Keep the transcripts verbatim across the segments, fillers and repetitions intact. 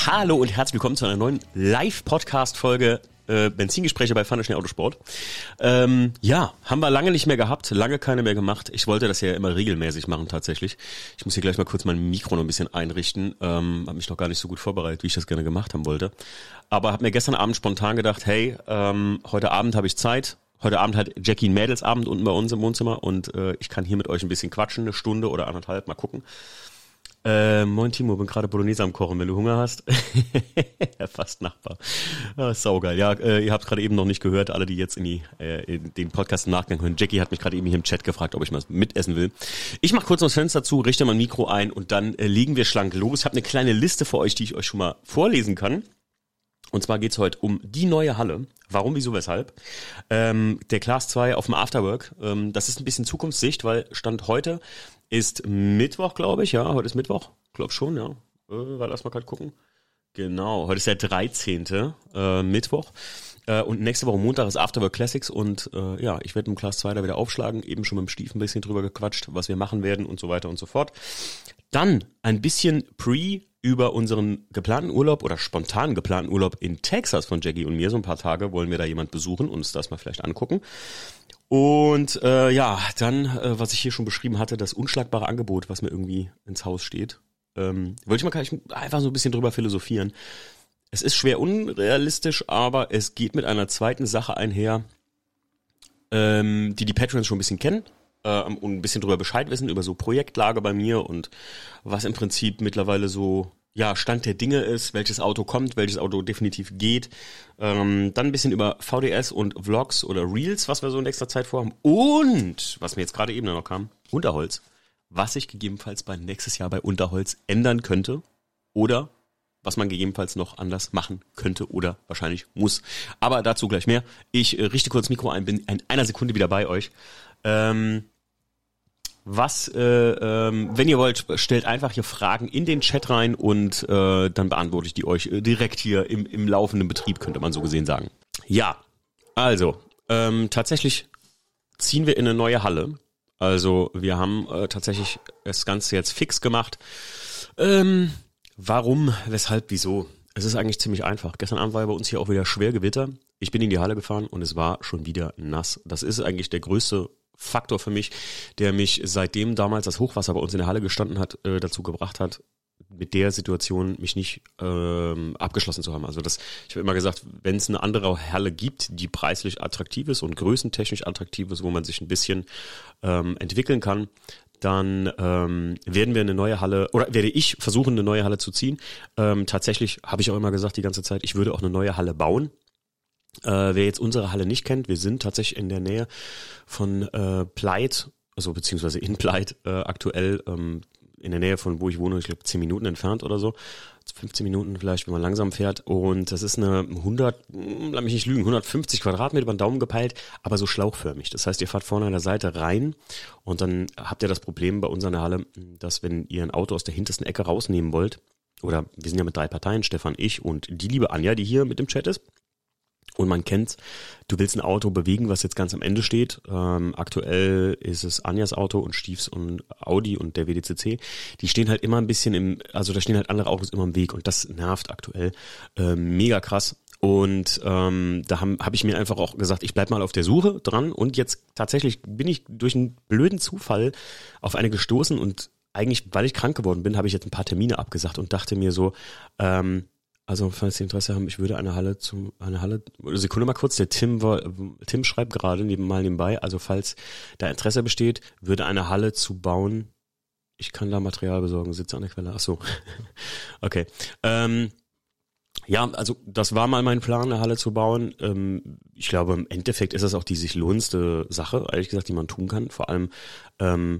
Hallo und herzlich willkommen zu einer neuen Live-Podcast-Folge äh, Benzingespräche bei Pfanne Schnell Autosport. Ähm, ja, haben wir lange nicht mehr gehabt, lange keine mehr gemacht. Ich wollte das ja immer regelmäßig machen tatsächlich. Ich muss hier gleich mal kurz mein Mikro noch ein bisschen einrichten. Ähm, habe mich noch gar nicht so gut vorbereitet, wie ich das gerne gemacht haben wollte. Aber habe mir gestern Abend spontan gedacht, hey, ähm, heute Abend habe ich Zeit. Heute Abend hat Jackie Mädels Abend unten bei uns im Wohnzimmer und äh, ich kann hier mit euch ein bisschen quatschen, eine Stunde oder anderthalb, mal gucken. Äh, moin Timo, bin gerade Bolognese am Kochen, wenn du Hunger hast. Fast Nachbar. Ah, saugeil. Ja, äh, ihr habt gerade eben noch nicht gehört, alle, die jetzt in, die, äh, in den Podcast im Nachgang hören. Jackie hat mich gerade eben hier im Chat gefragt, ob ich mal mitessen will. Ich mache kurz noch das Fenster zu, richte mein Mikro ein und dann äh, legen wir schlank los. Ich habe eine kleine Liste für euch, die ich euch schon mal vorlesen kann. Und zwar geht's heute um die neue Halle. Warum, wieso, weshalb? Ähm, der Class zwei auf dem Afterwork. Ähm, das ist ein bisschen Zukunftssicht, weil Stand heute ist Mittwoch, glaube ich. Ja, heute ist Mittwoch. Glaub schon, ja. Äh, warte, lass mal gerade gucken. Genau, heute ist der dreizehnte Äh, Mittwoch. Äh, und nächste Woche Montag ist Afterwork Classics. Und äh, ja, ich werde im Class zwei da wieder aufschlagen. Eben schon mit dem Stief ein bisschen drüber gequatscht, was wir machen werden und so weiter und so fort. Dann ein bisschen Pre- über unseren geplanten Urlaub oder spontan geplanten Urlaub in Texas von Jackie und mir. So ein paar Tage wollen wir da jemand besuchen und uns das mal vielleicht angucken. Und äh, ja, dann, äh, was ich hier schon beschrieben hatte, das unschlagbare Angebot, was mir irgendwie ins Haus steht. Ähm, wollte ich mal gleich einfach so ein bisschen drüber philosophieren. Es ist schwer unrealistisch, aber es geht mit einer zweiten Sache einher, ähm, die die Patrons schon ein bisschen kennen. Und ein bisschen drüber Bescheid wissen, über so Projektlage bei mir und was im Prinzip mittlerweile so ja Stand der Dinge ist, welches Auto kommt, welches Auto definitiv geht. Ähm, dann ein bisschen über V D S und Vlogs oder Reels, was wir so in nächster Zeit vorhaben. Und, was mir jetzt gerade eben noch kam, Unterholz, was sich gegebenenfalls bei nächstes Jahr bei Unterholz ändern könnte oder was man gegebenenfalls noch anders machen könnte oder wahrscheinlich muss. Aber dazu gleich mehr. Ich äh, richte kurz Mikro ein, bin in einer Sekunde wieder bei euch. Ähm, was, äh, ähm, wenn ihr wollt, stellt einfach hier Fragen in den Chat rein und äh, dann beantworte ich die euch äh, direkt hier im, im laufenden Betrieb, könnte man so gesehen sagen. Ja, also, ähm, tatsächlich ziehen wir in eine neue Halle. Also wir haben äh, tatsächlich das Ganze jetzt fix gemacht. Ähm, warum, weshalb, wieso? Es ist eigentlich ziemlich einfach. Gestern Abend war ja bei uns hier auch wieder Schwergewitter. Ich bin in die Halle gefahren und es war schon wieder nass. Das ist eigentlich der größte Faktor für mich, der mich seitdem damals das Hochwasser bei uns in der Halle gestanden hat, äh, dazu gebracht hat, mit der Situation mich nicht ähm, abgeschlossen zu haben. Also das, ich habe immer gesagt, wenn es eine andere Halle gibt, die preislich attraktiv ist und größentechnisch attraktiv ist, wo man sich ein bisschen ähm, entwickeln kann, dann ähm, werden wir eine neue Halle, oder werde ich versuchen, eine neue Halle zu ziehen. Ähm, tatsächlich habe ich auch immer gesagt die ganze Zeit, ich würde auch eine neue Halle bauen. Äh, wer jetzt unsere Halle nicht kennt, wir sind tatsächlich in der Nähe von äh, Pleit, also beziehungsweise in Pleit äh, aktuell, ähm, in der Nähe von wo ich wohne, ich glaube zehn Minuten entfernt oder so, fünfzehn Minuten vielleicht, wenn man langsam fährt. Und das ist eine hundert, lass mich nicht lügen, hundertfünfzig Quadratmeter über den Daumen gepeilt, aber so schlauchförmig. Das heißt, ihr fahrt vorne an der Seite rein und dann habt ihr das Problem bei uns an der Halle, dass wenn ihr ein Auto aus der hintersten Ecke rausnehmen wollt, oder wir sind ja mit drei Parteien, Stefan, ich und die liebe Anja, die hier mit im Chat ist, und man kennt's, du willst ein Auto bewegen, was jetzt ganz am Ende steht. Ähm, aktuell ist es Anjas Auto und Stiefs und Audi und der W D C C. Die stehen halt immer ein bisschen im, also da stehen halt andere Autos immer im Weg und das nervt aktuell. Ähm, mega krass. Und ähm, da habe hab ich mir einfach auch gesagt, ich bleib mal auf der Suche dran und jetzt tatsächlich bin ich durch einen blöden Zufall auf eine gestoßen und eigentlich, weil ich krank geworden bin, habe ich jetzt ein paar Termine abgesagt und dachte mir so, ähm, also, falls Sie Interesse haben, ich würde eine Halle zu, eine Halle, Sekunde mal kurz, der Tim war, Tim schreibt gerade neben, mal nebenbei, also falls da Interesse besteht, würde eine Halle zu bauen, ich kann da Material besorgen, sitze an der Quelle, ach so, okay, ähm, ja, also das war mal mein Plan, eine Halle zu bauen, ähm, ich glaube im Endeffekt ist das auch die sich lohnendste Sache, ehrlich gesagt, die man tun kann, vor allem, ähm,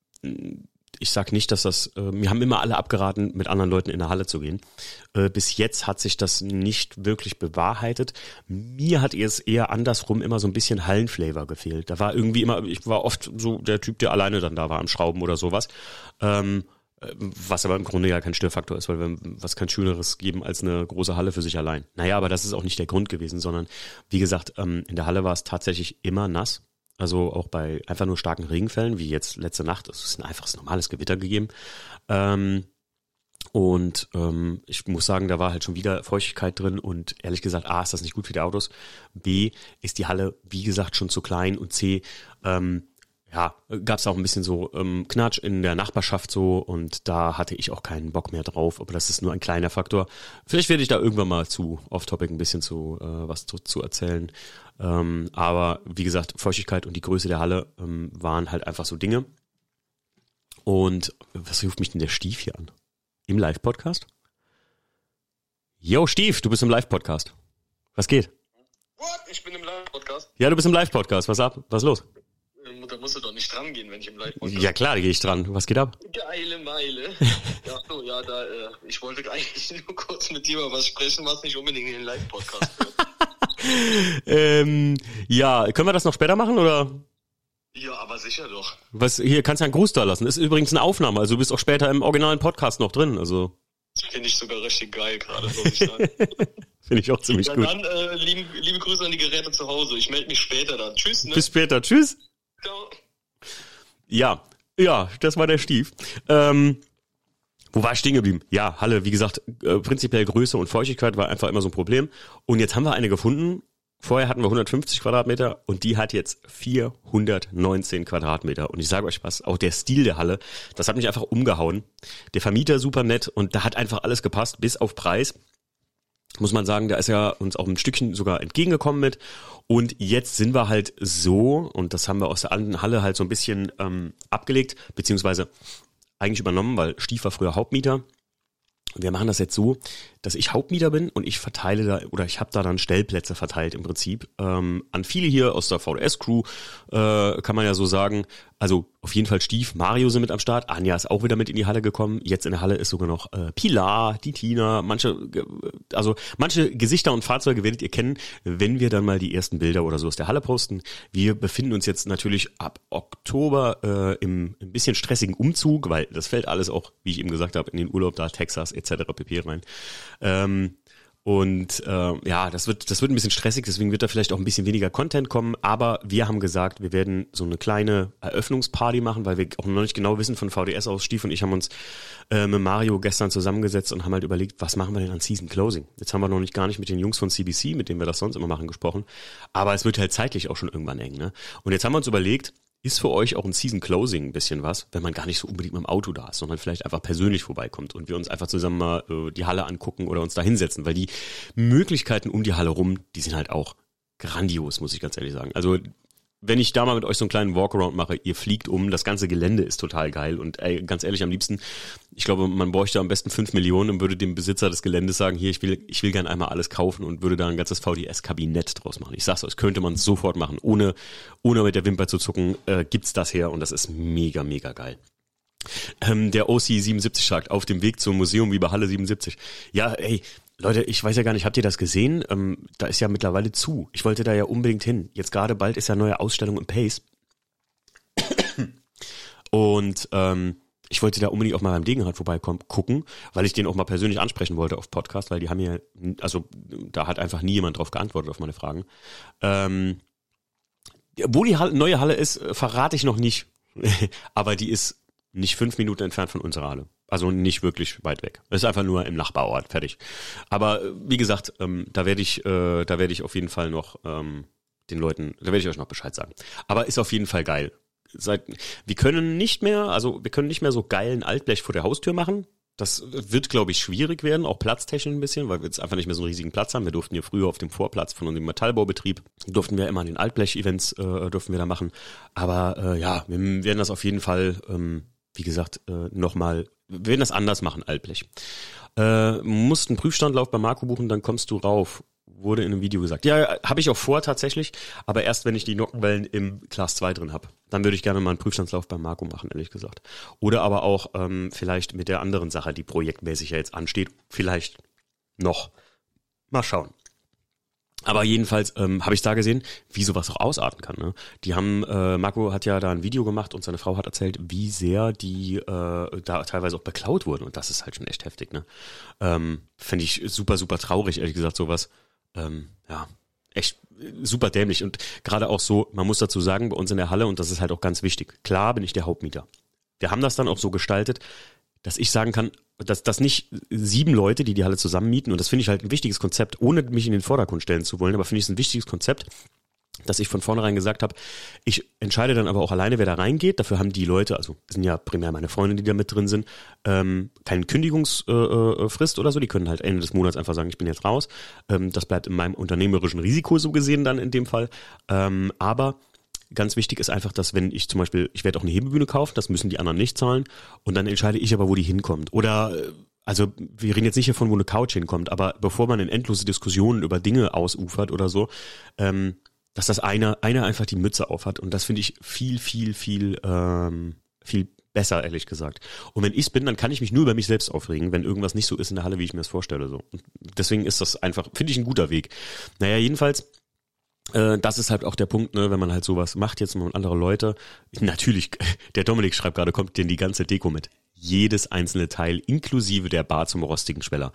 ich sag nicht, dass das, äh, mir haben immer alle abgeraten, mit anderen Leuten in der Halle zu gehen. Äh, bis jetzt hat sich das nicht wirklich bewahrheitet. Mir hat es eher andersrum immer so ein bisschen Hallenflavor gefehlt. Da war irgendwie immer, ich war oft so der Typ, der alleine dann da war am Schrauben oder sowas. Ähm, was aber im Grunde ja kein Störfaktor ist, weil wir was kann Schöneres geben als eine große Halle für sich allein. Naja, aber das ist auch nicht der Grund gewesen, sondern wie gesagt, ähm, in der Halle war es tatsächlich immer nass. Also auch bei einfach nur starken Regenfällen, wie jetzt letzte Nacht, es ist ein einfaches normales Gewitter gegeben. Ähm, Und ähm, ich muss sagen, da war halt schon wieder Feuchtigkeit drin und ehrlich gesagt, A, ist das nicht gut für die Autos, B, ist die Halle, wie gesagt, schon zu klein und C, ähm, ja, gab es auch ein bisschen so ähm, Knatsch in der Nachbarschaft so und da hatte ich auch keinen Bock mehr drauf, aber das ist nur ein kleiner Faktor. Vielleicht werde ich da irgendwann mal zu Off-Topic ein bisschen zu äh, was zu, zu erzählen, ähm, aber wie gesagt, Feuchtigkeit und die Größe der Halle ähm, waren halt einfach so Dinge. Und was ruft mich denn der Stief hier an? Im Live-Podcast? Yo, Stief, du bist im Live-Podcast. Was geht? What? Ich bin im Live-Podcast? Ja, du bist im Live-Podcast. Was ab? Was ist los? Da musst du doch nicht dran gehen, wenn ich im Live-Podcast... Ja klar, da gehe ich dran. Was geht ab? Geile Meile. Ja, so, ja, da, äh, ich wollte eigentlich nur kurz mit dir mal was sprechen, was nicht unbedingt in den Live-Podcast wird. ähm, ja, können wir das noch später machen, oder... Ja, aber sicher doch. Was, hier, kannst du einen Gruß da lassen. Ist übrigens eine Aufnahme, also du bist auch später im originalen Podcast noch drin, also. Das finde ich sogar richtig geil gerade, muss ich sagen. Finde ich auch ziemlich ja, gut. Dann, äh, liebe, liebe Grüße an die Geräte zu Hause. Ich melde mich später dann. Tschüss, ne? Bis später, tschüss. Ciao. Ja, ja, das war der Stief. Ähm, wo war ich stehen geblieben? Ja, Halle, wie gesagt, äh, prinzipiell Größe und Feuchtigkeit war einfach immer so ein Problem. Und jetzt haben wir eine gefunden. Vorher hatten wir hundertfünfzig Quadratmeter und die hat jetzt vierhundertneunzehn Quadratmeter. Und ich sage euch was, auch der Stil der Halle, das hat mich einfach umgehauen. Der Vermieter super nett und da hat einfach alles gepasst, bis auf Preis. Muss man sagen, da ist er uns auch ein Stückchen sogar entgegengekommen mit. Und jetzt sind wir halt so, und das haben wir aus der alten Halle halt so ein bisschen ähm, abgelegt, beziehungsweise eigentlich übernommen, weil Stief war früher Hauptmieter. Wir machen das jetzt so, dass ich Hauptmieter bin und ich verteile da, oder ich habe da dann Stellplätze verteilt im Prinzip ähm, an viele hier aus der V D S-Crew, äh, kann man ja so sagen. Also auf jeden Fall Stief, Mario sind mit am Start, Anja ist auch wieder mit in die Halle gekommen. Jetzt in der Halle ist sogar noch äh, Pilar, die Tina, manche, also manche Gesichter und Fahrzeuge werdet ihr kennen, wenn wir dann mal die ersten Bilder oder so aus der Halle posten. Wir befinden uns jetzt natürlich ab Oktober äh, im ein bisschen stressigen Umzug, weil das fällt alles auch, wie ich eben gesagt habe, in den Urlaub da, Texas et cetera pp. Rein. Ähm, Und äh, ja, das wird das wird ein bisschen stressig, deswegen wird da vielleicht auch ein bisschen weniger Content kommen, aber wir haben gesagt, wir werden so eine kleine Eröffnungsparty machen, weil wir auch noch nicht genau wissen von V D S aus. Stief und ich haben uns äh, mit Mario gestern zusammengesetzt und haben halt überlegt, was machen wir denn an Season Closing? Jetzt haben wir noch nicht gar nicht mit den Jungs von C B C, mit denen wir das sonst immer machen, gesprochen, aber es wird halt zeitlich auch schon irgendwann eng, ne? Und jetzt haben wir uns überlegt, ist für euch auch ein Season Closing ein bisschen was, wenn man gar nicht so unbedingt mit dem Auto da ist, sondern vielleicht einfach persönlich vorbeikommt und wir uns einfach zusammen mal äh, die Halle angucken oder uns da hinsetzen, weil die Möglichkeiten um die Halle rum, die sind halt auch grandios, muss ich ganz ehrlich sagen. Also wenn ich da mal mit euch so einen kleinen Walkaround mache, ihr fliegt um, das ganze Gelände ist total geil und ey, ganz ehrlich, am liebsten, ich glaube, man bräuchte am besten fünf Millionen und würde dem Besitzer des Geländes sagen, hier, ich will ich will gern einmal alles kaufen und würde da ein ganzes V D S-Kabinett draus machen. Ich sag's euch, könnte man sofort machen, ohne ohne mit der Wimper zu zucken, äh, gibt's das her und das ist mega, mega geil. Ähm, der O C siebenundsiebzig sagt, auf dem Weg zum Museum wie bei Halle siebenundsiebzig. Ja, ey, Leute, ich weiß ja gar nicht, habt ihr das gesehen? Ähm, da ist ja mittlerweile zu. Ich wollte da ja unbedingt hin. Jetzt gerade bald ist ja neue Ausstellung im Pace. Und ähm, ich wollte da unbedingt auch mal beim Degenhardt vorbeikommen, gucken, weil ich den auch mal persönlich ansprechen wollte auf Podcast, weil die haben ja, also da hat einfach nie jemand drauf geantwortet auf meine Fragen. Ähm, wo die Halle, neue Halle ist, verrate ich noch nicht. Aber die ist nicht fünf Minuten entfernt von unserer Halle. Also nicht wirklich weit weg. Es ist einfach nur im Nachbarort, fertig. Aber wie gesagt, ähm, da werde ich, äh, da werde ich auf jeden Fall noch ähm, den Leuten, da werde ich euch noch Bescheid sagen. Aber ist auf jeden Fall geil. Seit, wir können nicht mehr, also wir können nicht mehr so geilen Altblech vor der Haustür machen. Das wird, glaube ich, schwierig werden, auch platztechnisch ein bisschen, weil wir jetzt einfach nicht mehr so einen riesigen Platz haben. Wir durften ja früher auf dem Vorplatz von unserem Metallbaubetrieb, durften wir immer an den Altblech-Events, äh, durften wir da machen. Aber äh, ja, wir werden das auf jeden Fall, ähm, wie gesagt, äh, nochmal, wir werden das anders machen, Altblech. Äh, musst einen Prüfstandlauf bei Marco buchen, dann kommst du rauf. Wurde in einem Video gesagt. Ja, habe ich auch vor tatsächlich, aber erst wenn ich die Nockenwellen im Class zwei drin habe. Dann würde ich gerne mal einen Prüfstandslauf bei Marco machen, ehrlich gesagt. Oder aber auch ähm, vielleicht mit der anderen Sache, die projektmäßig ja jetzt ansteht, vielleicht noch. Mal schauen. Aber jedenfalls ähm, habe ich da gesehen, wie sowas auch ausarten kann. Ne? Die haben, äh, Marco hat ja da ein Video gemacht und seine Frau hat erzählt, wie sehr die äh, da teilweise auch beklaut wurden. Und das ist halt schon echt heftig. Ne? Ähm, Finde ich super, super traurig, ehrlich gesagt, sowas. Ähm, ja, echt super dämlich und gerade auch so, man muss dazu sagen, bei uns in der Halle, und das ist halt auch ganz wichtig, klar bin ich der Hauptmieter. Wir haben das dann auch so gestaltet, dass ich sagen kann, dass, dass nicht sieben Leute, die die Halle zusammen mieten, und das finde ich halt ein wichtiges Konzept, ohne mich in den Vordergrund stellen zu wollen, aber finde ich es ein wichtiges Konzept, dass ich von vornherein gesagt habe, ich entscheide dann aber auch alleine, wer da reingeht. Dafür haben die Leute, also das sind ja primär meine Freunde, die da mit drin sind, ähm, keine Kündigungsfrist äh, oder so. Die können halt Ende des Monats einfach sagen, ich bin jetzt raus. Ähm, das bleibt in meinem unternehmerischen Risiko so gesehen dann in dem Fall. Ähm, aber ganz wichtig ist einfach, dass wenn ich zum Beispiel, ich werde auch eine Hebebühne kaufen, das müssen die anderen nicht zahlen. Und dann entscheide ich aber, wo die hinkommt. Oder also wir reden jetzt nicht davon, wo eine Couch hinkommt, aber bevor man in endlose Diskussionen über Dinge ausufert oder so, ähm, dass das einer einer einfach die Mütze aufhat, und das finde ich viel, viel, viel, ähm, viel besser, ehrlich gesagt. Und wenn ich's bin, dann kann ich mich nur über mich selbst aufregen, wenn irgendwas nicht so ist in der Halle, wie ich mir das vorstelle. So. Und deswegen ist das einfach, finde ich, ein guter Weg. Naja, jedenfalls, äh, das ist halt auch der Punkt, ne, wenn man halt sowas macht jetzt mit andere Leute. Natürlich, der Dominik schreibt gerade, kommt denn die ganze Deko mit. Jedes einzelne Teil, inklusive der Bar zum rostigen Schweller.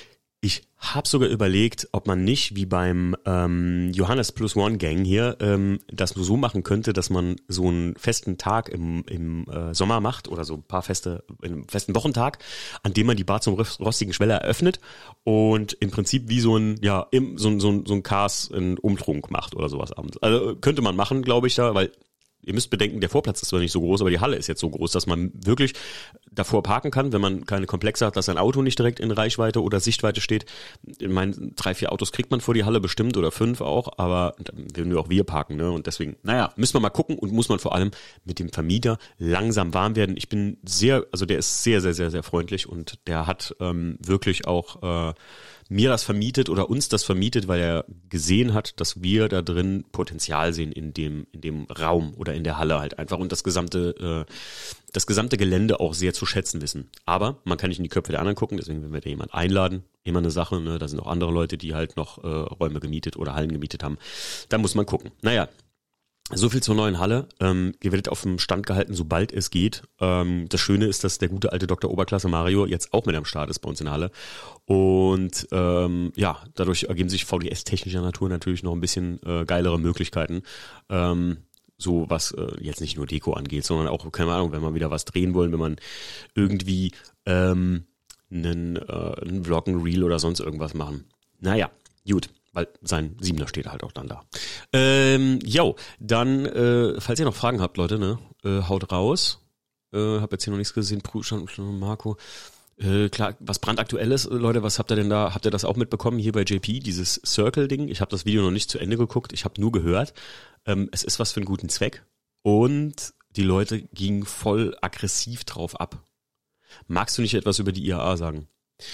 Ich habe sogar überlegt, ob man nicht wie beim ähm, Johannes Plus One Gang hier ähm, das nur so machen könnte, dass man so einen festen Tag im, im äh, Sommer macht oder so ein paar feste, einen festen Wochentag, an dem man die Bar zum rostigen Schweller eröffnet und im Prinzip wie so ein, ja, im, so, so, so ein Cars in Umtrunk macht oder sowas abends. Also könnte man machen, glaube ich, da, weil ihr müsst bedenken, der Vorplatz ist zwar nicht so groß, aber die Halle ist jetzt so groß, dass man wirklich davor parken kann, wenn man keine Komplexe hat, dass ein Auto nicht direkt in Reichweite oder Sichtweite steht. Ich meine, drei, vier Autos kriegt man vor die Halle bestimmt oder fünf auch, aber dann würden wir auch wir parken, ne? Und deswegen, naja, müssen wir mal gucken und muss man vor allem mit dem Vermieter langsam warm werden. Ich bin sehr, also der ist sehr, sehr, sehr, sehr freundlich und der hat ähm, wirklich auch äh, mir das vermietet oder uns das vermietet, weil er gesehen hat, dass wir da drin Potenzial sehen in dem in dem Raum oder in der Halle halt einfach und das gesamte äh, das gesamte Gelände auch sehr zu schätzen wissen. Aber man kann nicht in die Köpfe der anderen gucken, deswegen wenn wir da jemanden einladen, immer eine Sache, ne, da sind auch andere Leute, die halt noch äh, Räume gemietet oder Hallen gemietet haben. Da muss man gucken. Naja, so viel zur neuen Halle. Ähm, ihr werdet auf dem Stand gehalten, sobald es geht. Ähm, das Schöne ist, dass der gute alte Doktor Oberklasse Mario jetzt auch mit am Start ist bei uns in der Halle. Und ähm, ja, dadurch ergeben sich V D S-technischer Natur natürlich noch ein bisschen äh, geilere Möglichkeiten. Ähm, so was äh, jetzt nicht nur Deko angeht, sondern auch, keine Ahnung, wenn wir wieder was drehen wollen, wenn man irgendwie ähm, einen, äh, einen Vlog, einen Reel oder sonst irgendwas machen. Naja, gut. Weil sein Siebener steht halt auch dann da. Ähm, jo, dann, äh, falls ihr noch Fragen habt, Leute, ne, äh, haut raus. Äh, hab jetzt hier noch nichts gesehen, Marco. Äh, klar, was brandaktuell ist, Leute, was habt ihr denn da? Habt ihr das auch mitbekommen hier bei J P, dieses Circle-Ding? Ich habe das Video noch nicht zu Ende geguckt, ich habe nur gehört. Ähm, es ist was für einen guten Zweck und die Leute gingen voll aggressiv drauf ab. Magst du nicht etwas über die I A A sagen?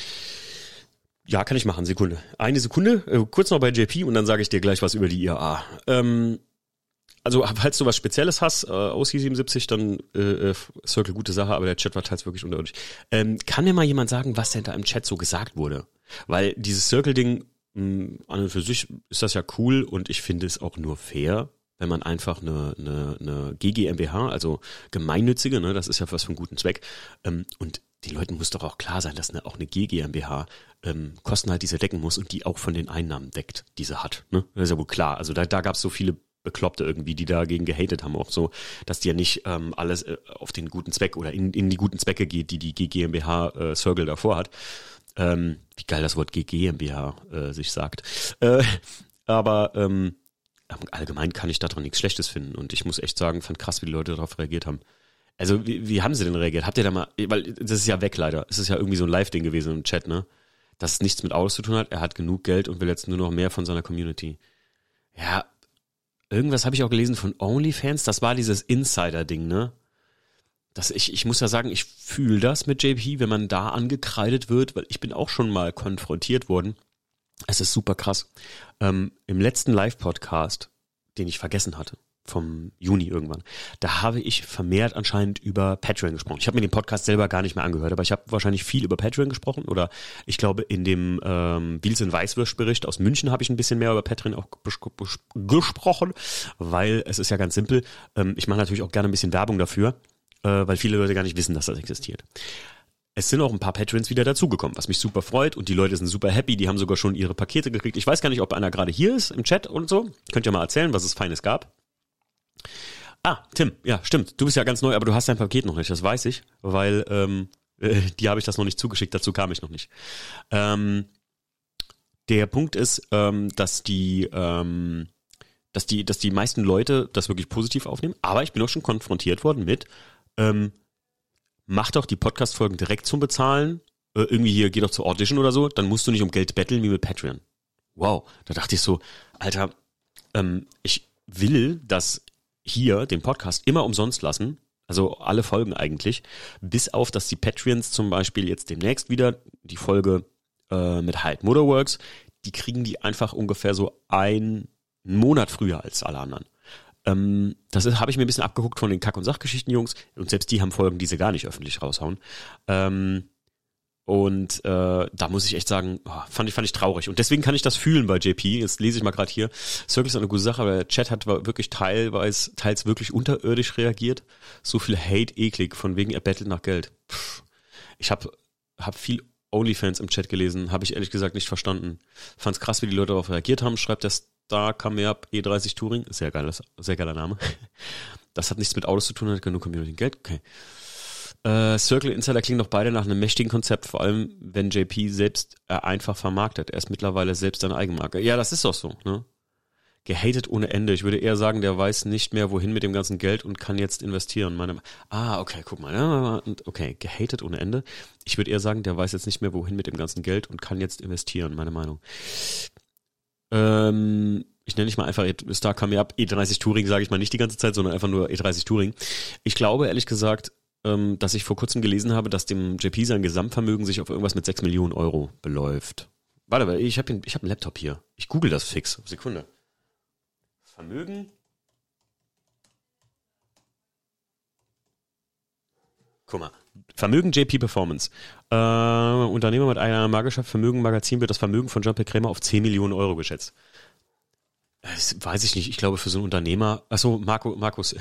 Ja, kann ich machen, Sekunde. Eine Sekunde, äh, kurz noch bei J P und dann sage ich dir gleich was über die I A A. Ähm, also, falls du was Spezielles hast, äh, aus I siebenundsiebzig, dann äh, Circle, gute Sache, aber der Chat war teils wirklich unterirdisch. Ähm, kann mir mal jemand sagen, was denn da im Chat so gesagt wurde? Weil dieses Circle-Ding, mh, an und für sich ist das ja cool und ich finde es auch nur fair, wenn man einfach eine, eine, eine G G MbH, also gemeinnützige, ne, das ist ja was für einen guten Zweck, ähm, und den Leuten muss doch auch klar sein, dass eine, auch eine G GmbH ähm, Kosten halt diese decken muss und die auch von den Einnahmen deckt, die sie hat. Ne? Das ist ja wohl klar. Also da, da gab es so viele Bekloppte irgendwie, die dagegen gehatet haben, auch so, dass die ja nicht ähm, alles äh, auf den guten Zweck oder in, in die guten Zwecke geht, die die G GmbH äh, Circle davor hat. Ähm, wie geil das Wort G GmbH äh, sich sagt. Äh, aber ähm, allgemein kann ich daran nichts Schlechtes finden und ich muss echt sagen, fand krass, wie die Leute darauf reagiert haben. Also wie, wie haben sie denn reagiert? Habt ihr da mal, weil das ist ja weg leider, es ist ja irgendwie so ein Live-Ding gewesen im Chat, ne? Dass es nichts mit Autos zu tun hat, er hat genug Geld und will jetzt nur noch mehr von seiner Community. Ja, irgendwas habe ich auch gelesen von OnlyFans, das war dieses Insider-Ding, ne? Das, ich, ich muss ja sagen, ich fühle das mit J P, wenn man da angekreidet wird, weil ich bin auch schon mal konfrontiert worden. Es ist super krass. Ähm, im letzten Live-Podcast, den ich vergessen hatte, vom Juni irgendwann, da habe ich vermehrt anscheinend über Patreon gesprochen. Ich habe mir den Podcast selber gar nicht mehr angehört, aber ich habe wahrscheinlich viel über Patreon gesprochen oder ich glaube in dem ähm, Wiels in Weißwürsch Bericht aus München habe ich ein bisschen mehr über Patreon auch gesprochen, weil es ist ja ganz simpel, ähm, ich mache natürlich auch gerne ein bisschen Werbung dafür, äh, weil viele Leute gar nicht wissen, dass das existiert. Es sind auch ein paar Patrons wieder dazugekommen, was mich super freut und die Leute sind super happy, die haben sogar schon ihre Pakete gekriegt. Ich weiß gar nicht, ob einer gerade hier ist im Chat und so. Könnt ihr mal erzählen, was es Feines gab. Ah, Tim, ja, stimmt. Du bist ja ganz neu, aber du hast dein Paket noch nicht, das weiß ich, weil ähm, Äh, die habe ich das noch nicht zugeschickt, dazu kam ich noch nicht. Ähm, der Punkt ist, ähm, dass die, ähm, dass die, dass die meisten Leute das wirklich positiv aufnehmen, aber ich bin auch schon konfrontiert worden mit, ähm, mach doch die Podcast-Folgen direkt zum Bezahlen, äh, irgendwie hier, geh doch zur Audition oder so, dann musst du nicht um Geld betteln wie mit Patreon. Wow, da dachte ich so, Alter, ähm, ich will das hier, den Podcast, immer umsonst lassen, also alle Folgen eigentlich, bis auf, dass die Patreons zum Beispiel jetzt demnächst wieder die Folge äh, mit Hyde Motorworks, die kriegen die einfach ungefähr so einen Monat früher als alle anderen. Ähm, das habe ich mir ein bisschen abgeguckt von den Kack- und Sachgeschichten-Jungs und selbst die haben Folgen, die sie gar nicht öffentlich raushauen. Ähm, Und äh, da muss ich echt sagen, oh, fand ich fand ich traurig. Und deswegen kann ich das fühlen bei J P. Jetzt lese ich mal gerade hier. Circle ist eine gute Sache, aber der Chat hat wirklich teilweise, teils wirklich unterirdisch reagiert. So viel Hate, eklig, von wegen er bettelt nach Geld. Pff. Ich habe hab viel OnlyFans im Chat gelesen, habe ich ehrlich gesagt nicht verstanden. Fand's krass, wie die Leute darauf reagiert haben. Schreibt der Star Kamerab E dreißig Touring. Sehr geiles, sehr geiler Name. Das hat nichts mit Autos zu tun, hat nur Community Geld. Okay. Uh, Circle Insider klingen doch beide nach einem mächtigen Konzept, vor allem wenn J P selbst äh, einfach vermarktet. Er ist mittlerweile selbst eine Eigenmarke. Ja, das ist doch so, ne? Gehatet ohne Ende. Ich würde eher sagen, der weiß nicht mehr, wohin mit dem ganzen Geld und kann jetzt investieren. Meine, ah, okay, guck mal. Ja, okay, gehatet ohne Ende. Ich würde eher sagen, der weiß jetzt nicht mehr, wohin mit dem ganzen Geld und kann jetzt investieren. Meine Meinung. Ähm, ich nenne nicht mal einfach Star Kamerab E dreißig Touring, sage ich mal nicht die ganze Zeit, sondern einfach nur E dreißig Touring. Ich glaube, ehrlich gesagt, dass ich vor kurzem gelesen habe, dass dem J P sein Gesamtvermögen sich auf irgendwas mit sechs Millionen Euro beläuft. Warte, ich habe ich hab einen Laptop hier. Ich google das fix. Sekunde. Vermögen. Guck mal. Vermögen J P Performance. Äh, Unternehmer mit einer Marktgeschäft Vermögen Magazin wird das Vermögen von Jean-Pierre Krämer auf zehn Millionen Euro geschätzt. Das weiß ich nicht. Ich glaube für so einen Unternehmer. Achso, Marco, Markus.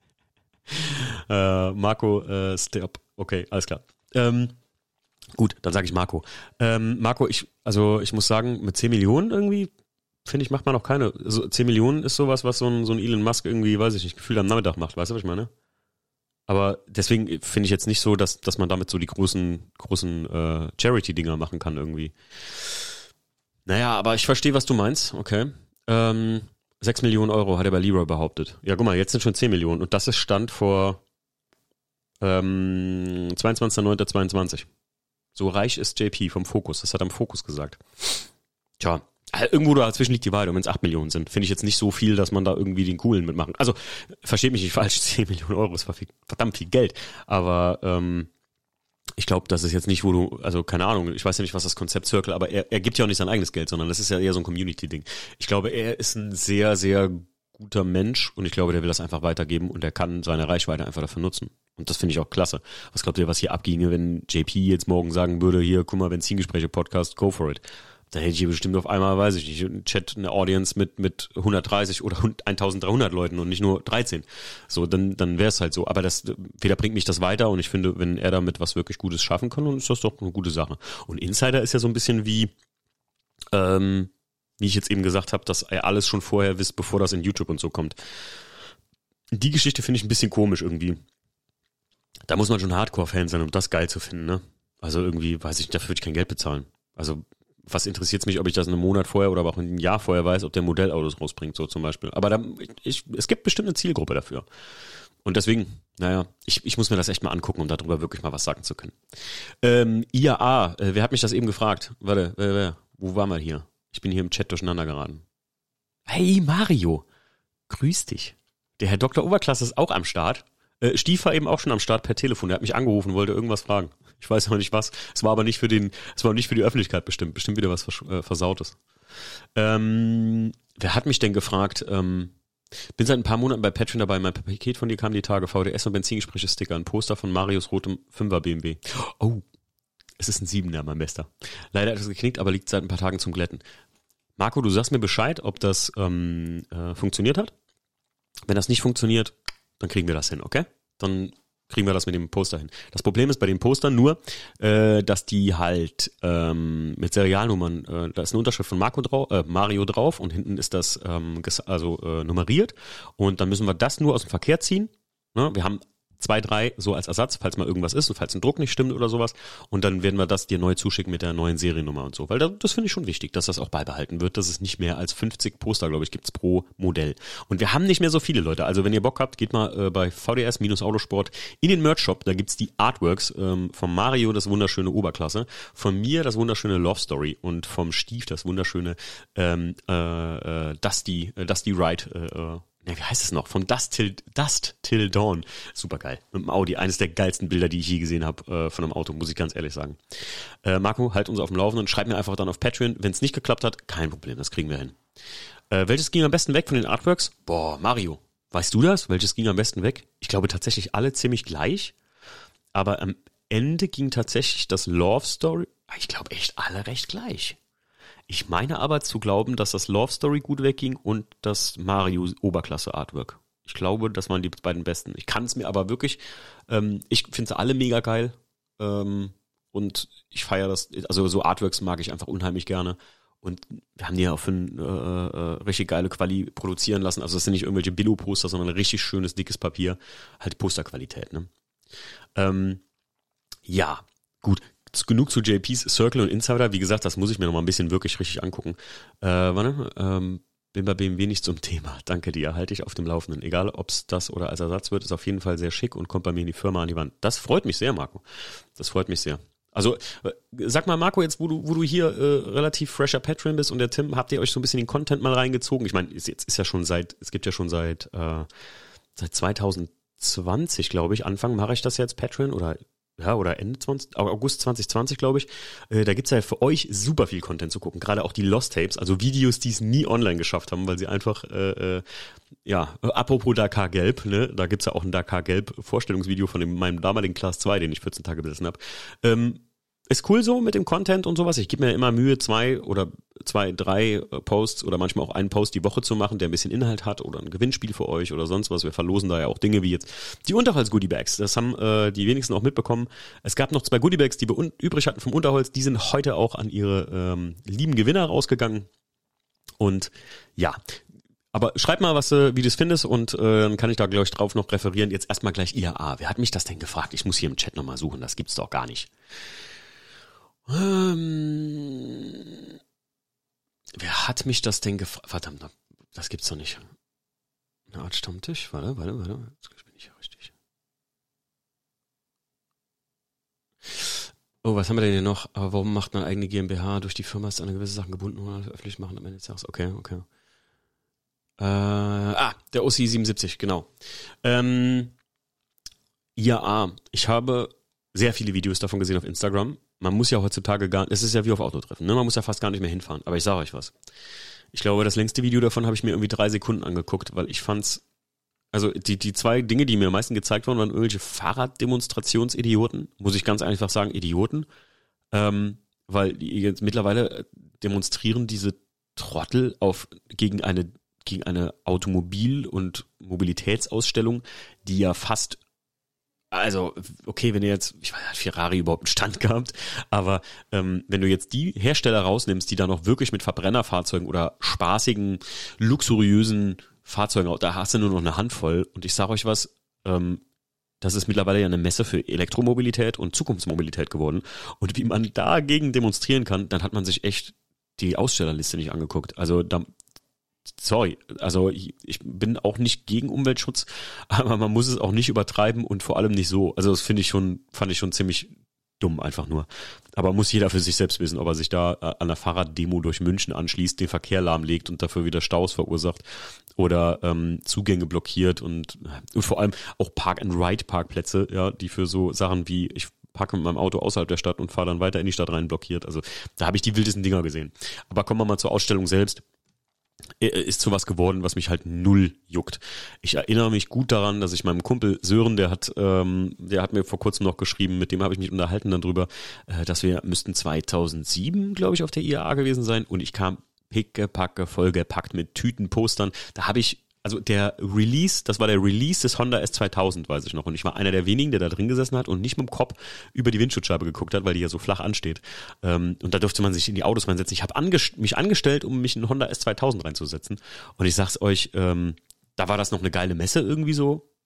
Äh, Marco, äh, Stop. Okay, alles klar. Ähm, gut, dann sage ich Marco. Ähm, Marco, ich, also ich muss sagen, mit zehn Millionen irgendwie, finde ich, macht man auch keine. Also zehn Millionen ist sowas, was so ein, so ein Elon Musk irgendwie, weiß ich nicht, gefühlt am Nachmittag macht. Weißt du, was ich meine? Aber deswegen finde ich jetzt nicht so, dass, dass man damit so die großen, großen äh, Charity-Dinger machen kann irgendwie. Naja, aber ich verstehe, was du meinst. Okay. Ähm, sechs Millionen Euro hat er bei Leroy behauptet. Ja, guck mal, jetzt sind schon zehn Millionen. Und das ist Stand vor ähm, zweiundzwanzigster neunter zweiundzwanzig. So reich ist J P vom Fokus. Das hat er am Fokus gesagt. Tja, irgendwo dazwischen liegt die Wahrheit. Und wenn es acht Millionen sind, finde ich jetzt nicht so viel, dass man da irgendwie den Coolen mitmachen. Also, versteht mich nicht falsch, zehn Millionen Euro ist verdammt viel Geld. Aber ähm, ich glaube, das ist jetzt nicht, wo du, also keine Ahnung, ich weiß ja nicht, was das Konzept Circle, aber er, er gibt ja auch nicht sein eigenes Geld, sondern das ist ja eher so ein Community-Ding. Ich glaube, er ist ein sehr, sehr guter Mensch und ich glaube, der will das einfach weitergeben und er kann seine Reichweite einfach dafür nutzen. Und das finde ich auch klasse. Was glaubt ihr, was hier abginge, wenn J P jetzt morgen sagen würde, hier, guck mal, Benzingespräche-Podcast, go for it. Dann hätte ich hier bestimmt auf einmal, weiß ich nicht, einen Chat, eine Audience mit mit hundertdreißig oder eintausenddreihundert Leuten und nicht nur dreizehn. So, dann dann wäre es halt so. Aber das weder bringt mich das weiter und ich finde, wenn er damit was wirklich Gutes schaffen kann, dann ist das doch eine gute Sache. Und Insider ist ja so ein bisschen wie, ähm, wie ich jetzt eben gesagt habe, dass er alles schon vorher wisst, bevor das in YouTube und so kommt. Die Geschichte finde ich ein bisschen komisch irgendwie. Da muss man schon Hardcore-Fan sein, um das geil zu finden, ne? Also irgendwie, weiß ich, dafür würde ich kein Geld bezahlen. Also was interessiert es mich, ob ich das einen Monat vorher oder aber auch ein Jahr vorher weiß, ob der Modellautos rausbringt, so zum Beispiel. Aber da, ich, es gibt bestimmt eine Zielgruppe dafür. Und deswegen, naja, ich, ich muss mir das echt mal angucken, um darüber wirklich mal was sagen zu können. Ähm, I A A, äh, wer hat mich das eben gefragt? Warte, wer, wer, wo waren wir hier? Ich bin hier im Chat durcheinander geraten. Hey Mario, grüß dich. Der Herr Doktor Oberklasse ist auch am Start. Äh, Stief war eben auch schon am Start per Telefon. Der hat mich angerufen, wollte irgendwas fragen. Ich weiß noch nicht was. Es war aber nicht für den, es war nicht für die Öffentlichkeit bestimmt. Bestimmt wieder was Vers- äh, Versautes. Ähm, wer hat mich denn gefragt? Ähm, bin seit ein paar Monaten bei Patreon dabei. Mein Paket von dir kam die Tage. V D S und Benzingespräche-Sticker. Ein Poster von Marius rotem Fünfer B M W. Oh, es ist ein Siebener, mein Bester. Leider hat es geknickt, aber liegt seit ein paar Tagen zum Glätten. Marco, du sagst mir Bescheid, ob das ähm, äh, funktioniert hat. Wenn das nicht funktioniert, dann kriegen wir das hin, okay? Dann kriegen wir das mit dem Poster hin. Das Problem ist bei den Postern nur, äh, dass die halt ähm, mit Serialnummern, äh, da ist eine Unterschrift von Marco drau- äh, Mario drauf und hinten ist das ähm, ges- also äh, nummeriert und dann müssen wir das nur aus dem Verkehr ziehen. Ne? Wir haben zwei, drei so als Ersatz, falls mal irgendwas ist und falls ein Druck nicht stimmt oder sowas. Und dann werden wir das dir neu zuschicken mit der neuen Seriennummer und so. Weil das, das finde ich schon wichtig, dass das auch beibehalten wird, dass es nicht mehr als fünfzig Poster, glaube ich, gibt's pro Modell. Und wir haben nicht mehr so viele Leute. Also wenn ihr Bock habt, geht mal äh, bei V D S-Autosport in den Merch-Shop. Da gibt's die Artworks ähm, vom Mario, das wunderschöne Oberklasse, von mir das wunderschöne Love Story und vom Steve das wunderschöne ähm, äh, äh, Dusty, äh, Dusty Ride, äh, ja, wie heißt es noch? Von Dust Till, Dust Till Dawn. Super geil. Mit dem Audi. Eines der geilsten Bilder, die ich je gesehen habe äh, von einem Auto, muss ich ganz ehrlich sagen. Äh, Marco, halt uns auf dem Laufenden. Schreib mir einfach dann auf Patreon. Wenn es nicht geklappt hat, kein Problem. Das kriegen wir hin. Äh, welches ging am besten weg von den Artworks? Boah, Mario. Weißt du das? Welches ging am besten weg? Ich glaube tatsächlich alle ziemlich gleich. Aber am Ende ging tatsächlich das Love Story. Ich glaube echt alle recht gleich. Ich meine aber zu glauben, dass das Love Story gut wegging und das Mario Oberklasse Artwork. Ich glaube, das waren die beiden besten. Ich kann es mir aber wirklich, ähm, ich finde sie alle mega geil ähm, und ich feiere das, also so Artworks mag ich einfach unheimlich gerne und wir haben die ja auch für ein äh, äh, richtig geile Quali produzieren lassen. Also das sind nicht irgendwelche Billo-Poster, sondern ein richtig schönes, dickes Papier. Halt Posterqualität, ne? Ähm, ja, gut. Genug zu J Ps Circle und Insider. Wie gesagt, das muss ich mir noch mal ein bisschen wirklich richtig angucken. Äh, warte, ähm, bin bei B M W nicht zum Thema. Danke dir, halte ich auf dem Laufenden. Egal, ob es das oder als Ersatz wird, ist auf jeden Fall sehr schick und kommt bei mir in die Firma an die Wand. Das freut mich sehr, Marco. Das freut mich sehr. Also, äh, sag mal, Marco, jetzt, wo du, wo du hier äh, relativ fresher Patreon bist und der Tim, habt ihr euch so ein bisschen den Content mal reingezogen? Ich meine, jetzt ist ja schon seit, es gibt ja schon seit, äh, seit zwanzig zwanzig, glaube ich, Anfang mache ich das jetzt, Patreon, oder ja, oder Ende zwanzig, August zwanzig zwanzig, glaube ich. Äh, da gibt's ja für euch super viel Content zu gucken. Gerade auch die Lost Tapes, also Videos, die es nie online geschafft haben, weil sie einfach, äh, äh, ja, apropos Dakar Gelb, ne, da gibt's ja auch ein Dakar Gelb Vorstellungsvideo von dem, meinem damaligen Class zwei, den ich vierzehn Tage besessen habe. Ähm, ist cool so mit dem Content und sowas. Ich gebe mir immer Mühe, zwei oder zwei, drei Posts oder manchmal auch einen Post die Woche zu machen, der ein bisschen Inhalt hat oder ein Gewinnspiel für euch oder sonst was. Wir verlosen da ja auch Dinge wie jetzt die Unterholz-Goodiebags. Das haben äh, die wenigsten auch mitbekommen. Es gab noch zwei Goodiebags, die wir un- übrig hatten vom Unterholz. Die sind heute auch an ihre ähm, lieben Gewinner rausgegangen. Und ja, aber schreib mal, was äh, wie du es findest und äh, dann kann ich da gleich drauf noch referieren. Jetzt erstmal gleich I A A. Wer hat mich das denn gefragt? Ich muss hier im Chat nochmal suchen. Das gibt's doch gar nicht. Ähm, wer hat mich das denn gefragt? Verdammt, das gibt's doch nicht. Eine Art Stammtisch? Warte, warte, warte. Jetzt bin ich ja richtig. Oh, was haben wir denn hier noch? Aber warum macht eine eigene GmbH? Durch die Firma ist an gewisse Sachen gebunden oder öffentlich machen am Ende des Jahres. Okay, okay. Äh, ah, der O C siebenundsiebzig, genau. Ähm, ja, ich habe sehr viele Videos davon gesehen auf Instagram. Man muss ja heutzutage gar, es ist ja wie auf Autotreffen, ne? Man muss ja fast gar nicht mehr hinfahren. Aber ich sage euch was. Ich glaube, das längste Video davon habe ich mir irgendwie drei Sekunden angeguckt, weil ich fand's, also die die zwei Dinge, die mir am meisten gezeigt wurden, waren irgendwelche Fahrraddemonstrationsidioten, muss ich ganz einfach sagen, Idioten, ähm, weil die jetzt mittlerweile demonstrieren diese Trottel auf gegen eine gegen eine Automobil- und Mobilitätsausstellung, die ja fast, also okay, wenn ihr jetzt, ich weiß nicht, hat Ferrari überhaupt einen Stand gehabt, aber ähm, wenn du jetzt die Hersteller rausnimmst, die da noch wirklich mit Verbrennerfahrzeugen oder spaßigen, luxuriösen Fahrzeugen, da hast du nur noch eine Handvoll. Und ich sage euch was, ähm, das ist mittlerweile ja eine Messe für Elektromobilität und Zukunftsmobilität geworden. Und wie man dagegen demonstrieren kann, dann hat man sich echt die Ausstellerliste nicht angeguckt. Also da, sorry, also ich, ich bin auch nicht gegen Umweltschutz, aber man muss es auch nicht übertreiben und vor allem nicht so. Also das finde ich schon, fand ich schon ziemlich dumm einfach nur. Aber muss jeder für sich selbst wissen, ob er sich da an der Fahrraddemo durch München anschließt, den Verkehr lahmlegt und dafür wieder Staus verursacht oder ähm, Zugänge blockiert und, und vor allem auch Park-and-Ride-Parkplätze, ja, die für so Sachen wie ich parke mit meinem Auto außerhalb der Stadt und fahre dann weiter in die Stadt rein blockiert. Also da habe ich die wildesten Dinger gesehen. Aber kommen wir mal zur Ausstellung selbst. Ist sowas geworden, was mich halt null juckt. Ich erinnere mich gut daran, dass ich meinem Kumpel Sören, der hat, ähm, der hat mir vor kurzem noch geschrieben, mit dem habe ich mich unterhalten dann drüber, äh, dass wir müssten zweitausendsieben, glaube ich, auf der I A A gewesen sein und ich kam pickepacke vollgepackt mit Tüten, Postern. Da habe ich, also der Release, das war der Release des Honda S zweitausend, weiß ich noch. Und ich war einer der wenigen, der da drin gesessen hat und nicht mit dem Kopf über die Windschutzscheibe geguckt hat, weil die ja so flach ansteht. Ähm, und da durfte man sich in die Autos reinsetzen. Ich habe angest- mich angestellt, um mich in einen Honda S zweitausend reinzusetzen. Und ich sag's euch, ähm, da war das noch eine geile Messe irgendwie so.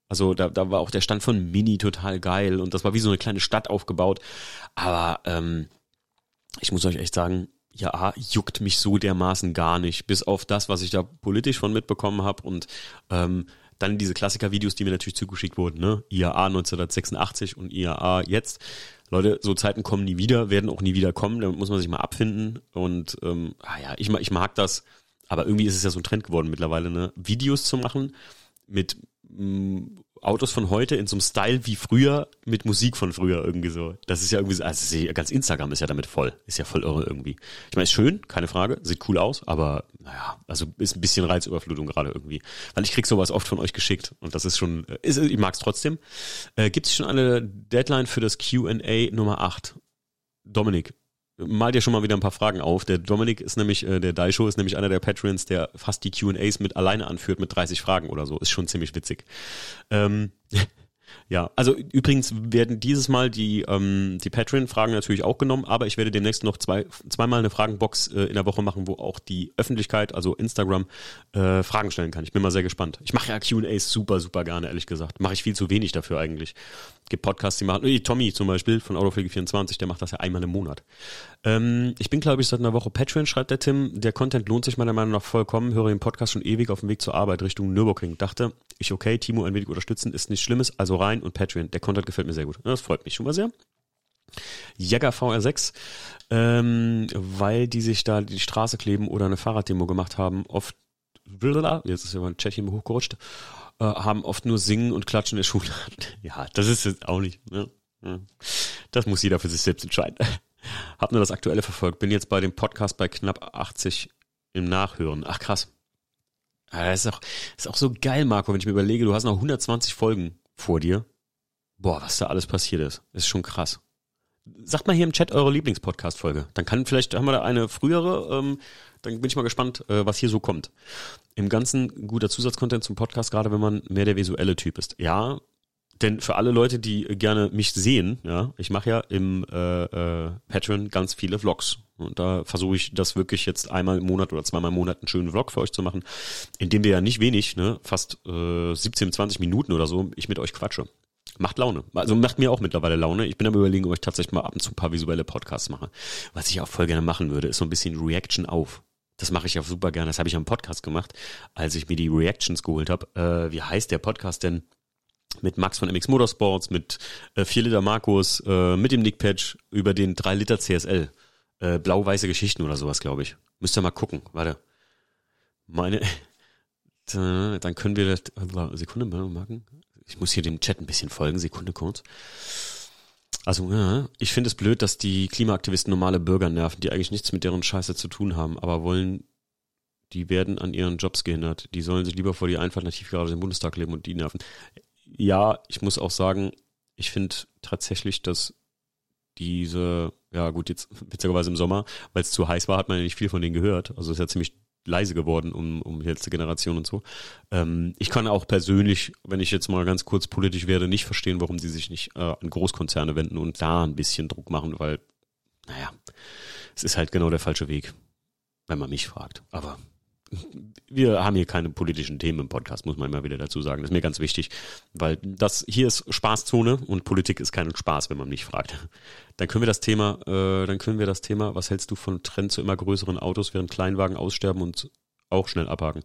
Also da, da war auch der Stand von Mini total geil und das war wie so eine kleine Stadt aufgebaut. Aber ähm, ich muss euch echt sagen, ja, A, juckt mich so dermaßen gar nicht, bis auf das, was ich da politisch von mitbekommen habe und ähm, dann diese Klassiker-Videos, die mir natürlich zugeschickt wurden, ne? I A A neunzehnhundertsechsundachtzig und I A A jetzt. Leute, so Zeiten kommen nie wieder, werden auch nie wieder kommen, damit muss man sich mal abfinden und ähm, ah ja, ich, ich mag das, aber irgendwie ist es ja so ein Trend geworden mittlerweile, ne? Videos zu machen mit mh, Autos von heute in so einem Style wie früher mit Musik von früher irgendwie so. Das ist ja irgendwie so, also ganz Instagram ist ja damit voll. Ist ja voll irre irgendwie. Ich meine, ist schön, keine Frage, sieht cool aus, aber naja, also ist ein bisschen Reizüberflutung gerade irgendwie. Weil ich krieg sowas oft von euch geschickt und das ist schon, ist, ich mag's trotzdem. Äh, Gibt es schon eine Deadline für das Q and A Nummer acht? Dominik, mal dir schon mal wieder ein paar Fragen auf. Der Dominik ist nämlich, äh, der Daisho ist nämlich einer der Patrons, der fast die Q and As mit alleine anführt mit dreißig Fragen oder so. Ist schon ziemlich witzig. Ähm, ja, also übrigens werden dieses Mal die ähm, die Patreon-Fragen natürlich auch genommen, aber ich werde demnächst noch zwei zweimal eine Fragenbox äh, in der Woche machen, wo auch die Öffentlichkeit, also Instagram, äh, Fragen stellen kann. Ich bin mal sehr gespannt. Ich mache ja Q and As super, super gerne, ehrlich gesagt. Mache ich viel zu wenig dafür eigentlich. Gibt Podcasts, die machen, äh, Tommy zum Beispiel von Autopflege vierundzwanzig, der macht das ja einmal im Monat. Ähm, ich bin, glaube ich, seit einer Woche Patreon, schreibt der Tim. Der Content lohnt sich meiner Meinung nach vollkommen. Höre den Podcast schon ewig auf dem Weg zur Arbeit Richtung Nürburgring. Dachte ich, okay, Timo ein wenig unterstützen ist nichts Schlimmes, also rein und Patreon. Der Content gefällt mir sehr gut. Das freut mich schon mal sehr. Jäger V R sechs, ähm, weil die sich da die Straße kleben oder eine Fahrraddemo gemacht haben, oft, jetzt ist ja mal ein Chat hier hochgerutscht, äh, haben oft nur Singen und Klatschen in der Schule. Ja, das ist jetzt auch nicht, ne? Das muss jeder für sich selbst entscheiden. Hab nur das Aktuelle verfolgt, bin jetzt bei dem Podcast bei knapp achtzig im Nachhören. Ach krass. Das ist auch, das ist auch so geil, Marco, wenn ich mir überlege, du hast noch hundertzwanzig Folgen vor dir. Boah, was da alles passiert ist. Ist schon krass. Sagt mal hier im Chat eure Lieblingspodcast-Folge. Dann kann, vielleicht haben wir da eine frühere, ähm, dann bin ich mal gespannt, äh, was hier so kommt. Im Ganzen guter Zusatzcontent zum Podcast, gerade wenn man mehr der visuelle Typ ist. Ja, denn für alle Leute, die gerne mich sehen, ja, ich mache ja im äh, äh, Patreon ganz viele Vlogs. Und da versuche ich das wirklich jetzt einmal im Monat oder zweimal im Monat einen schönen Vlog für euch zu machen, in dem wir ja nicht wenig, ne, fast äh, siebzehn, zwanzig Minuten oder so, ich mit euch quatsche. Macht Laune. Also macht mir auch mittlerweile Laune. Ich bin am Überlegen, ob ich tatsächlich mal ab und zu ein paar visuelle Podcasts mache. Was ich auch voll gerne machen würde, ist so ein bisschen Reaction auf. Das mache ich auch super gerne. Das habe ich am Podcast gemacht, als ich mir die Reactions geholt habe. Äh, wie heißt der Podcast denn? Mit Max von M X Motorsports, mit äh, vier Liter Markus, äh, mit dem Nick Patch über den drei Liter C S L. Äh, blau-weiße Geschichten oder sowas, glaube ich. Müsst ihr mal gucken. Warte. Meine, dann können wir das, Sekunde, Marken. Ich muss hier dem Chat ein bisschen folgen, Sekunde kurz. Also, ja, ich finde es blöd, dass die Klimaaktivisten normale Bürger nerven, die eigentlich nichts mit deren Scheiße zu tun haben, aber wollen, die werden an ihren Jobs gehindert. Die sollen sich lieber vor die Einfahrt nach Tiefgarage im Bundestag leben und die nerven. Ja, ich muss auch sagen, ich finde tatsächlich, dass diese, ja gut, jetzt witzigerweise im Sommer, weil es zu heiß war, hat man ja nicht viel von denen gehört. Also es ist ja ziemlich leise geworden um um die letzte Generation und so. Ähm, ich kann auch persönlich, wenn ich jetzt mal ganz kurz politisch werde, nicht verstehen, warum sie sich nicht äh, an Großkonzerne wenden und da ein bisschen Druck machen, weil, naja, es ist halt genau der falsche Weg, wenn man mich fragt. Aber wir haben hier keine politischen Themen im Podcast, muss man immer wieder dazu sagen. Das ist mir ganz wichtig, weil das hier ist Spaßzone und Politik ist kein Spaß, wenn man mich fragt. Dann können wir das Thema, äh, dann können wir das Thema, was hältst du von Trend zu immer größeren Autos, während Kleinwagen aussterben und auch schnell abhaken?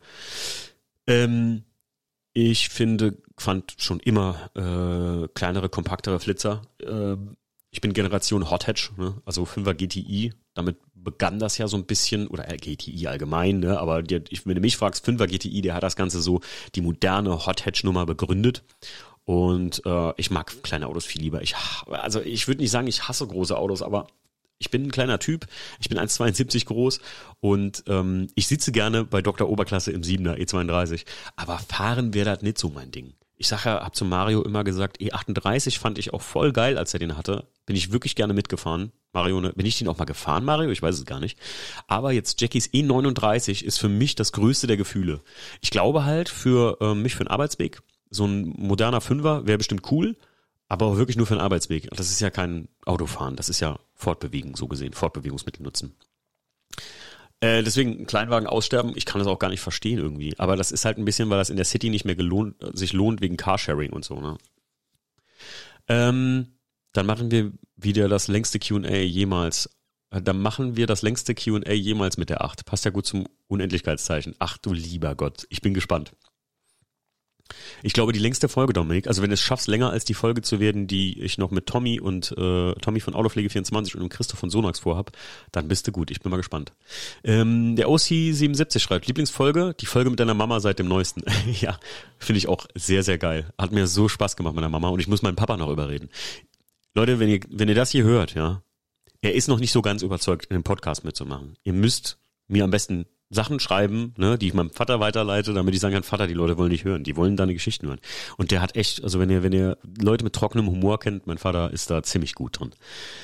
Ähm, ich finde, fand schon immer äh, kleinere, kompaktere Flitzer. Äh, ich bin Generation Hot Hatch, ne? Also fünfer G T I. Damit begann das ja so ein bisschen, oder äh, G T I allgemein, ne? Aber die, ich, wenn du mich fragst, fünfer G T I, der hat das Ganze so, die moderne Hot Hatch-Nummer begründet. Und äh, ich mag kleine Autos viel lieber. Ich, also ich würde nicht sagen, ich hasse große Autos, aber ich bin ein kleiner Typ. Ich bin eins Komma zweiundsiebzig groß und ähm, ich sitze gerne bei Doktor Oberklasse im siebener E zweiunddreißig. Aber fahren wäre das nicht so mein Ding. Ich sag ja, hab zu Mario immer gesagt, E achtunddreißig fand ich auch voll geil, als er den hatte. Bin ich wirklich gerne mitgefahren. Mario, ne, bin ich den auch mal gefahren, Mario? Ich weiß es gar nicht. Aber jetzt Jackies E neununddreißig ist für mich das größte der Gefühle. Ich glaube halt für äh, mich für einen Arbeitsweg, so ein moderner Fünfer wäre bestimmt cool, aber auch wirklich nur für einen Arbeitsweg. Das ist ja kein Autofahren, das ist ja Fortbewegung, so gesehen, Fortbewegungsmittel nutzen. Äh, deswegen Kleinwagen aussterben, ich kann das auch gar nicht verstehen irgendwie. Aber das ist halt ein bisschen, weil das in der City nicht mehr gelohnt, sich lohnt wegen Carsharing und so, ne? Ähm, dann machen wir wieder das längste Q und A jemals. Dann machen wir das längste Q und A jemals mit der acht. Passt ja gut zum Unendlichkeitszeichen. Ach du lieber Gott, ich bin gespannt. Ich glaube, die längste Folge, Dominik, also wenn du es schaffst, länger als die Folge zu werden, die ich noch mit Tommy und äh, Tommy von Autopflege vierundzwanzig und dem Christoph von Sonax vorhab, dann bist du gut. Ich bin mal gespannt. Ähm, der O C siebenundsiebzig schreibt, Lieblingsfolge, die Folge mit deiner Mama seit dem Neuesten. Ja, finde ich auch sehr, sehr geil. Hat mir so Spaß gemacht mit der Mama und ich muss meinen Papa noch überreden. Leute, wenn ihr, wenn ihr das hier hört, ja, er ist noch nicht so ganz überzeugt, in dem Podcast mitzumachen. Ihr müsst mir am besten Sachen schreiben, ne, die ich meinem Vater weiterleite, damit ich sagen kann, Vater, die Leute wollen nicht hören, die wollen deine Geschichten hören. Und der hat echt, also wenn ihr, wenn ihr Leute mit trockenem Humor kennt, mein Vater ist da ziemlich gut drin.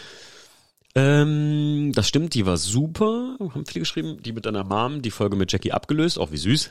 Ähm, das stimmt, die war super, haben viele geschrieben, die mit deiner Mom, die Folge mit Jackie abgelöst, auch wie süß.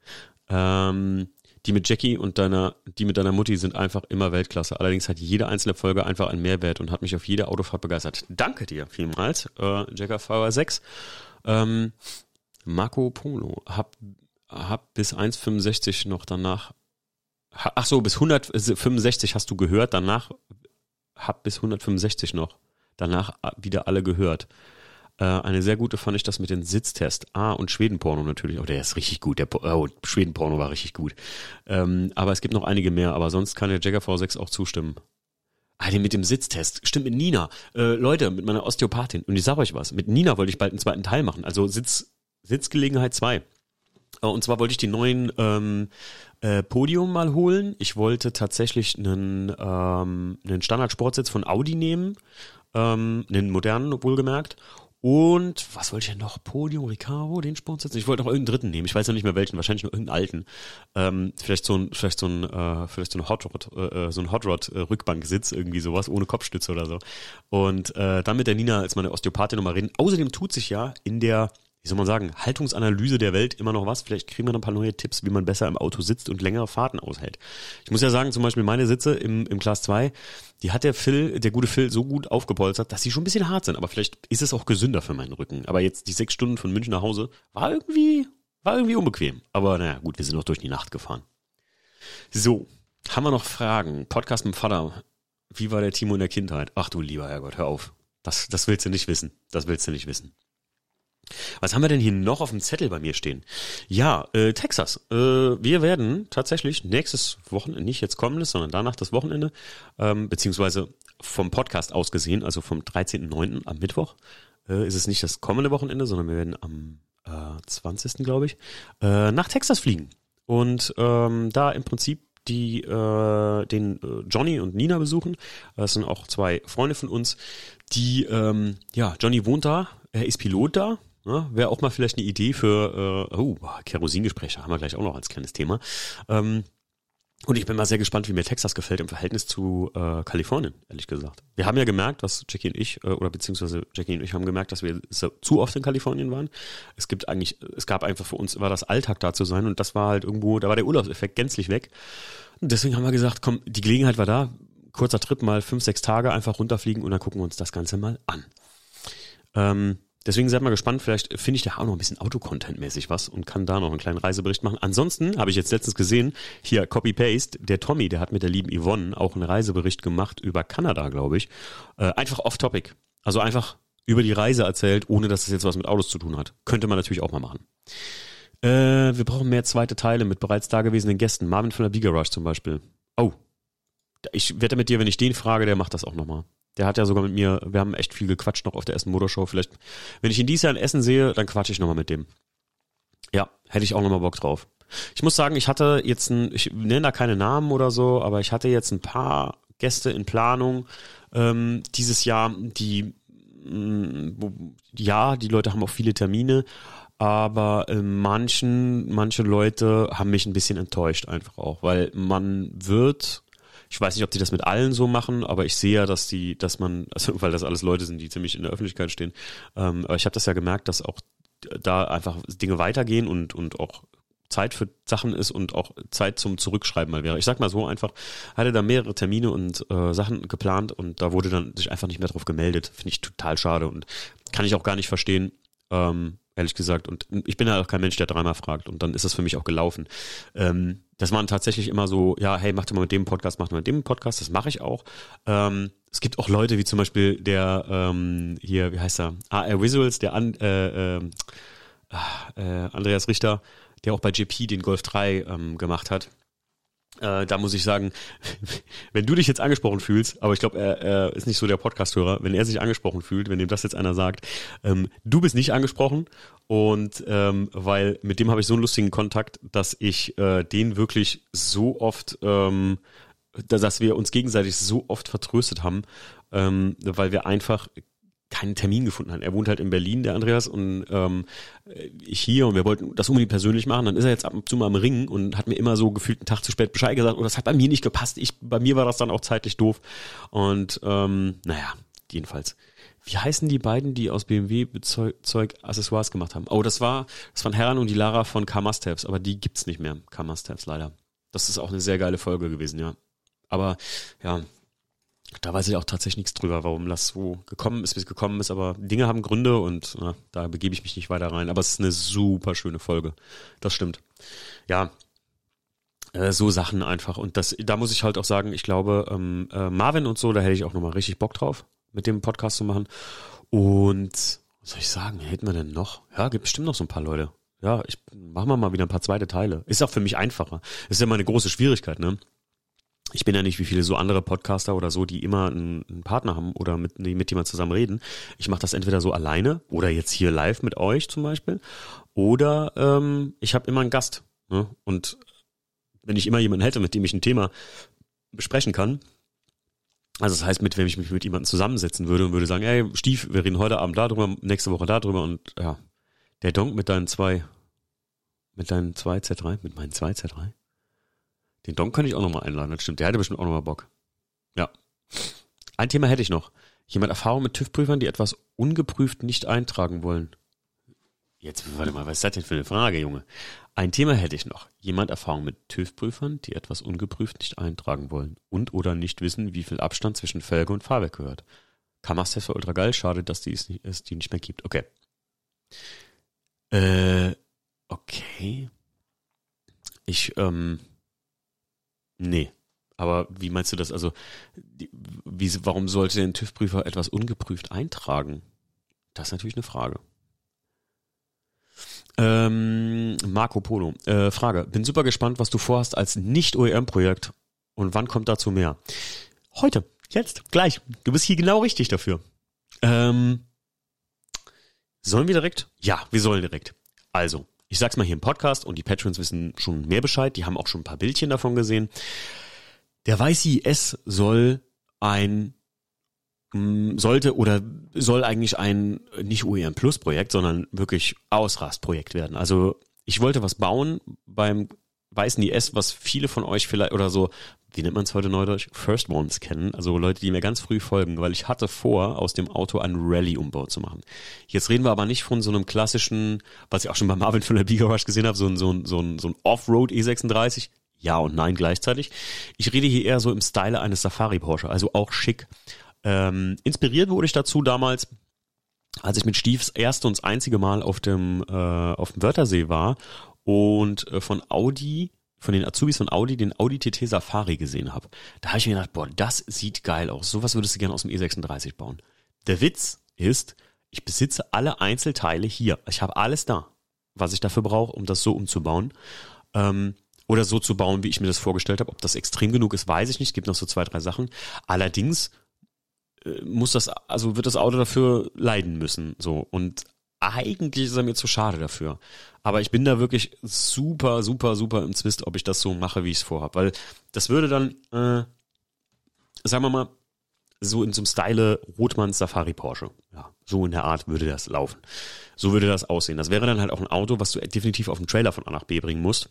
ähm, die mit Jackie und deiner, die mit deiner Mutti sind einfach immer Weltklasse. Allerdings hat jede einzelne Folge einfach einen Mehrwert und hat mich auf jede Autofahrt begeistert. Danke dir vielmals, äh, Jacker V R sechs. Ähm, Marco Polo, hab, hab bis eins Komma fünfundsechzig noch danach, ach so, bis hundertfünfundsechzig hast du gehört, danach, hab bis hundertfünfundsechzig noch, danach wieder alle gehört. Äh, eine sehr gute fand ich das mit dem Sitztest. Ah, und Schwedenporno natürlich, oh, der ist richtig gut, der oh, Schwedenporno war richtig gut. Ähm, aber es gibt noch einige mehr, aber sonst kann der Jagger V sechs auch zustimmen. Ah, den mit dem Sitztest. Stimmt, mit Nina. Äh, Leute, mit meiner Osteopathin. Und ich sag euch was, mit Nina wollte ich bald einen zweiten Teil machen, also Sitz Sitzgelegenheit zwei. Und zwar wollte ich den neuen ähm, äh, Podium mal holen. Ich wollte tatsächlich einen, ähm, einen Standard-Sportsitz von Audi nehmen, ähm, einen modernen wohlgemerkt. Und was wollte ich denn noch? Podium, Recaro, den Sportsitz? Ich wollte noch irgendeinen dritten nehmen. Ich weiß noch nicht mehr welchen. Wahrscheinlich nur irgendeinen alten. Ähm, vielleicht so ein, vielleicht so ein, äh, vielleicht so ein Hot Rod, äh, so ein Hot Rod äh, Rückbanksitz, irgendwie sowas, ohne Kopfstütze oder so. Und äh, dann mit der Nina als meine Osteopathin nochmal reden. Außerdem tut sich ja in der, wie soll man sagen, Haltungsanalyse der Welt immer noch was. Vielleicht kriegen wir noch ein paar neue Tipps, wie man besser im Auto sitzt und längere Fahrten aushält. Ich muss ja sagen, zum Beispiel meine Sitze im, im Class zwei, die hat der Phil, der gute Phil, so gut aufgepolstert, dass sie schon ein bisschen hart sind. Aber vielleicht ist es auch gesünder für meinen Rücken. Aber jetzt die sechs Stunden von München nach Hause war irgendwie, war irgendwie unbequem. Aber naja, gut, wir sind noch durch die Nacht gefahren. So, haben wir noch Fragen? Podcast mit dem Vater. Wie war der Timo in der Kindheit? Ach du lieber Herrgott, hör auf. Das, das willst du nicht wissen. Das willst du nicht wissen. Was haben wir denn hier noch auf dem Zettel bei mir stehen? Ja, äh, Texas. Äh, wir werden tatsächlich nächstes Wochenende, nicht jetzt kommendes, sondern danach das Wochenende, ähm, beziehungsweise vom Podcast aus gesehen, also vom dreizehnten neunten am Mittwoch, äh, ist es nicht das kommende Wochenende, sondern wir werden am äh, zwanzigsten glaube ich, äh, nach Texas fliegen. Und ähm, da im Prinzip die äh, den äh, Johnny und Nina besuchen. Das sind auch zwei Freunde von uns, die, ähm, ja, Johnny wohnt da, er ist Pilot da. Ja, wäre auch mal vielleicht eine Idee für, äh, oh, Kerosingespräche haben wir gleich auch noch als kleines Thema. Ähm, und ich bin mal sehr gespannt, wie mir Texas gefällt im Verhältnis zu äh, Kalifornien, ehrlich gesagt. Wir haben ja gemerkt, was Jackie und ich, äh, oder beziehungsweise Jackie und ich haben gemerkt, dass wir so zu oft in Kalifornien waren. Es gibt eigentlich, es gab einfach für uns, war das Alltag da zu sein und das war halt irgendwo, da war der Urlaubseffekt gänzlich weg. Und deswegen haben wir gesagt, komm, die Gelegenheit war da, kurzer Trip, mal fünf, sechs Tage einfach runterfliegen und dann gucken wir uns das Ganze mal an. Ähm, Deswegen seid mal gespannt, vielleicht finde ich da auch noch ein bisschen Autocontent-mäßig was und kann da noch einen kleinen Reisebericht machen. Ansonsten habe ich jetzt letztens gesehen, hier Copy-Paste, der Tommy, der hat mit der lieben Yvonne auch einen Reisebericht gemacht über Kanada, glaube ich. Äh, einfach off-topic. Also einfach über die Reise erzählt, ohne dass es jetzt was mit Autos zu tun hat. Könnte man natürlich auch mal machen. Äh, wir brauchen mehr zweite Teile mit bereits dagewesenen Gästen. Marvin von der Big Garage zum Beispiel. Oh, ich wette mit dir, wenn ich den frage, der macht das auch nochmal. Der hat ja sogar mit mir, wir haben echt viel gequatscht noch auf der Essen Motorshow. Vielleicht, wenn ich ihn dieses Jahr in Essen sehe, dann quatsche ich nochmal mit dem. Ja, hätte ich auch nochmal Bock drauf. Ich muss sagen, ich hatte jetzt ein, ich nenne da keine Namen oder so, aber ich hatte jetzt ein paar Gäste in Planung ähm, dieses Jahr, die, mh, ja, die Leute haben auch viele Termine, aber äh, manchen, manche Leute haben mich ein bisschen enttäuscht einfach auch, weil man wird... Ich weiß nicht, ob die das mit allen so machen, aber ich sehe ja, dass die, dass man, also weil das alles Leute sind, die ziemlich in der Öffentlichkeit stehen. Ähm, aber ich habe das ja gemerkt, dass auch da einfach Dinge weitergehen und und auch Zeit für Sachen ist und auch Zeit zum Zurückschreiben mal wäre. Ich sag mal so einfach, hatte da mehrere Termine und äh, Sachen geplant und da wurde dann sich einfach nicht mehr drauf gemeldet. Finde ich total schade und kann ich auch gar nicht verstehen. Ähm, ehrlich gesagt. Und ich bin ja auch kein Mensch, der dreimal fragt. Und dann ist das für mich auch gelaufen. Ähm, das waren tatsächlich immer so, ja, hey, mach doch mal mit dem Podcast, mach doch mal mit dem Podcast. Das mache ich auch. Ähm, es gibt auch Leute, wie zum Beispiel der, ähm, hier, wie heißt er? A R Visuals, der An, äh, äh, äh, Andreas Richter, der auch bei J P den Golf drei ähm, gemacht hat. Äh, da muss ich sagen, wenn du dich jetzt angesprochen fühlst, aber ich glaube, er, er ist nicht so der Podcast-Hörer, wenn er sich angesprochen fühlt, wenn ihm das jetzt einer sagt, ähm, du bist nicht angesprochen und ähm, weil mit dem habe ich so einen lustigen Kontakt, dass ich äh, den wirklich so oft, ähm, dass wir uns gegenseitig so oft vertröstet haben, ähm, weil wir einfach keinen Termin gefunden haben. Er wohnt halt in Berlin, der Andreas, und ähm, ich hier, und wir wollten das unbedingt persönlich machen. Dann ist er jetzt ab und zu mal am Ringen und hat mir immer so gefühlt einen Tag zu spät Bescheid gesagt, oder das hat bei mir nicht gepasst. Ich, bei mir war das dann auch zeitlich doof. Und ähm, naja, jedenfalls. Wie heißen die beiden, die aus B M W-Zeug Accessoires gemacht haben? Oh, das war, das waren Herren und die Lara von K-Must-Haves, aber die gibt's nicht mehr, K-Must-Haves leider. Das ist auch eine sehr geile Folge gewesen, ja. Aber ja, da weiß ich auch tatsächlich nichts drüber, warum das so gekommen ist, wie es gekommen ist, aber Dinge haben Gründe und na, da begebe ich mich nicht weiter rein. Aber es ist eine super schöne Folge. Das stimmt. Ja, äh, so Sachen einfach. Und das, da muss ich halt auch sagen, ich glaube, ähm, äh, Marvin und so, da hätte ich auch nochmal richtig Bock drauf, mit dem Podcast zu machen. Und was soll ich sagen, hätten wir denn noch? Ja, gibt bestimmt noch so ein paar Leute. Ja, ich machen wir mal wieder ein paar zweite Teile. Ist auch für mich einfacher. Das ist ja meine große Schwierigkeit, ne? Ich bin ja nicht wie viele so andere Podcaster oder so, die immer einen, einen Partner haben oder mit, mit jemand zusammen reden. Ich mache das entweder so alleine oder jetzt hier live mit euch zum Beispiel. Oder ähm, ich habe immer einen Gast. Ne? Und wenn ich immer jemanden hätte, mit dem ich ein Thema besprechen kann, also das heißt, mit wem ich mich mit jemandem zusammensetzen würde und würde sagen, ey, Stief, wir reden heute Abend darüber, nächste Woche darüber und ja, der Donk mit deinen zwei, mit deinen zwei Z drei, mit meinen zwei Z drei. Den Don kann ich auch nochmal einladen, das stimmt. Der hätte bestimmt auch nochmal Bock. Ja. Ein Thema hätte ich noch. Jemand Erfahrung mit TÜV-Prüfern, die etwas ungeprüft nicht eintragen wollen. Jetzt, warte mal, was ist das denn für eine Frage, Junge? Ein Thema hätte ich noch. Jemand Erfahrung mit TÜV-Prüfern, die etwas ungeprüft nicht eintragen wollen und oder nicht wissen, wie viel Abstand zwischen Felge und Fahrwerk gehört. K-Must-Test war ultra geil, schade, dass die es, nicht, es die nicht mehr gibt. Okay. Äh, okay. Ich, ähm, nee, aber wie meinst du das? Also, die, wie, warum sollte ein TÜV-Prüfer etwas ungeprüft eintragen? Das ist natürlich eine Frage. Ähm, Marco Polo, äh, Frage. Bin super gespannt, was du vorhast als Nicht-O E M-Projekt und wann kommt dazu mehr? Heute, jetzt, gleich. Du bist hier genau richtig dafür. Ähm, sollen wir direkt? Ja, wir sollen direkt. Also, ich sag's mal hier im Podcast und die Patrons wissen schon mehr Bescheid, die haben auch schon ein paar Bildchen davon gesehen. Der Weiße I S soll ein, mh, sollte oder soll eigentlich ein nicht O E M Plus Projekt, sondern wirklich Ausrastprojekt werden. Also ich wollte was bauen beim Weißen I S, was viele von euch vielleicht oder so, wie nennt man es heute neudeutsch, First Ones kennen, also Leute, die mir ganz früh folgen, weil ich hatte vor, aus dem Auto einen Rallye-Umbau zu machen. Jetzt reden wir aber nicht von so einem klassischen, was ich auch schon bei Marvin von der B-Garage gesehen habe, so ein, so ein, so ein, so ein Offroad E sechsunddreißig, ja und nein gleichzeitig. Ich rede hier eher so im Style eines Safari-Porsche, also auch schick. Ähm, inspiriert wurde ich dazu damals, als ich mit Stiefs erste und das einzige Mal auf dem, äh, auf dem Wörthersee war und äh, von Audi, von den Azubis von Audi, den Audi T T Safari gesehen habe. Da habe ich mir gedacht, boah, das sieht geil aus. Sowas würdest du gerne aus dem E sechsunddreißig bauen. Der Witz ist, ich besitze alle Einzelteile hier. Ich habe alles da, was ich dafür brauche, um das so umzubauen. Ähm, oder so zu bauen, wie ich mir das vorgestellt habe. Ob das extrem genug ist, weiß ich nicht. Es gibt noch so zwei, drei Sachen. Allerdings äh, muss das, also wird das Auto dafür leiden müssen. So. Und eigentlich ist er mir zu schade dafür. Aber ich bin da wirklich super, super, super im Zwist, ob ich das so mache, wie ich es vorhabe. Weil das würde dann, äh, sagen wir mal, so in so einem Style Rothmanns Safari Porsche. Ja, so in der Art würde das laufen. So würde das aussehen. Das wäre dann halt auch ein Auto, was du definitiv auf dem Trailer von A nach B bringen musst.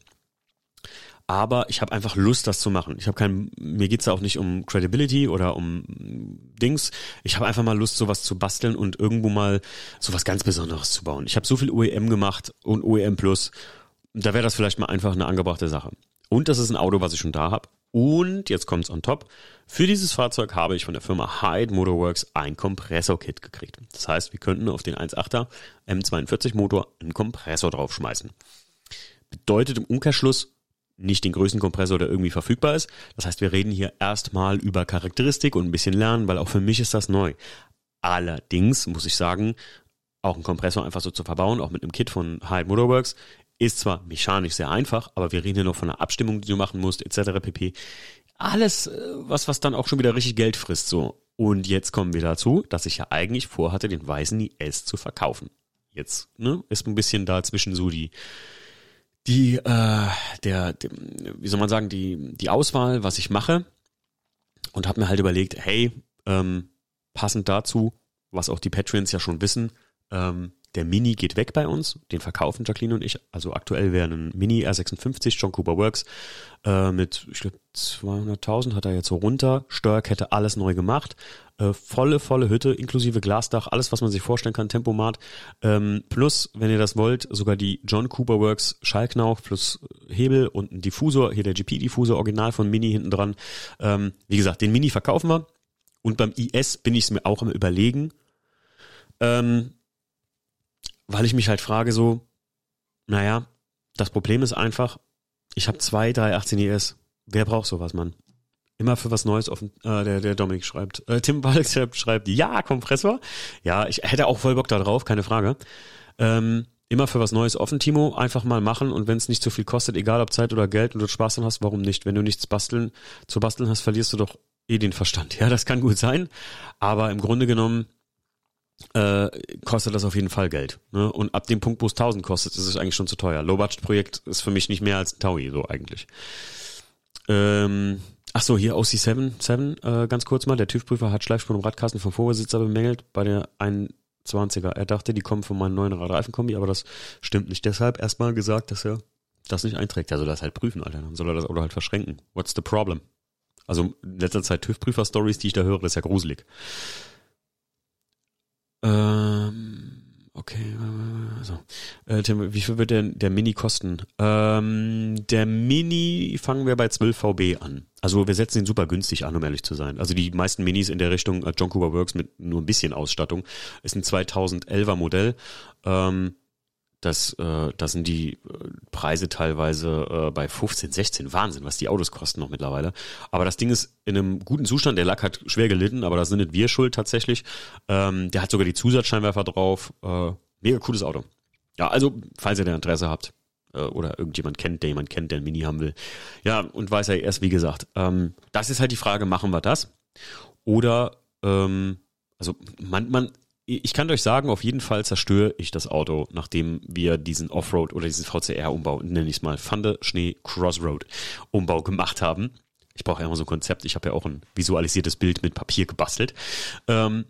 Aber ich habe einfach Lust, das zu machen. Ich habe kein, mir geht's da auch nicht um Credibility oder um Dings. Ich habe einfach mal Lust, sowas zu basteln und irgendwo mal sowas ganz Besonderes zu bauen. Ich habe so viel O E M gemacht und O E M Plus. Da wäre das vielleicht mal einfach eine angebrachte Sache. Und das ist ein Auto, was ich schon da habe. Und jetzt kommt's on top. Für dieses Fahrzeug habe ich von der Firma Hyde Motorworks ein Kompressor-Kit gekriegt. Das heißt, wir könnten auf den eins Komma achter M zweiundvierzig Motor einen Kompressor draufschmeißen. Bedeutet im Umkehrschluss nicht den größten Kompressor, der irgendwie verfügbar ist. Das heißt, wir reden hier erstmal über Charakteristik und ein bisschen lernen, weil auch für mich ist das neu. Allerdings muss ich sagen, auch einen Kompressor einfach so zu verbauen, auch mit einem Kit von Hyde Motorworks, ist zwar mechanisch sehr einfach, aber wir reden hier noch von einer Abstimmung, die du machen musst, et cetera pp. Alles, was was dann auch schon wieder richtig Geld frisst. So. Und jetzt kommen wir dazu, dass ich ja eigentlich vorhatte, den weißen I S zu verkaufen. Jetzt ne, ist ein bisschen dazwischen so die die äh, der, der wie soll man sagen die die Auswahl, was ich mache, und habe mir halt überlegt, hey, ähm, passend dazu, was auch die Patreons ja schon wissen, ähm, der Mini geht weg bei uns, den verkaufen Jacqueline und ich. Also aktuell wäre ein Mini R sechsundfünfzig, John Cooper Works, äh, mit, ich glaube, zweihunderttausend hat er jetzt so runter, Steuerkette, alles neu gemacht, äh, volle, volle Hütte, inklusive Glasdach, alles, was man sich vorstellen kann, Tempomat, ähm, plus, wenn ihr das wollt, sogar die John Cooper Works Schallknauf plus Hebel und ein Diffusor, hier der G P-Diffusor, original von Mini hinten dran. Ähm, wie gesagt, den Mini verkaufen wir, und beim I S bin ich es mir auch am Überlegen, ähm, weil ich mich halt frage so, naja, das Problem ist einfach, ich habe zwei drei achtzehn I S. Wer braucht sowas, Mann? Immer für was Neues offen. Äh, der, der Dominik schreibt. Äh, Tim Balk schreibt, schreibt, ja, Kompressor. Ja, ich hätte auch voll Bock da drauf, keine Frage. Ähm, immer für was Neues offen, Timo. Einfach mal machen, und wenn es nicht so viel kostet, egal ob Zeit oder Geld, und du Spaß dran hast, warum nicht? Wenn du nichts basteln zu basteln hast, verlierst du doch eh den Verstand. Ja, das kann gut sein. Aber im Grunde genommen Äh, kostet das auf jeden Fall Geld. Ne? Und ab dem Punkt, wo es tausend kostet, ist es eigentlich schon zu teuer. Low-Budget-Projekt ist für mich nicht mehr als ein Taui, so eigentlich. Ähm, ach so, hier O C sieben, sieben äh, ganz kurz mal. Der TÜV-Prüfer hat Schleifspuren im Radkasten vom Vorbesitzer bemängelt bei der einundzwanziger. Er dachte, die kommen von meinem neuen Radreifenkombi, aber das stimmt nicht. Deshalb erstmal gesagt, dass er das nicht einträgt. Er soll das halt prüfen, Alter. Dann soll er das Auto halt verschränken. What's the problem? Also in letzter Zeit TÜV-Prüfer-Stories, die ich da höre, das ist ja gruselig. Ähm, okay, so. Äh, Tim, wie viel wird der, der Mini kosten? Ähm, der Mini fangen wir bei zwölf V B an. Also wir setzen ihn super günstig an, um ehrlich zu sein. Also die meisten Minis in der Richtung äh, John Cooper Works mit nur ein bisschen Ausstattung ist ein zweitausendelfer Modell. Ähm, das, äh, das sind die äh, Preise teilweise äh, bei fünfzehn, sechzehn. Wahnsinn, was die Autos kosten noch mittlerweile. Aber das Ding ist in einem guten Zustand. Der Lack hat schwer gelitten, aber da sind nicht wir schuld tatsächlich. Ähm, der hat sogar die Zusatzscheinwerfer drauf. Äh, mega cooles Auto. Ja, also, falls ihr da Interesse habt äh, oder irgendjemand kennt, der jemand kennt, der ein Mini haben will. Ja, und weiß er erst, wie gesagt. Ähm, das ist halt die Frage, machen wir das? Oder, ähm, also man, man ich kann euch sagen, auf jeden Fall zerstöre ich das Auto, nachdem wir diesen Offroad oder diesen V C R-Umbau, nenne ich es mal, Fande Schnee Crossroad-Umbau gemacht haben. Ich brauche ja immer so ein Konzept. Ich habe ja auch ein visualisiertes Bild mit Papier gebastelt. Ähm,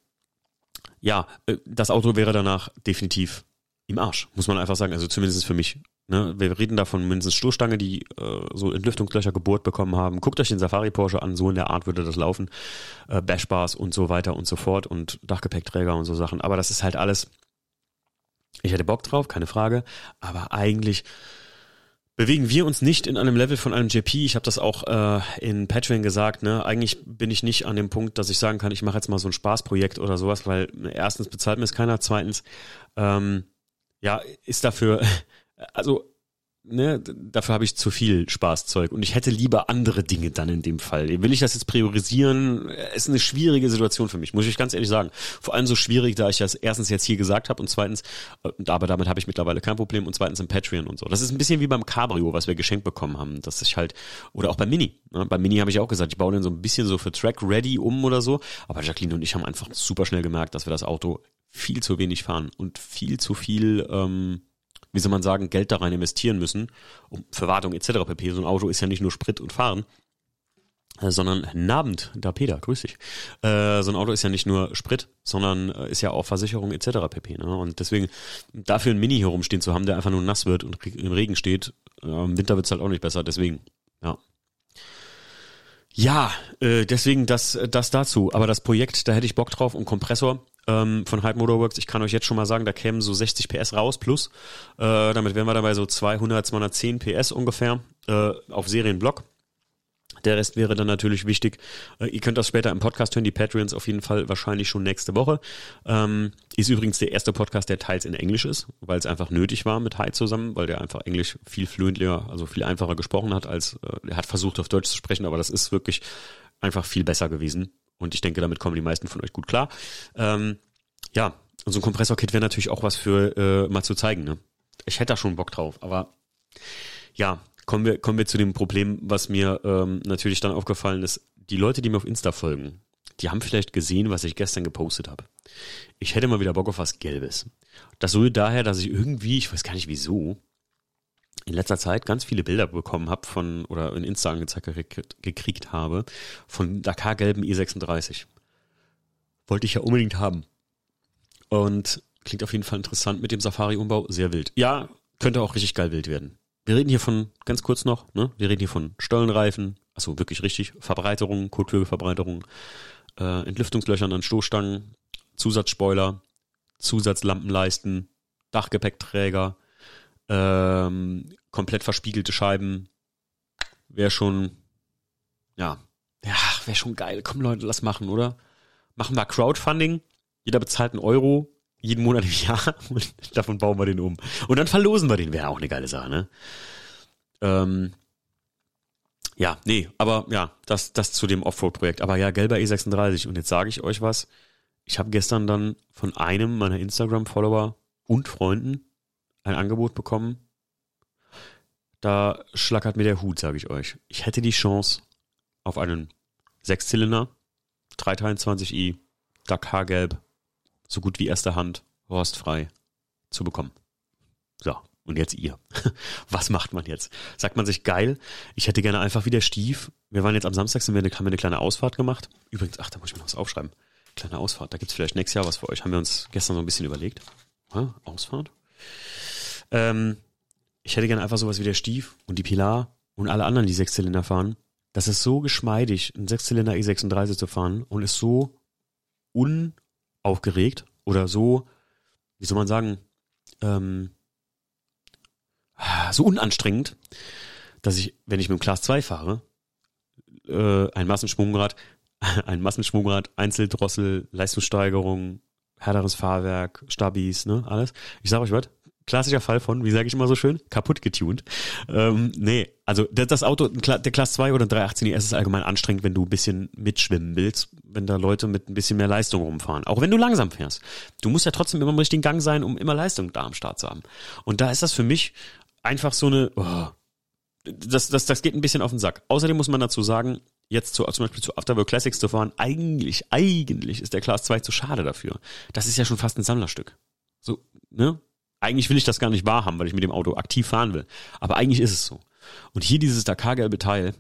ja, das Auto wäre danach definitiv im Arsch, muss man einfach sagen. Also zumindest für mich. Ne? Wir reden da von mindestens Stoßstange, die äh, so Entlüftungslöcher gebohrt bekommen haben. Guckt euch den Safari Porsche an, so in der Art würde das laufen. Äh, Bashbars und so weiter und so fort und Dachgepäckträger und so Sachen. Aber das ist halt alles, ich hätte Bock drauf, keine Frage. Aber eigentlich bewegen wir uns nicht in einem Level von einem J P. Ich habe das auch äh, in Patreon gesagt. Ne? Eigentlich bin ich nicht an dem Punkt, dass ich sagen kann, ich mache jetzt mal so ein Spaßprojekt oder sowas, weil erstens bezahlt mir es keiner, zweitens ähm, ja, ist dafür, also, ne, dafür habe ich zu viel Spaßzeug und ich hätte lieber andere Dinge dann in dem Fall. Will ich das jetzt priorisieren? Ist eine schwierige Situation für mich, muss ich ganz ehrlich sagen. Vor allem so schwierig, da ich das erstens jetzt hier gesagt habe und zweitens, aber damit habe ich mittlerweile kein Problem, und zweitens im Patreon und so. Das ist ein bisschen wie beim Cabrio, was wir geschenkt bekommen haben, dass ich halt, oder auch beim Mini. Ne? Beim Mini habe ich auch gesagt, ich baue den so ein bisschen so für Track Ready um oder so, aber Jacqueline und ich haben einfach super schnell gemerkt, dass wir das Auto viel zu wenig fahren und viel zu viel, ähm, wie soll man sagen, Geld da rein investieren müssen, um für Wartung et cetera pp. So ein Auto ist ja nicht nur Sprit und Fahren, äh, sondern Nabend, da Peter, grüß dich. Äh, so ein Auto ist ja nicht nur Sprit, sondern äh, ist ja auch Versicherung et cetera pp. Ne? Und deswegen, dafür ein Mini hier rumstehen zu haben, der einfach nur nass wird und im Regen steht, äh, im Winter wird's halt auch nicht besser, deswegen, ja. Ja, äh, deswegen das, das dazu. Aber das Projekt, da hätte ich Bock drauf, und Kompressor ähm, von Hyde Motorworks, ich kann euch jetzt schon mal sagen, da kämen so sechzig P S raus plus. Äh, damit wären wir dabei so zweihundert, zweihundertzehn P S ungefähr äh, auf Serienblock. Der Rest wäre dann natürlich wichtig. Äh, ihr könnt das später im Podcast hören, die Patreons auf jeden Fall wahrscheinlich schon nächste Woche. Ähm, ist übrigens der erste Podcast, der teils in Englisch ist, weil es einfach nötig war mit Hai zusammen, weil der einfach Englisch viel fluentlicher, also viel einfacher gesprochen hat, als äh, er hat versucht auf Deutsch zu sprechen, aber das ist wirklich einfach viel besser gewesen. Und ich denke, damit kommen die meisten von euch gut klar. Ähm, ja, und so ein Kompressor-Kit wäre natürlich auch was für äh, mal zu zeigen. Ne? Ich hätte da schon Bock drauf, aber ja, Kommen wir, kommen wir zu dem Problem, was mir ähm, natürlich dann aufgefallen ist. Die Leute, die mir auf Insta folgen, die haben vielleicht gesehen, was ich gestern gepostet habe. Ich hätte mal wieder Bock auf was Gelbes. Das so daher, dass ich irgendwie, ich weiß gar nicht wieso, in letzter Zeit ganz viele Bilder bekommen habe von, oder in Insta angezeigt gekriegt, gekriegt habe, von Dakar-gelben E sechsunddreißig. Wollte ich ja unbedingt haben. Und klingt auf jeden Fall interessant mit dem Safari-Umbau, sehr wild. Ja, könnte auch richtig geil wild werden. Wir reden hier von, ganz kurz noch, ne? Wir reden hier von Stollenreifen, achso, wirklich richtig, Verbreiterung, Kotflügelverbreiterung, äh, Entlüftungslöchern an Stoßstangen, Zusatzspoiler, Zusatzlampenleisten, Dachgepäckträger, ähm, komplett verspiegelte Scheiben. Wäre schon, ja, ja, wäre schon geil. Komm Leute, lass machen, oder? Machen wir Crowdfunding, jeder bezahlt einen Euro, jeden Monat im Jahr und davon bauen wir den um. Und dann verlosen wir den, wäre auch eine geile Sache, ne? Ähm, ja, nee, aber ja, das, das zu dem Offroad-Projekt. Aber ja, gelber E sechsunddreißig. Und jetzt sage ich euch was. Ich habe gestern dann von einem meiner Instagram-Follower und Freunden ein Angebot bekommen. Da schlackert mir der Hut, sage ich euch. Ich hätte die Chance auf einen Sechszylinder, drei dreiundzwanzig i, Dakar-gelb, so gut wie erste Hand, rostfrei zu bekommen. So, und jetzt ihr. Was macht man jetzt? Sagt man sich, geil, ich hätte gerne einfach wieder Stief. Wir waren jetzt am Samstag, sind wir eine, haben wir eine kleine Ausfahrt gemacht. Übrigens, ach, da muss ich mir noch was aufschreiben. Kleine Ausfahrt, da gibt's vielleicht nächstes Jahr was für euch. Haben wir uns gestern so ein bisschen überlegt. Ha, Ausfahrt? Ähm, ich hätte gerne einfach sowas wie der Stief und die Pilar und alle anderen, die Sechszylinder fahren. Das ist so geschmeidig, einen Sechszylinder E sechsunddreißig zu fahren und ist so un aufgeregt oder so, wie soll man sagen, ähm, so unanstrengend, dass ich, wenn ich mit dem Class zwei fahre, äh, ein Massenschwungrad, ein Massenschwungrad, Einzeldrossel, Leistungssteigerung, härteres Fahrwerk, Stabis, ne, alles. Ich sage euch was, klassischer Fall von, wie sage ich immer so schön, kaputt getuned. Ähm, nee, also das Auto, der Class zwei oder drei achtzehn i S ist allgemein anstrengend, wenn du ein bisschen mitschwimmen willst, wenn da Leute mit ein bisschen mehr Leistung rumfahren. Auch wenn du langsam fährst. Du musst ja trotzdem immer im richtigen Gang sein, um immer Leistung da am Start zu haben. Und da ist das für mich einfach so eine, oh, das, das, das geht ein bisschen auf den Sack. Außerdem muss man dazu sagen, jetzt zu, zum Beispiel zu Afterworld Classics zu fahren, eigentlich, eigentlich ist der Class zwei zu schade dafür. Das ist ja schon fast ein Sammlerstück. So, ne? Eigentlich will ich das gar nicht wahrhaben, weil ich mit dem Auto aktiv fahren will. Aber eigentlich ist es so. Und hier dieses Dakar-gelbe Teil,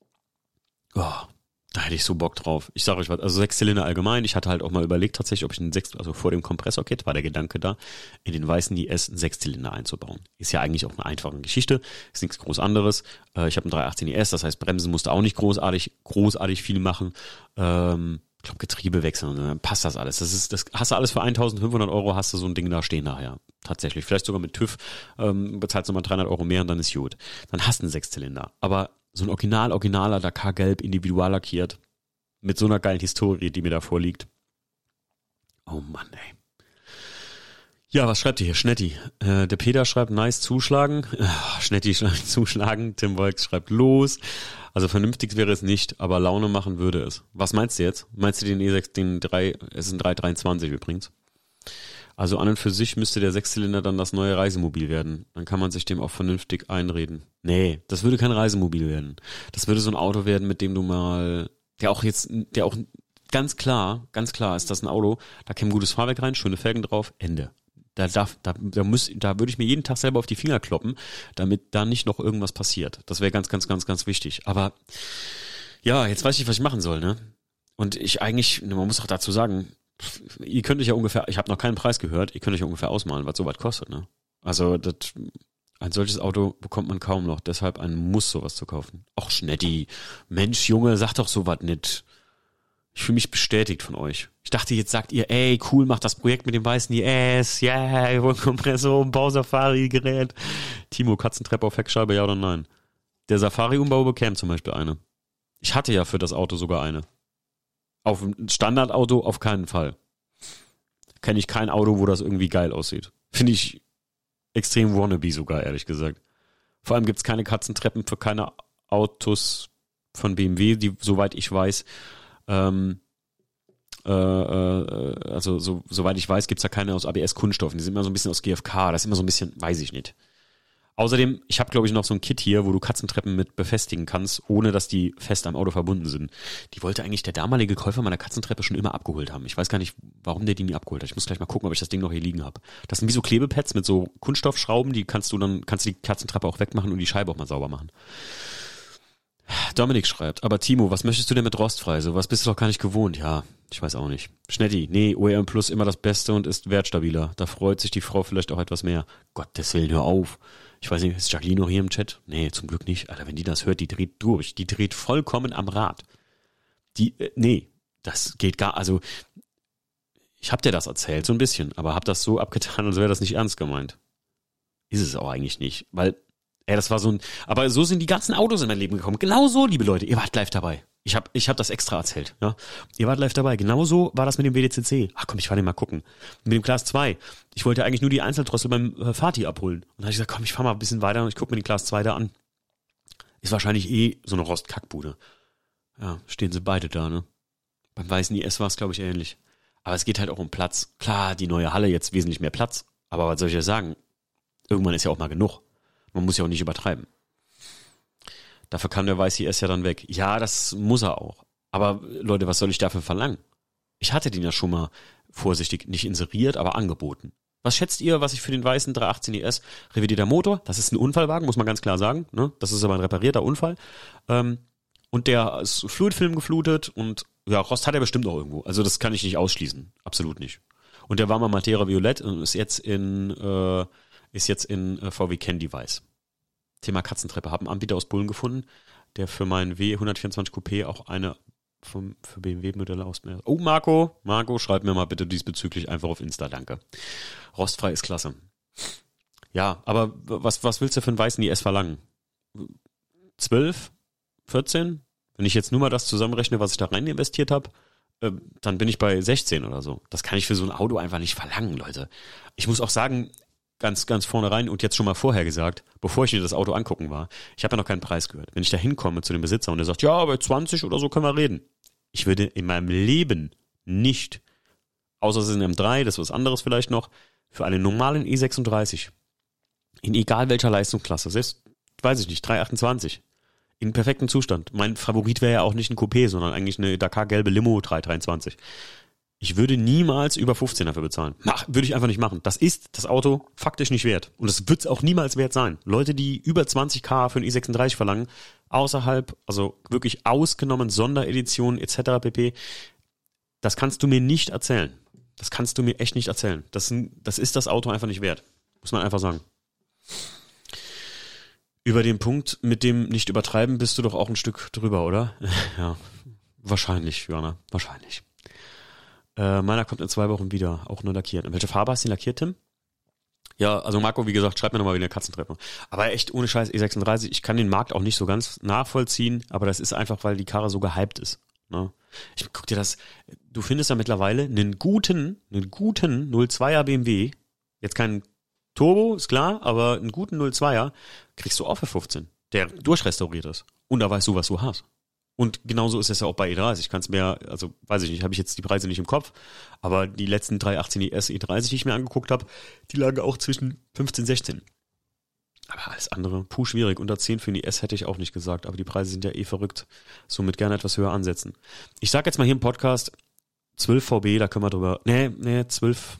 oh, da hätte ich so Bock drauf. Ich sage euch was, also Sechszylinder allgemein. Ich hatte halt auch mal überlegt tatsächlich, ob ich einen Sechs, also vor dem Kompressor-Kit war der Gedanke da, in den weißen I S einen Sechszylinder einzubauen. Ist ja eigentlich auch eine einfache Geschichte. Ist nichts groß anderes. Ich habe einen drei achtzehn i S, das heißt Bremsen musste auch nicht großartig, großartig viel machen. Ähm, Ich glaube, Getriebe wechseln, dann passt das alles. Das ist, das hast du alles für eintausendfünfhundert Euro, hast du so ein Ding da stehen nachher. Tatsächlich. Vielleicht sogar mit TÜV, ähm, bezahlst du mal dreihundert Euro mehr und dann ist gut. Dann hast du einen Sechszylinder. Aber so ein original, originaler Dakar-gelb, individual lackiert, mit so einer geilen Historie, die mir da vorliegt. Oh Mann, ey. Ja, was schreibt ihr hier? Schnetti. Äh, der Peter schreibt, nice, zuschlagen. Äh, Schnetti schreibt, zuschlagen. Tim Wolks schreibt, los. Also vernünftig wäre es nicht, aber Laune machen würde es. Was meinst du jetzt? Meinst du den E sechs, den drei, es ist ein drei dreiundzwanzig übrigens. Also an und für sich müsste der Sechszylinder dann das neue Reisemobil werden. Dann kann man sich dem auch vernünftig einreden. Nee, das würde kein Reisemobil werden. Das würde so ein Auto werden, mit dem du mal, der auch jetzt, der auch ganz klar, ganz klar ist das ein Auto, da käme ein gutes Fahrwerk rein, schöne Felgen drauf, Ende. Da darf, da, da muss, da würde ich mir jeden Tag selber auf die Finger kloppen, damit da nicht noch irgendwas passiert. Das wäre ganz, ganz, ganz, ganz wichtig. Aber ja, jetzt weiß ich, was ich machen soll, ne? Und ich eigentlich, man muss auch dazu sagen, ihr könnt euch ja ungefähr, ich habe noch keinen Preis gehört, ihr könnt euch ja ungefähr ausmalen, was sowas kostet, ne? Also das, ein solches Auto bekommt man kaum noch, deshalb ein Muss, sowas zu kaufen. Och, Schnetti, Mensch, Junge, sag doch sowas nicht. Ich fühle mich bestätigt von euch. Ich dachte, jetzt sagt ihr, ey, cool, macht das Projekt mit dem weißen I S, yeah, ich hol Kompressor, Bausafari-Gerät. Timo, Katzentreppe auf Heckscheibe, ja oder nein? Der Safari-Umbau bekäme zum Beispiel eine. Ich hatte ja für das Auto sogar eine. Auf ein Standardauto auf keinen Fall. Kenne ich kein Auto, wo das irgendwie geil aussieht. Finde ich extrem wannabe sogar, ehrlich gesagt. Vor allem gibt es keine Katzentreppen für keine Autos von B M W, die, soweit ich weiß, ähm, äh, äh, also so, soweit ich weiß, gibt es da keine aus A B S-Kunststoffen. Die sind immer so ein bisschen aus G F K. Das ist immer so ein bisschen, weiß ich nicht. Außerdem, ich habe, glaube ich, noch so ein Kit hier, wo du Katzentreppen mit befestigen kannst, ohne dass die fest am Auto verbunden sind. Die wollte eigentlich der damalige Käufer meiner Katzentreppe schon immer abgeholt haben. Ich weiß gar nicht, warum der die nie abgeholt hat. Ich muss gleich mal gucken, ob ich das Ding noch hier liegen habe. Das sind wie so Klebepads mit so Kunststoffschrauben, die kannst du dann, kannst du die Katzentreppe auch wegmachen und die Scheibe auch mal sauber machen. Dominik schreibt, aber Timo, was möchtest du denn mit rostfrei? So was bist du doch gar nicht gewohnt. Ja, ich weiß auch nicht. Schnetti, nee, O E M Plus immer das Beste und ist wertstabiler. Da freut sich die Frau vielleicht auch etwas mehr. Gottes Willen, hör auf. Ich weiß nicht, ist Jacqueline noch hier im Chat? Nee, zum Glück nicht. Alter, wenn die das hört, die dreht durch. Die dreht vollkommen am Rad. Die, äh, nee, das geht gar, also, ich hab dir das erzählt, so ein bisschen, aber hab das so abgetan, als wäre das nicht ernst gemeint. Ist es auch eigentlich nicht, weil, ey, das war so ein, aber so sind die ganzen Autos in mein Leben gekommen. Genau so, liebe Leute, ihr wart live dabei. Ich hab, ich hab das extra erzählt, ja. Ihr wart live dabei. Genauso war das mit dem W D C C. Ach komm, ich fahr den mal gucken. Mit dem Class zwei. Ich wollte eigentlich nur die Einzeldrossel beim äh, Fatih abholen. Und dann hab ich gesagt, komm, ich fahr mal ein bisschen weiter und ich guck mir den Class zwei da an. Ist wahrscheinlich eh so eine Rostkackbude. Ja, stehen sie beide da, ne. Beim weißen I S war es, glaube ich, ähnlich. Aber es geht halt auch um Platz. Klar, die neue Halle jetzt wesentlich mehr Platz. Aber was soll ich ja sagen? Irgendwann ist ja auch mal genug. Man muss ja auch nicht übertreiben. Dafür kann der weiße I S ja dann weg. Ja, das muss er auch. Aber Leute, was soll ich dafür verlangen? Ich hatte den ja schon mal vorsichtig, nicht inseriert, aber angeboten. Was schätzt ihr, was ich für den weißen drei achtzehn I S, revidierter Motor, das ist ein Unfallwagen, muss man ganz klar sagen. Ne? Das ist aber ein reparierter Unfall. Ähm, und der ist Fluidfilm geflutet und ja, Rost hat er bestimmt auch irgendwo. Also das kann ich nicht ausschließen. Absolut nicht. Und der war mal Matera Violett und ist jetzt in, äh, ist jetzt in äh, V W Candy Weiß. Thema Katzentreppe. Habe einen Anbieter aus Polen gefunden, der für meinen W hundertvierundzwanzig Coupé auch eine vom, für B M W-Modelle ausmerkt. Oh, Marco, Marco, schreib mir mal bitte diesbezüglich einfach auf Insta, danke. Rostfrei ist klasse. Ja, aber was, was willst du für einen weißen I S verlangen? zwölf? vierzehn? Wenn ich jetzt nur mal das zusammenrechne, was ich da rein investiert habe, äh, dann bin ich bei sechzehn oder so. Das kann ich für so ein Auto einfach nicht verlangen, Leute. Ich muss auch sagen, ganz, ganz vorne rein und jetzt schon mal vorher gesagt, bevor ich mir das Auto angucken war, ich habe ja noch keinen Preis gehört. Wenn ich da hinkomme zu dem Besitzer und der sagt, ja, bei zwanzig oder so können wir reden. Ich würde in meinem Leben nicht, außer es ist ein M drei, das ist was anderes vielleicht noch, für einen normalen E sechsunddreißig, in egal welcher Leistungsklasse, selbst, weiß ich nicht, drei achtundzwanzig, in perfektem Zustand. Mein Favorit wäre ja auch nicht ein Coupé, sondern eigentlich eine Dakar-gelbe Limo drei dreiundzwanzig. Ich würde niemals über fünfzehn dafür bezahlen. Mach, würde ich einfach nicht machen. Das ist das Auto faktisch nicht wert. Und das wird es auch niemals wert sein. Leute, die über zwanzigtausend für ein E sechsunddreißig verlangen, außerhalb, also wirklich ausgenommen Sondereditionen et cetera pp., das kannst du mir nicht erzählen. Das kannst du mir echt nicht erzählen. Das, das ist das Auto einfach nicht wert. Muss man einfach sagen. Über den Punkt mit dem nicht übertreiben bist du doch auch ein Stück drüber, oder? Ja, wahrscheinlich, Johanna, wahrscheinlich. Äh, meiner kommt in zwei Wochen wieder, auch nur lackiert. In welche Farbe hast du ihn lackiert, Tim? Ja, also Marco, wie gesagt, schreib mir nochmal wie eine Katzentreppe. Aber echt ohne Scheiß E sechsunddreißig, ich kann den Markt auch nicht so ganz nachvollziehen, aber das ist einfach, weil die Karre so gehypt ist. Ne? Ich guck dir das, du findest ja mittlerweile einen guten, einen guten null Komma zweier B M W, jetzt keinen Turbo, ist klar, aber einen guten null Komma zweier kriegst du auch für fünfzehn, der durchrestauriert ist. Und da weißt du, was du hast. Und genauso ist es ja auch bei E dreißig. Ich kann es mir, also weiß ich nicht, habe ich jetzt die Preise nicht im Kopf, aber die letzten drei achtzehn I S E dreißig, die ich mir angeguckt habe, die lagen auch zwischen fünfzehn, sechzehn. Aber alles andere, puh, schwierig. Unter zehn für ein I S hätte ich auch nicht gesagt, aber die Preise sind ja eh verrückt. Somit gerne etwas höher ansetzen. Ich sag jetzt mal hier im Podcast, zwölf V B, da können wir drüber, nee, nee, zwölf,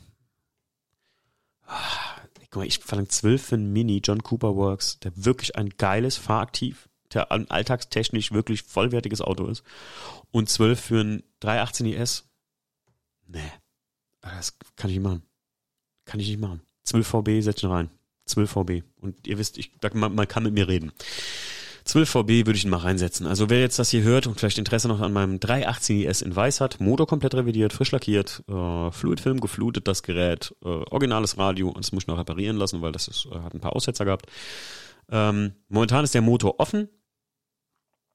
guck mal, ich verlange zwölf für einen Mini John Cooper Works, der wirklich ein geiles, fahraktiv, der alltagstechnisch wirklich vollwertiges Auto ist. Und zwölf für einen drei achtzehn I S. Nee. Das kann ich nicht machen. Kann ich nicht machen. zwölf V B setzen rein. zwölf V B. Und ihr wisst, ich, man, man kann mit mir reden. zwölf V B würde ich ihn mal reinsetzen. Also wer jetzt das hier hört und vielleicht Interesse noch an meinem drei achtzehn I S in weiß hat, Motor komplett revidiert, frisch lackiert, äh, Fluidfilm geflutet, das Gerät, äh, originales Radio, und das muss ich noch reparieren lassen, weil das ist, äh, hat ein paar Aussetzer gehabt. Ähm, momentan ist der Motor offen.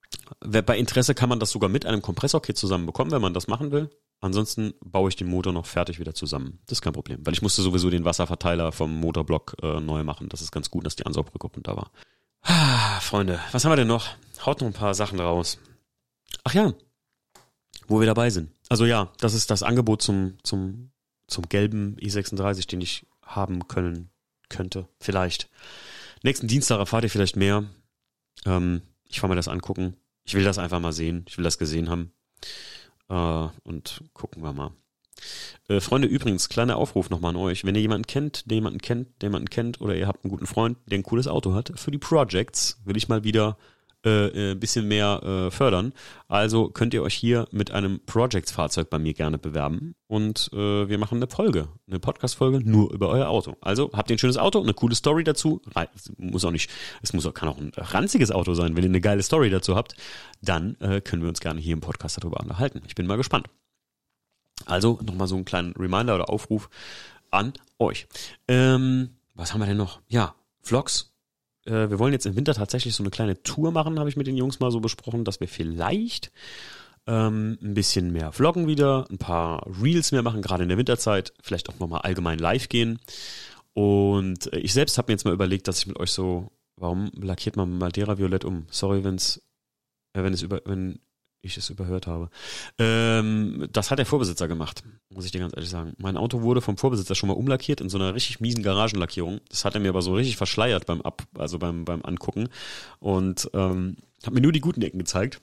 Bei Interesse kann man das sogar mit einem Kompressorkit zusammen bekommen, wenn man das machen will. Ansonsten baue ich den Motor noch fertig wieder zusammen. Das ist kein Problem, weil ich musste sowieso den Wasserverteiler vom Motorblock äh, neu machen. Das ist ganz gut, dass die Ansaugbrücke da war. Ah, Freunde, was haben wir denn noch? Haut noch ein paar Sachen raus. Ach ja, wo wir dabei sind. Also ja, das ist das Angebot zum zum zum gelben i sechsunddreißig, den ich haben können könnte. Vielleicht. Nächsten Dienstag erfahrt ihr vielleicht mehr. Ähm, ich fahre mir das angucken. Ich will das einfach mal sehen. Ich will das gesehen haben. Äh, und gucken wir mal. Äh, Freunde, übrigens, kleiner Aufruf nochmal an euch. Wenn ihr jemanden kennt, der jemanden kennt, der jemanden kennt, oder ihr habt einen guten Freund, der ein cooles Auto hat, für die Projects will ich mal wieder äh, ein bisschen mehr äh, fördern. Also könnt ihr euch hier mit einem Projects-Fahrzeug bei mir gerne bewerben. Und äh, wir machen eine Folge, eine Podcast-Folge nur über euer Auto. Also habt ihr ein schönes Auto, eine coole Story dazu. Muss auch nicht, es muss auch, kann auch ein ranziges Auto sein. Wenn ihr eine geile Story dazu habt, dann äh, können wir uns gerne hier im Podcast darüber unterhalten. Ich bin mal gespannt. Also nochmal so einen kleinen Reminder oder Aufruf an euch. Ähm, was haben wir denn noch? Ja, Vlogs. Äh, wir wollen jetzt im Winter tatsächlich so eine kleine Tour machen, habe ich mit den Jungs mal so besprochen, dass wir vielleicht ähm, ein bisschen mehr vloggen wieder, ein paar Reels mehr machen, gerade in der Winterzeit, vielleicht auch nochmal allgemein live gehen. Und ich selbst habe mir jetzt mal überlegt, dass ich mit euch so, warum lackiert man Madeira Violett um? Sorry, wenn's, äh, wenn es über, wenn ich es überhört habe. Ähm, das hat der Vorbesitzer gemacht, muss ich dir ganz ehrlich sagen. Mein Auto wurde vom Vorbesitzer schon mal umlackiert in so einer richtig miesen Garagenlackierung. Das hat er mir aber so richtig verschleiert beim Ab, also beim beim Angucken und ähm, hat mir nur die guten Ecken gezeigt.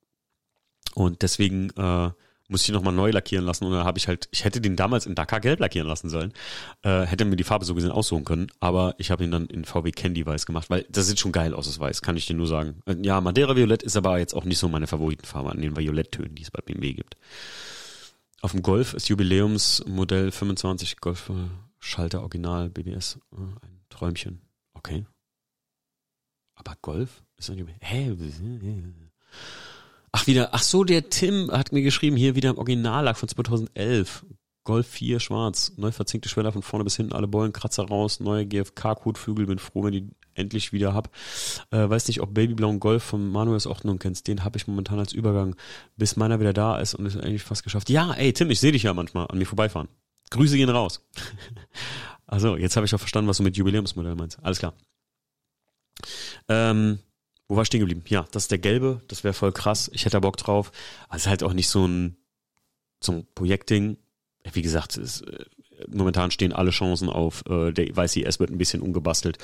Und deswegen äh, musste ich nochmal neu lackieren lassen und dann habe ich halt, ich hätte den damals in Dakar gelb lackieren lassen sollen, äh, hätte mir die Farbe so gesehen aussuchen können, aber ich habe ihn dann in V W Candy weiß gemacht, weil das sieht schon geil aus, das Weiß, kann ich dir nur sagen. Ja, Madeira Violett ist aber jetzt auch nicht so meine Favoritenfarbe an den Violetttönen, die es bei B M W gibt. Auf dem Golf ist Jubiläumsmodell fünfundzwanzig Golf Schalter Original B B S, ein Träumchen. Okay. Aber Golf ist ein Jubiläum. Hä? Ach, wieder, ach so, der Tim hat mir geschrieben, hier wieder im Originallack von zweitausendelf. Golf vier schwarz, neu verzinkte Schweller von vorne bis hinten, alle Beulen, Kratzer raus, neue G F K-Kotflügel, bin froh, wenn ich die endlich wieder hab. Äh, weiß nicht, ob Babyblauen Golf von Manuels Ordnung kennst, den habe ich momentan als Übergang, bis meiner wieder da ist und ist eigentlich fast geschafft. Ja, ey, Tim, ich sehe dich ja manchmal an mir vorbeifahren. Grüße gehen raus. Also, jetzt habe ich auch verstanden, was du mit Jubiläumsmodell meinst. Alles klar. Ähm, Wo war ich stehen geblieben? Ja, das ist der gelbe, das wäre voll krass. Ich hätte da Bock drauf. Also halt auch nicht so ein, so ein Projektding. Wie gesagt, es, äh, momentan stehen alle Chancen auf, äh, der Weiß I S wird ein bisschen umgebastelt.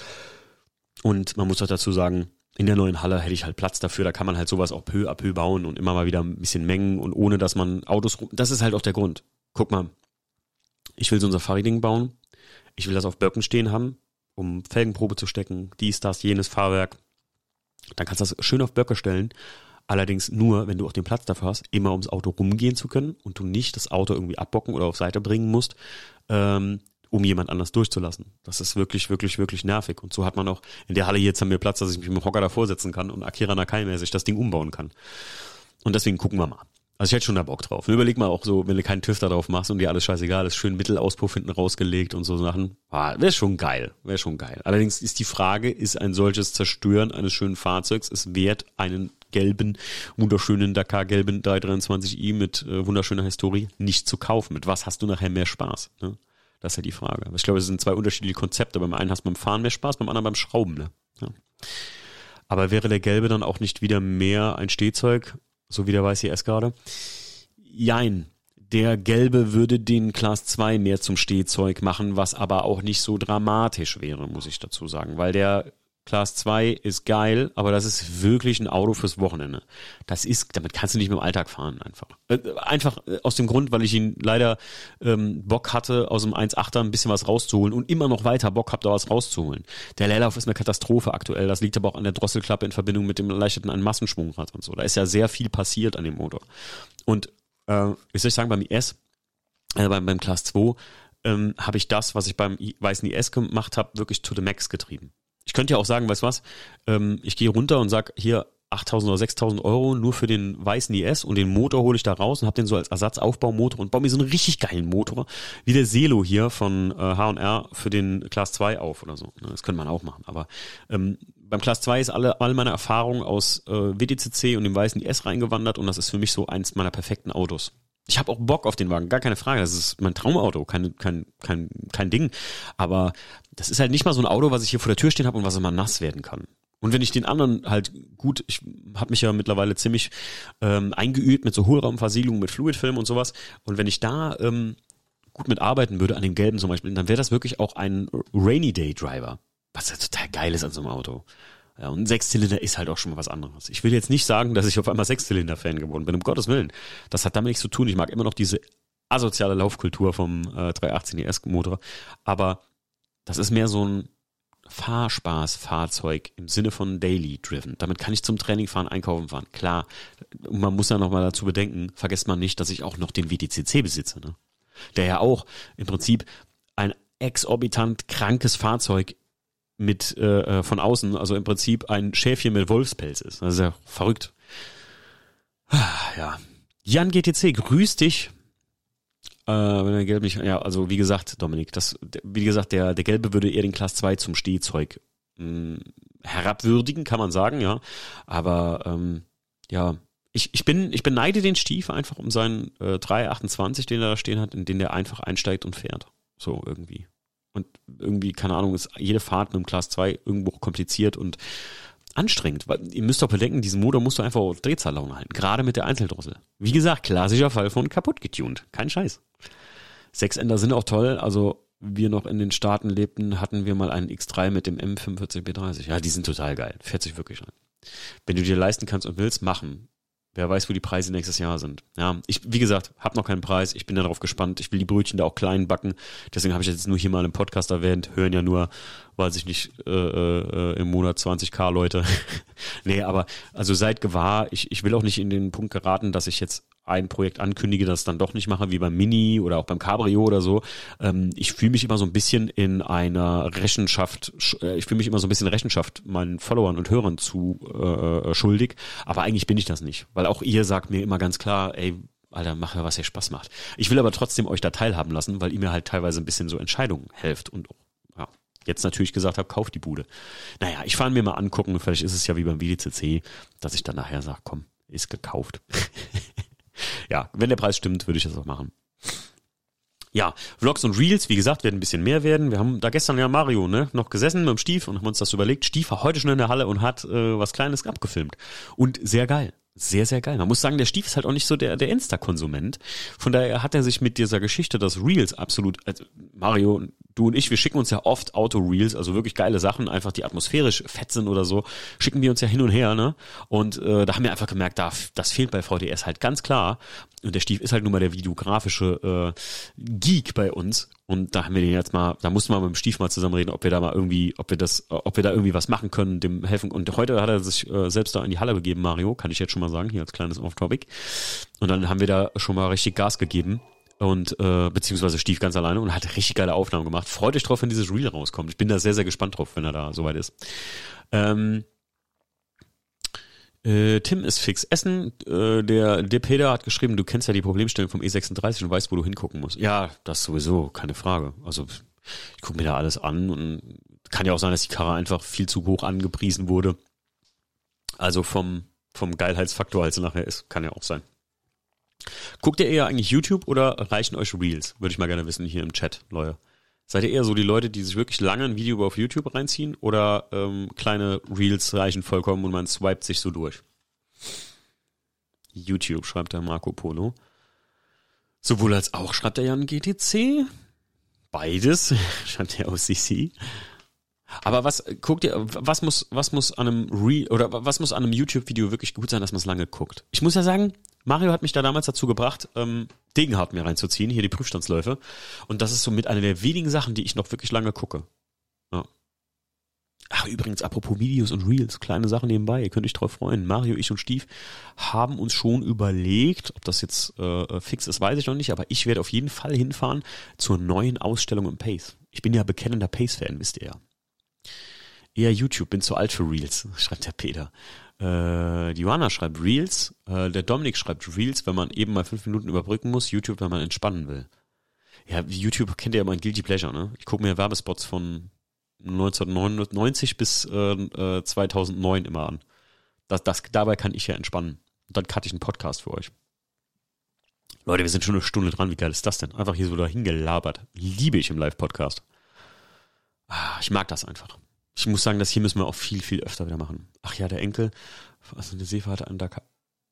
Und man muss auch dazu sagen, in der neuen Halle hätte ich halt Platz dafür. Da kann man halt sowas auch peu à peu bauen und immer mal wieder ein bisschen mengen und ohne, dass man Autos rum... Das ist halt auch der Grund. Guck mal, ich will so ein Safari-Ding bauen. Ich will das auf Böcken stehen haben, um Felgenprobe zu stecken. Dies, das, jenes Fahrwerk. Dann kannst du das schön auf Böcke stellen. Allerdings nur, wenn du auch den Platz dafür hast, immer ums Auto rumgehen zu können und du nicht das Auto irgendwie abbocken oder auf Seite bringen musst, ähm, um jemand anders durchzulassen. Das ist wirklich, wirklich, wirklich nervig. Und so hat man auch in der Halle hier jetzt haben wir Platz, dass ich mich mit dem Hocker davor setzen kann und Akira Nakai-mäßig das Ding umbauen kann. Und deswegen gucken wir mal. Also ich hätte schon da Bock drauf. Und überleg mal auch so, wenn du keinen TÜV da drauf machst und dir alles scheißegal ist, schön Mittelauspuff hinten rausgelegt und so Sachen. Ah, wäre schon geil. Wäre schon geil. Allerdings ist die Frage, ist ein solches Zerstören eines schönen Fahrzeugs es wert, einen gelben, wunderschönen Dakar-gelben drei dreiundzwanzig i mit äh, wunderschöner Historie nicht zu kaufen? Mit was hast du nachher mehr Spaß? Ne? Das ist ja die Frage. Aber ich glaube, es sind zwei unterschiedliche Konzepte. Beim einen hast du beim Fahren mehr Spaß, beim anderen beim Schrauben. Ne? Ja. Aber wäre der gelbe dann auch nicht wieder mehr ein Stehzeug, so wie der Weiß I S gerade? Jein. Der gelbe würde den Class zwei mehr zum Stehzeug machen, was aber auch nicht so dramatisch wäre, muss ich dazu sagen. Weil der Class zwei ist geil, aber das ist wirklich ein Auto fürs Wochenende. Das ist, damit kannst du nicht mehr im Alltag fahren einfach. Äh, einfach aus dem Grund, weil ich ihn leider ähm, Bock hatte, aus dem eins Komma achter ein bisschen was rauszuholen und immer noch weiter Bock habe, da was rauszuholen. Der Leerlauf ist eine Katastrophe aktuell. Das liegt aber auch an der Drosselklappe in Verbindung mit dem erleichterten ein Massenschwungrad und so. Da ist ja sehr viel passiert an dem Motor. Und äh, wie soll ich sagen, beim I S, äh, beim, beim Class zwei, ähm, habe ich das, was ich beim I, weißen I S gemacht habe, wirklich to the max getrieben. Ich könnte ja auch sagen, weißt du was, ähm, ich gehe runter und sag, hier, achttausend oder sechstausend Euro nur für den weißen I S und den Motor hole ich da raus und habe den so als Ersatzaufbaumotor und baue mir so einen richtig geilen Motor, wie der Selo hier von äh, H und R für den Class zwei auf oder so. Das könnte man auch machen, aber ähm, beim Class zwei ist alle, all meine Erfahrung aus äh, W D C C und dem weißen I S reingewandert und das ist für mich so eins meiner perfekten Autos. Ich habe auch Bock auf den Wagen, gar keine Frage, das ist mein Traumauto, kein, kein, kein, kein Ding, aber das ist halt nicht mal so ein Auto, was ich hier vor der Tür stehen habe und was immer nass werden kann. Und wenn ich den anderen halt gut, ich habe mich ja mittlerweile ziemlich ähm, eingeübt mit so Hohlraumversiegelung, mit Fluidfilm und sowas. Und wenn ich da ähm, gut mitarbeiten würde, an dem gelben zum Beispiel, dann wäre das wirklich auch ein Rainy Day Driver. Was ja total geil ist an so einem Auto. Ja, und ein Sechszylinder ist halt auch schon mal was anderes. Ich will jetzt nicht sagen, dass ich auf einmal Sechszylinder-Fan geworden bin, um Gottes Willen. Das hat damit nichts zu tun. Ich mag immer noch diese asoziale Laufkultur vom äh, dreihundertachtzehn I S Motor. Aber das ist mehr so ein Fahrspaß-Fahrzeug im Sinne von Daily Driven. Damit kann ich zum Training fahren, einkaufen fahren. Klar, man muss ja noch mal dazu bedenken, vergesst man nicht, dass ich auch noch den W D C C besitze, ne? Der ja auch im Prinzip ein exorbitant krankes Fahrzeug mit äh, von außen, also im Prinzip ein Schäfchen mit Wolfspelz ist. Das ist ja verrückt. Ja. Jan G T C, grüß dich. Äh, wenn der Gelb nicht, ja, also wie gesagt, Dominik, das, wie gesagt, der, der Gelbe würde eher den Class zwei zum Stehzeug mh, herabwürdigen, kann man sagen, ja. Aber ähm, ja, ich, ich bin, ich beneide den Stief einfach um seinen äh, drei achtundzwanzig, den er da stehen hat, in den der einfach einsteigt und fährt. So irgendwie. Und irgendwie, keine Ahnung, ist jede Fahrt mit dem Class zwei irgendwo kompliziert und anstrengend, weil ihr müsst doch bedenken, diesen Motor musst du einfach auf Drehzahllaune halten, gerade mit der Einzeldrossel. Wie gesagt, klassischer Fall von kaputt getuned, kein Scheiß. Sechsender sind auch toll, also wir noch in den Staaten lebten, hatten wir mal einen X drei mit dem M fünfundvierzig B dreißig. Ja, die sind total geil, fährt sich wirklich an. Wenn du dir leisten kannst und willst, machen. Wer weiß, wo die Preise nächstes Jahr sind. Ja, ich, wie gesagt, habe noch keinen Preis. Ich bin darauf gespannt. Ich will die Brötchen da auch klein backen. Deswegen habe ich jetzt nur hier mal im Podcast erwähnt. Hören ja nur, weiß ich nicht, äh, äh, im Monat zwanzigtausend Leute. Nee, aber also seid gewahr. Ich, ich will auch nicht in den Punkt geraten, dass ich jetzt ein Projekt ankündige, das dann doch nicht mache, wie beim Mini oder auch beim Cabrio oder so. Ähm, ich fühle mich immer so ein bisschen in einer Rechenschaft, äh, ich fühle mich immer so ein bisschen Rechenschaft meinen Followern und Hörern zu äh, schuldig, aber eigentlich bin ich das nicht, weil auch ihr sagt mir immer ganz klar, ey, Alter, mach ja, was dir Spaß macht. Ich will aber trotzdem euch da teilhaben lassen, weil ihr mir halt teilweise ein bisschen so Entscheidungen helft und ja, jetzt natürlich gesagt habe, kauft die Bude. Naja, ich fahre mir mal angucken, vielleicht ist es ja wie beim W D C C, dass ich dann nachher sage, komm, ist gekauft. Ja, wenn der Preis stimmt, würde ich das auch machen. Ja, Vlogs und Reels, wie gesagt, werden ein bisschen mehr werden. Wir haben da gestern ja Mario, ne, noch gesessen mit dem Stief und haben uns das überlegt. Stief war heute schon in der Halle und hat äh, was Kleines abgefilmt. Und sehr geil. Sehr, sehr geil. Man muss sagen, der Stief ist halt auch nicht so der, der Insta-Konsument. Von daher hat er sich mit dieser Geschichte, dass Reels absolut, also Mario, du und ich, wir schicken uns ja oft Auto-Reels, also wirklich geile Sachen, einfach die atmosphärisch fett sind oder so, schicken wir uns ja hin und her, ne? Und äh, da haben wir einfach gemerkt, da, das fehlt bei V D S halt ganz klar. Und der Stief ist halt nun mal der videografische äh, Geek bei uns. Und da haben wir den jetzt mal, da mussten wir mit dem Stief mal zusammen reden, ob wir da mal irgendwie, ob wir das, ob wir da irgendwie was machen können, dem helfen. Und heute hat er sich äh, selbst da in die Halle begeben, Mario, kann ich jetzt schon mal sagen, hier als kleines Off-Topic. Und dann haben wir da schon mal richtig Gas gegeben und äh, beziehungsweise Stief ganz alleine und hat richtig geile Aufnahmen gemacht. Freut euch drauf, wenn dieses Reel rauskommt. Ich bin da sehr, sehr gespannt drauf, wenn er da soweit ist. Ähm, Äh, Tim ist fix. Essen, äh, der, der Peter hat geschrieben, du kennst ja die Problemstellung vom E sechsunddreißig und weißt, wo du hingucken musst. Ja, das sowieso, keine Frage. Also ich gucke mir da alles an und kann ja auch sein, dass die Karre einfach viel zu hoch angepriesen wurde. Also vom, vom Geilheitsfaktor, als er nachher ist, kann ja auch sein. Guckt ihr eher eigentlich YouTube oder reichen euch Reels? Würde ich mal gerne wissen hier im Chat, Leute. Seid ihr eher so die Leute, die sich wirklich lange ein Video auf YouTube reinziehen oder ähm, kleine Reels reichen vollkommen und man swipet sich so durch? YouTube, schreibt der Marco Polo. Sowohl als auch, schreibt der Jan G T C. Beides, schreibt der O C C. Aber was, guckt ihr, was muss, was muss an einem Reel oder was muss an einem YouTube-Video wirklich gut sein, dass man es lange guckt? Ich muss ja sagen, Mario hat mich da damals dazu gebracht, ähm, Degenhardt mir reinzuziehen, hier die Prüfstandsläufe. Und das ist somit eine der wenigen Sachen, die ich noch wirklich lange gucke. Ja. Ach, übrigens, apropos Videos und Reels, kleine Sachen nebenbei, ihr könnt euch drauf freuen. Mario, ich und Stief haben uns schon überlegt, ob das jetzt äh, fix ist, weiß ich noch nicht, aber ich werde auf jeden Fall hinfahren zur neuen Ausstellung im Pace. Ich bin ja bekennender Pace-Fan, wisst ihr ja. Eher YouTube, bin zu alt für Reels, schreibt der Peter. Äh, die Johanna schreibt Reels, äh, der Dominik schreibt Reels, wenn man eben mal fünf Minuten überbrücken muss, YouTube, wenn man entspannen will. Ja, YouTube kennt ihr ja mein Guilty Pleasure, ne? Ich gucke mir Werbespots von neunzehnhundertneunundneunzig bis äh, zweitausendneun immer an. Das, das, dabei kann ich ja entspannen. Und dann cutte ich einen Podcast für euch. Leute, wir sind schon eine Stunde dran. Wie geil ist das denn? Einfach hier so dahin gelabert. Liebe ich im Live-Podcast. Ah, ich mag das einfach. Ich muss sagen, das hier müssen wir auch viel, viel öfter wieder machen. Ach ja, der Enkel, also der Seevater an Dakar.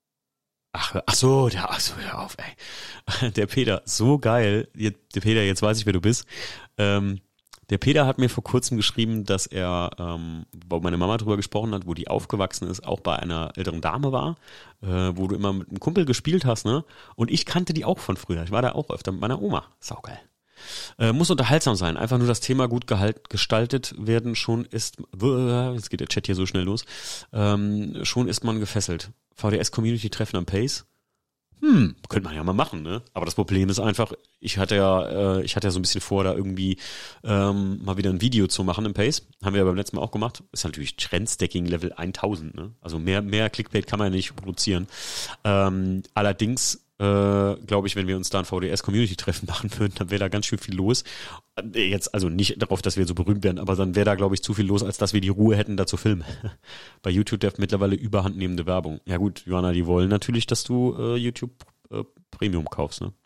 Ach, ach so, der, ach so, hör auf, ey. Der Peter, so geil. Der Peter, jetzt weiß ich, wer du bist. Ähm, Der Peter hat mir vor kurzem geschrieben, dass er, ähm, wo meine Mama drüber gesprochen hat, wo die aufgewachsen ist, auch bei einer älteren Dame war, äh, wo du immer mit einem Kumpel gespielt hast, ne? Und ich kannte die auch von früher. Ich war da auch öfter mit meiner Oma. Saugeil. Äh, muss unterhaltsam sein. Einfach nur das Thema gut gehalt, gestaltet werden. Schon ist, jetzt geht der Chat hier so schnell los, ähm, schon ist man gefesselt. V D S-Community-Treffen am Pace. Hm, könnte man ja mal machen, ne? Aber das Problem ist einfach, ich hatte ja, äh, ich hatte ja so ein bisschen vor, da irgendwie ähm, mal wieder ein Video zu machen im Pace. Haben wir ja beim letzten Mal auch gemacht. Ist natürlich Trendstacking Level tausend, ne? Also mehr, mehr Clickbait kann man ja nicht produzieren. Ähm, allerdings, äh, glaube ich, wenn wir uns da ein V D S-Community-Treffen machen würden, dann wäre da ganz schön viel los. Jetzt, also nicht darauf, dass wir so berühmt werden, aber dann wäre da, glaube ich, zu viel los, als dass wir die Ruhe hätten, da zu filmen. Bei YouTube darf mittlerweile überhandnehmende Werbung. Ja gut, Johanna, die wollen natürlich, dass du äh, YouTube äh, Premium kaufst, ne?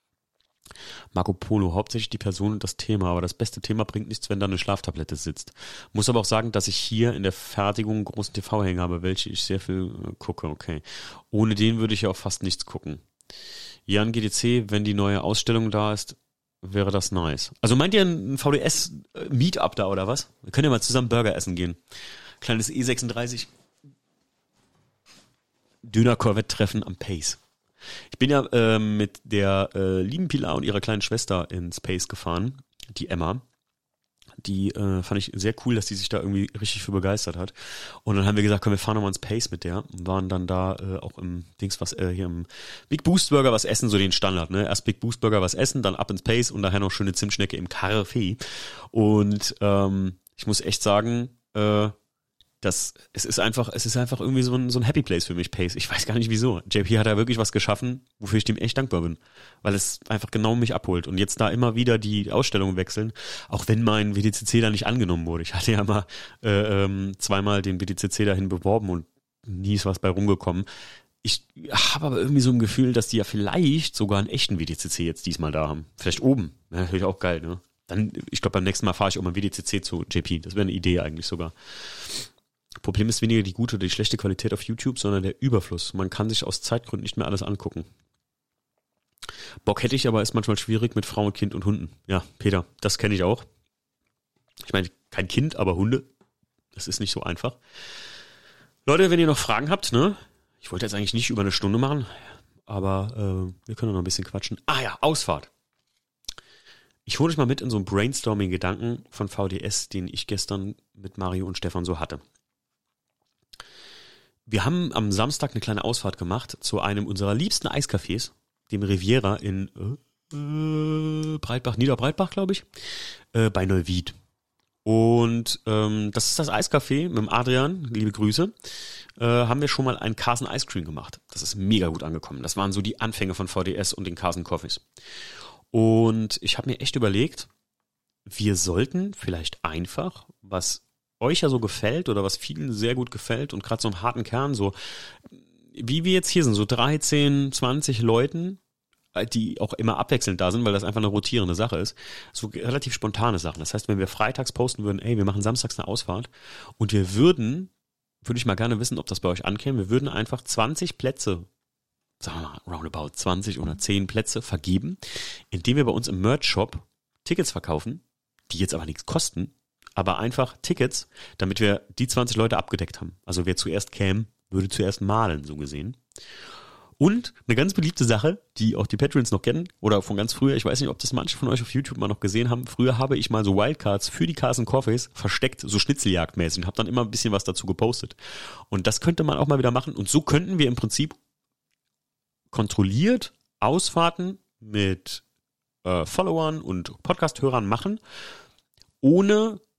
Marco Polo, hauptsächlich die Person und das Thema, aber das beste Thema bringt nichts, wenn da eine Schlaftablette sitzt. Muss aber auch sagen, dass ich hier in der Fertigung einen großen T V-Hänger habe, welche ich sehr viel äh, gucke, okay. Ohne den würde ich ja auch fast nichts gucken. Jan G D C, wenn die neue Ausstellung da ist, wäre das nice. Also meint ihr ein V D S-Meetup da oder was? Wir können ja mal zusammen Burger essen gehen. Kleines E sechsunddreißig Döner-Corvette-Treffen am Pace. Ich bin ja äh, mit der äh, lieben Pilar und ihrer kleinen Schwester ins Pace gefahren, die Emma. Die äh, fand ich sehr cool, dass die sich da irgendwie richtig für begeistert hat. Und dann haben wir gesagt, komm, wir fahren nochmal ins Pace mit der. Und waren dann da äh, auch im Dings, was äh, hier im Big Boost Burger was essen, so den Standard, ne? Erst Big Boost Burger was essen, dann ab ins Pace und daher noch schöne Zimtschnecke im Café. Und ähm, ich muss echt sagen, äh, das, es ist einfach, es ist einfach irgendwie so ein, so ein Happy Place für mich, Pace. Ich weiß gar nicht wieso. J P hat da wirklich was geschaffen, wofür ich dem echt dankbar bin. Weil es einfach genau mich abholt. Und jetzt da immer wieder die Ausstellungen wechseln, auch wenn mein W D C C da nicht angenommen wurde. Ich hatte ja mal äh, ähm, zweimal den W D C C dahin beworben und nie ist was bei rumgekommen. Ich habe aber irgendwie so ein Gefühl, dass die ja vielleicht sogar einen echten W D C C jetzt diesmal da haben. Vielleicht oben. Ja, natürlich auch geil, ne? Dann, ich glaube, beim nächsten Mal fahre ich auch mal W D C C zu J P. Das wäre eine Idee eigentlich sogar. Problem ist weniger die gute oder die schlechte Qualität auf YouTube, sondern der Überfluss. Man kann sich aus Zeitgründen nicht mehr alles angucken. Bock hätte ich, aber ist manchmal schwierig mit Frau, Kind und Hunden. Ja, Peter, das kenne ich auch. Ich meine, kein Kind, aber Hunde. Das ist nicht so einfach. Leute, wenn ihr noch Fragen habt, ne? Ich wollte jetzt eigentlich nicht über eine Stunde machen, aber äh, wir können noch ein bisschen quatschen. Ah ja, Ausfahrt. Ich hole euch mal mit in so einen Brainstorming-Gedanken von V D S, den ich gestern mit Mario und Stefan so hatte. Wir haben am Samstag eine kleine Ausfahrt gemacht zu einem unserer liebsten Eiscafés, dem Riviera in äh, äh, Breitbach, Niederbreitbach, glaube ich, äh, bei Neuwied. Und ähm, das ist das Eiscafé mit dem Adrian, liebe Grüße, äh, haben wir schon mal ein Carson Ice Cream gemacht. Das ist mega gut angekommen. Das waren so die Anfänge von V D S und den Carson Coffees. Und ich habe mir echt überlegt, wir sollten vielleicht einfach, was euch ja so gefällt oder was vielen sehr gut gefällt und gerade so im harten Kern, so wie wir jetzt hier sind, so dreizehn, zwanzig Leuten, die auch immer abwechselnd da sind, weil das einfach eine rotierende Sache ist, so relativ spontane Sachen. Das heißt, wenn wir freitags posten würden, ey, wir machen samstags eine Ausfahrt und wir würden, würde ich mal gerne wissen, ob das bei euch ankäme, wir würden einfach zwanzig Plätze, sagen wir mal roundabout zwanzig oder zehn Plätze vergeben, indem wir bei uns im Merch-Shop Tickets verkaufen, die jetzt aber nichts kosten, aber einfach Tickets, damit wir die zwanzig Leute abgedeckt haben. Also wer zuerst käme, würde zuerst malen, so gesehen. Und eine ganz beliebte Sache, die auch die Patreons noch kennen, oder von ganz früher, ich weiß nicht, ob das manche von euch auf YouTube mal noch gesehen haben, früher habe ich mal so Wildcards für die Carson Coffees versteckt, so Schnitzeljagdmäßig, und habe dann immer ein bisschen was dazu gepostet. Und das könnte man auch mal wieder machen. Und so könnten wir im Prinzip kontrolliert Ausfahrten mit äh, Followern und Podcast-Hörern machen, ohne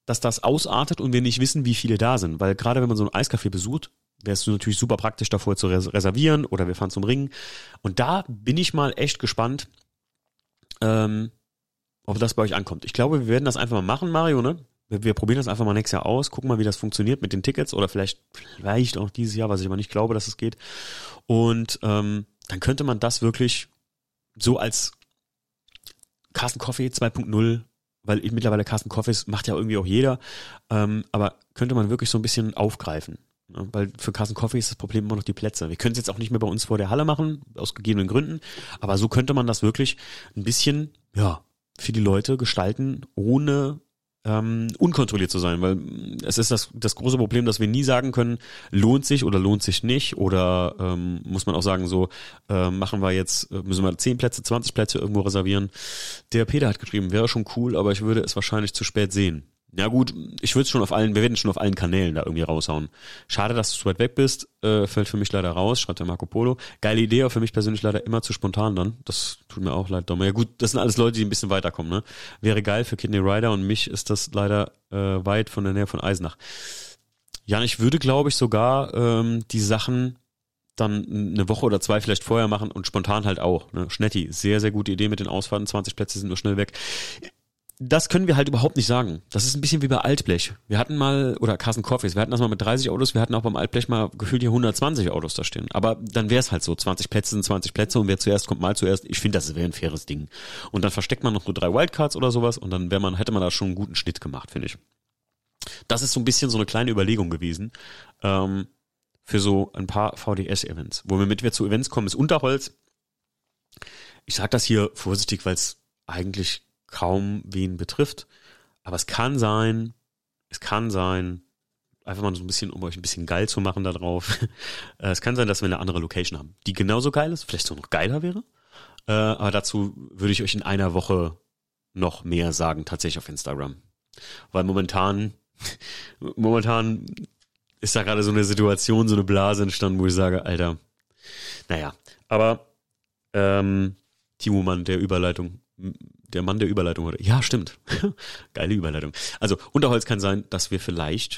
dass das ausartet und wir nicht wissen, wie viele da sind. Weil gerade wenn man so ein Eiscafé besucht, wäre es natürlich super praktisch, davor zu res- reservieren oder wir fahren zum Ring. Und da bin ich mal echt gespannt, ähm, ob das bei euch ankommt. Ich glaube, wir werden das einfach mal machen, Mario, ne? Wir, wir probieren das einfach mal nächstes Jahr aus, gucken mal, wie das funktioniert mit den Tickets oder vielleicht, vielleicht auch dieses Jahr, was ich aber nicht glaube, dass es geht. Und ähm, dann könnte man das wirklich so als Carsten Coffee zwei Punkt null, weil ich mittlerweile Carsten Coffees macht ja irgendwie auch jeder, ähm, aber könnte man wirklich so ein bisschen aufgreifen. Ja, weil für Carsten Coffee ist das Problem immer noch die Plätze. Wir können es jetzt auch nicht mehr bei uns vor der Halle machen, aus gegebenen Gründen, aber so könnte man das wirklich ein bisschen, ja, für die Leute gestalten, ohne ähm, unkontrolliert zu sein, weil es ist das das große Problem, dass wir nie sagen können, lohnt sich oder lohnt sich nicht oder ähm, muss man auch sagen, so äh, machen wir jetzt, müssen wir zehn Plätze, zwanzig Plätze irgendwo reservieren. Der Peter hat geschrieben, wäre schon cool, aber ich würde es wahrscheinlich zu spät sehen. Ja gut, ich würde es schon auf allen, wir werden schon auf allen Kanälen da irgendwie raushauen. Schade, dass du so weit weg bist, äh, fällt für mich leider raus, schreibt der Marco Polo. Geile Idee, aber für mich persönlich leider immer zu spontan dann. Das tut mir auch leid, Dom. Ja gut, das sind alles Leute, die ein bisschen weiterkommen, ne? Wäre geil für Kidney Rider und mich ist das leider äh, weit von der Nähe von Eisenach. Jan, ich würde, glaube ich, sogar ähm, die Sachen dann eine Woche oder zwei vielleicht vorher machen und spontan halt auch. Ne? Schnetti, sehr, sehr gute Idee mit den Ausfahrten, zwanzig Plätze sind nur schnell weg. Das können wir halt überhaupt nicht sagen. Das ist ein bisschen wie bei Altblech. Wir hatten mal, oder Carsten Coffees, wir hatten das mal mit dreißig Autos, wir hatten auch beim Altblech mal gefühlt hier hundertzwanzig Autos da stehen. Aber dann wäre es halt so, zwanzig Plätze sind zwanzig Plätze und wer zuerst kommt, mal zuerst. Ich finde, das wäre ein faires Ding. Und dann versteckt man noch nur drei Wildcards oder sowas und dann wäre man, hätte man da schon einen guten Schnitt gemacht, finde ich. Das ist so ein bisschen so eine kleine Überlegung gewesen, ähm, für so ein paar V D S-Events. Womit wir zu Events kommen, ist Unterholz. Ich sage das hier vorsichtig, weil es eigentlich kaum wen betrifft, aber es kann sein, es kann sein, einfach mal so ein bisschen, um euch ein bisschen geil zu machen da drauf, es kann sein, dass wir eine andere Location haben, die genauso geil ist, vielleicht sogar noch geiler wäre, äh, aber dazu würde ich euch in einer Woche noch mehr sagen, tatsächlich auf Instagram, weil momentan, momentan ist da gerade so eine Situation, so eine Blase entstanden, wo ich sage, Alter, naja, aber ähm, Timo Mann, der Überleitung, der Mann der Überleitung heute. Ja, stimmt. Geile Überleitung. Also, Unterholz kann sein, dass wir vielleicht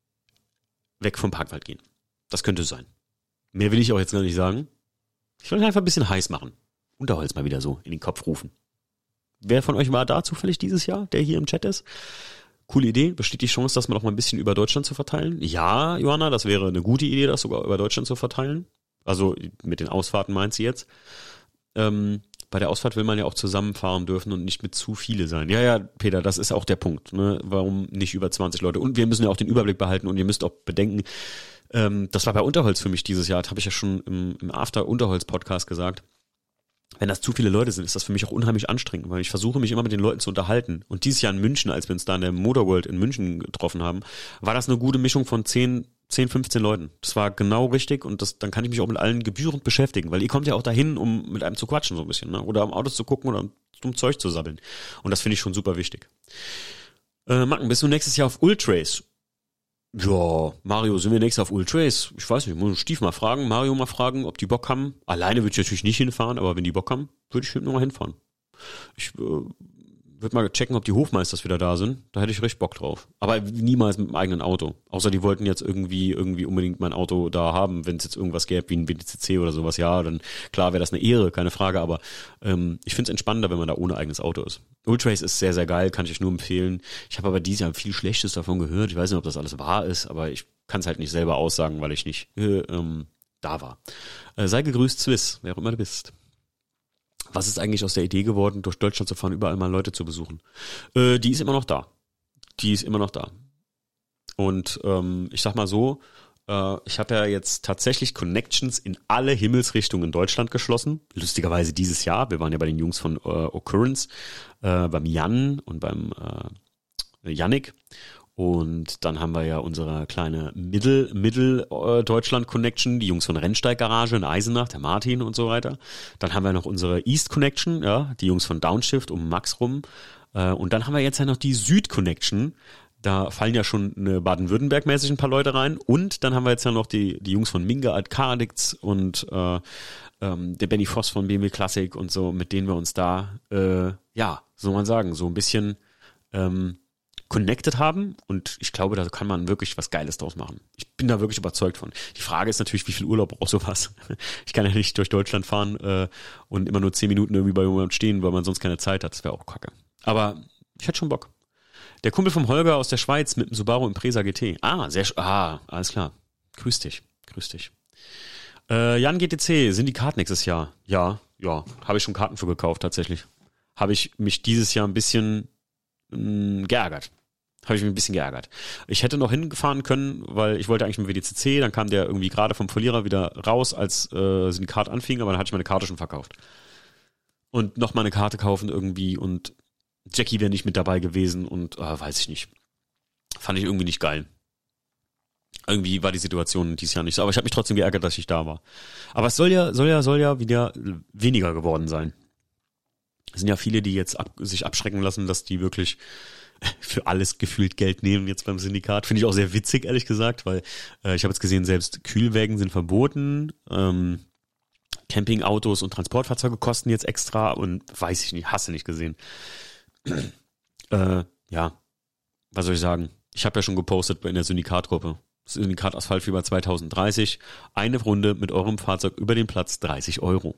weg vom Parkwald gehen. Das könnte sein. Mehr will ich auch jetzt gar nicht sagen. Ich will einfach ein bisschen heiß machen. Unterholz mal wieder so in den Kopf rufen. Wer von euch war da zufällig dieses Jahr, der hier im Chat ist? Coole Idee. Besteht die Chance, das mal noch mal ein bisschen über Deutschland zu verteilen? Ja, Johanna, das wäre eine gute Idee, das sogar über Deutschland zu verteilen. Also, mit den Ausfahrten meint sie jetzt. Ähm, Bei der Ausfahrt will man ja auch zusammenfahren dürfen und nicht mit zu viele sein. Ja, ja, Peter, das ist auch der Punkt. Ne? Warum nicht über zwanzig Leute? Und wir müssen ja auch den Überblick behalten und ihr müsst auch bedenken, ähm, das war bei Unterholz für mich dieses Jahr, das habe ich ja schon im, im After-Unterholz-Podcast gesagt. Wenn das zu viele Leute sind, ist das für mich auch unheimlich anstrengend, weil ich versuche, mich immer mit den Leuten zu unterhalten. Und dieses Jahr in München, als wir uns da in der Motorworld in München getroffen haben, war das eine gute Mischung von zehn, fünfzehn Leuten. Das war genau richtig und das, dann kann ich mich auch mit allen gebührend beschäftigen, weil ihr kommt ja auch dahin, um mit einem zu quatschen so ein bisschen, ne? Oder um Autos zu gucken oder um Zeug zu sabbeln. Und das finde ich schon super wichtig. Äh, Macken, bist du nächstes Jahr auf Ultrace? Ja, Mario, sind wir nächstes Jahr auf Ultrace? Ich weiß nicht, muss Stief mal fragen, Mario mal fragen, ob die Bock haben. Alleine würde ich natürlich nicht hinfahren, aber wenn die Bock haben, würde ich noch mal hinfahren. Ich äh, würde mal checken, ob die Hofmeisters wieder da sind. Da hätte ich richtig Bock drauf. Aber niemals mit dem eigenen Auto. Außer die wollten jetzt irgendwie irgendwie unbedingt mein Auto da haben, wenn es jetzt irgendwas gäbe wie ein B T C C oder sowas. Ja, dann klar wäre das eine Ehre, keine Frage. Aber ähm, ich finde es entspannender, wenn man da ohne eigenes Auto ist. Ultrace ist sehr, sehr geil, kann ich euch nur empfehlen. Ich habe aber dieses Jahr viel Schlechtes davon gehört. Ich weiß nicht, ob das alles wahr ist, aber ich kann es halt nicht selber aussagen, weil ich nicht äh, ähm, da war. Äh, sei gegrüßt, Swiss, wer auch immer du bist. Was ist eigentlich aus der Idee geworden, durch Deutschland zu fahren, überall mal Leute zu besuchen? Äh, die ist immer noch da. Die ist immer noch da. Und ähm, ich sag mal so, äh, ich habe ja jetzt tatsächlich Connections in alle Himmelsrichtungen in Deutschland geschlossen. Lustigerweise dieses Jahr. Wir waren ja bei den Jungs von äh, Occurrence, äh, beim Jan und beim äh, Yannick. Und dann haben wir ja unsere kleine Mittel, Mittel äh, Deutschland Connection, die Jungs von Rennsteig Garage in Eisenach, der Martin und so weiter. Dann haben wir noch unsere East Connection, ja, die Jungs von Downshift um Max rum. Äh, und dann haben wir jetzt ja noch die Süd Connection. Da fallen ja schon eine Baden-Württemberg-mäßig ein paar Leute rein. Und dann haben wir jetzt ja noch die die Jungs von Minga Alt Car Addicts und äh, ähm, der Benny Voss von B M W Classic und so, mit denen wir uns da, äh, ja, soll man sagen, so ein bisschen ähm, connected haben und ich glaube, da kann man wirklich was Geiles draus machen. Ich bin da wirklich überzeugt von. Die Frage ist natürlich, wie viel Urlaub braucht sowas? Ich kann ja nicht durch Deutschland fahren äh, und immer nur zehn Minuten irgendwie bei jemandem stehen, weil man sonst keine Zeit hat. Das wäre auch kacke. Aber ich hätte schon Bock. Der Kumpel vom Holger aus der Schweiz mit dem Subaru Impreza G T. Ah, sehr sch- ah, alles klar. Grüß dich, grüß dich. Äh, Jan G T C, Syndikat nächstes Jahr. Ja, ja, habe ich schon Karten für gekauft tatsächlich. Habe ich mich dieses Jahr ein bisschen mh, geärgert. Habe ich mich ein bisschen geärgert. Ich hätte noch hinfahren können, weil ich wollte eigentlich mit W D C C, dann kam der irgendwie gerade vom Verlierer wieder raus, als äh, Syndikat anfing, aber dann hatte ich meine Karte schon verkauft. Und noch mal eine Karte kaufen irgendwie und Jackie wäre nicht mit dabei gewesen und äh, weiß ich nicht. Fand ich irgendwie nicht geil. Irgendwie war die Situation dieses Jahr nicht so, aber ich habe mich trotzdem geärgert, dass ich da war. Aber es soll ja, soll ja, soll ja wieder weniger geworden sein. Es sind ja viele, die jetzt ab, sich abschrecken lassen, dass die wirklich für alles gefühlt Geld nehmen jetzt beim Syndikat. Finde ich auch sehr witzig, ehrlich gesagt, weil äh, ich habe jetzt gesehen, selbst Kühlwägen sind verboten, ähm, Campingautos und Transportfahrzeuge kosten jetzt extra und weiß ich nicht, hasse nicht gesehen. äh, ja, was soll ich sagen? Ich habe ja schon gepostet in der Syndikatgruppe. Syndikat Asphaltfieber zwanzig dreißig. Eine Runde mit eurem Fahrzeug über den Platz, dreißig Euro.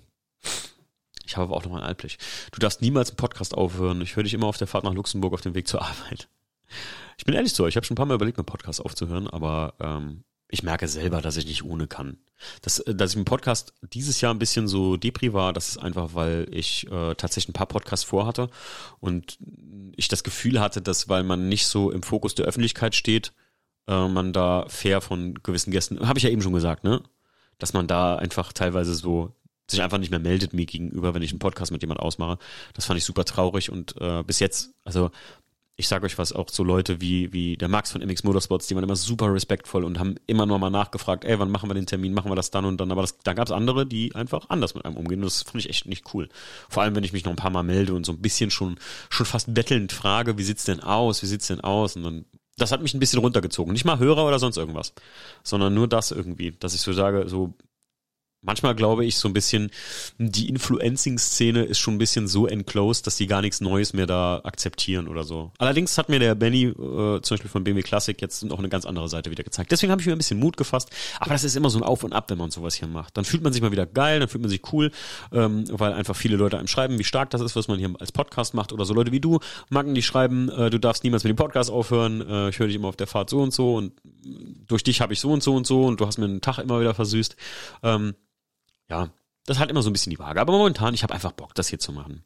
Ich habe aber auch noch mal ein Altblech. Du darfst niemals einen Podcast aufhören. Ich höre dich immer auf der Fahrt nach Luxemburg auf dem Weg zur Arbeit. Ich bin ehrlich zu euch, ich habe schon ein paar Mal überlegt, einen Podcast aufzuhören, aber ähm, ich merke selber, dass ich nicht ohne kann. Das, dass ich im Podcast dieses Jahr ein bisschen so Depri war, das ist einfach, weil ich äh, tatsächlich ein paar Podcasts vorhatte und ich das Gefühl hatte, dass, weil man nicht so im Fokus der Öffentlichkeit steht, äh, man da fair von gewissen Gästen, habe ich ja eben schon gesagt, ne, dass man da einfach teilweise so sich einfach nicht mehr meldet mir gegenüber, wenn ich einen Podcast mit jemand ausmache. Das fand ich super traurig und äh, bis jetzt, also ich sage euch was, auch so Leute wie wie der Max von M X Motorsports, die waren immer super respektvoll und haben immer noch mal nachgefragt, ey, wann machen wir den Termin, machen wir das dann und dann, aber das, da gab es andere, die einfach anders mit einem umgehen und das fand ich echt nicht cool. Vor allem, wenn ich mich noch ein paar Mal melde und so ein bisschen schon schon fast bettelnd frage, wie sieht's denn aus, wie sieht's denn aus und dann, das hat mich ein bisschen runtergezogen. Nicht mal Hörer oder sonst irgendwas, sondern nur das irgendwie, dass ich so sage, so manchmal glaube ich so ein bisschen, die Influencing-Szene ist schon ein bisschen so enclosed, dass die gar nichts Neues mehr da akzeptieren oder so. Allerdings hat mir der Benny, äh, zum Beispiel von B M W Classic, jetzt noch eine ganz andere Seite wieder gezeigt. Deswegen habe ich mir ein bisschen Mut gefasst. Aber das ist immer so ein Auf und Ab, wenn man sowas hier macht. Dann fühlt man sich mal wieder geil, dann fühlt man sich cool, ähm, weil einfach viele Leute einem schreiben, wie stark das ist, was man hier als Podcast macht. Oder so Leute wie du, Macken, die schreiben, äh, du darfst niemals mit dem Podcast aufhören, äh, ich höre dich immer auf der Fahrt so und so und durch dich habe ich so und so und so und du hast mir einen Tag immer wieder versüßt. Ähm, Ja, das ist halt immer so ein bisschen die Waage. Aber momentan, ich habe einfach Bock, das hier zu machen.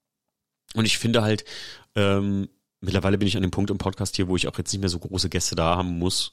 Und ich finde halt, ähm, mittlerweile bin ich an dem Punkt im Podcast hier, wo ich auch jetzt nicht mehr so große Gäste da haben muss.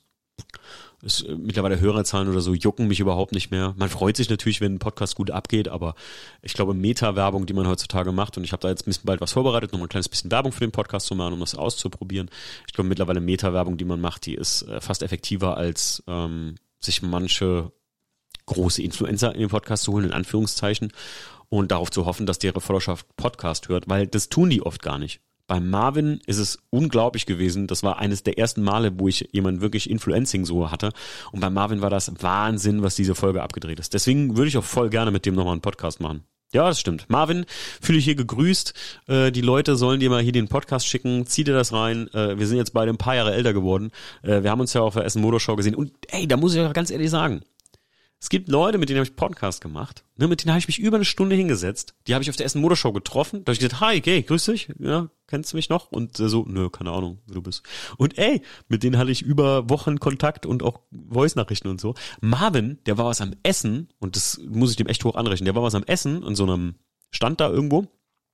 Es, äh, mittlerweile Hörerzahlen oder so jucken mich überhaupt nicht mehr. Man freut sich natürlich, wenn ein Podcast gut abgeht, aber ich glaube, Meta-Werbung, die man heutzutage macht, und ich habe da jetzt ein bisschen bald was vorbereitet, noch mal ein kleines bisschen Werbung für den Podcast zu machen, um das auszuprobieren. Ich glaube, mittlerweile Meta-Werbung, die man macht, die ist äh, fast effektiver, als ähm, sich manche große Influencer in den Podcast zu holen, in Anführungszeichen, und darauf zu hoffen, dass die ihre Followerschaft Podcast hört, weil das tun die oft gar nicht. Bei Marvin ist es unglaublich gewesen, das war eines der ersten Male, wo ich jemanden wirklich Influencing so hatte, und bei Marvin war das Wahnsinn, was diese Folge abgedreht ist. Deswegen würde ich auch voll gerne mit dem nochmal einen Podcast machen. Ja, das stimmt. Marvin, fühle ich hier gegrüßt. Äh, die Leute sollen dir mal hier den Podcast schicken. Zieh dir das rein. Äh, wir sind jetzt beide ein paar Jahre älter geworden. Äh, wir haben uns ja auf der Essen Motorshow gesehen. Und ey, da muss ich auch ganz ehrlich sagen, es gibt Leute, mit denen habe ich Podcast gemacht, ne, mit denen habe ich mich über eine Stunde hingesetzt. Die habe ich auf der Essen Motorshow getroffen. Da habe ich gesagt, hi, gay, grüß dich, ja, kennst du mich noch? Und äh, so, nö, keine Ahnung, wer du bist. Und ey, mit denen hatte ich über Wochen Kontakt und auch Voice-Nachrichten und so. Marvin, der war was am Essen, und das muss ich dem echt hoch anrechnen, der war was am Essen in so einem Stand da irgendwo.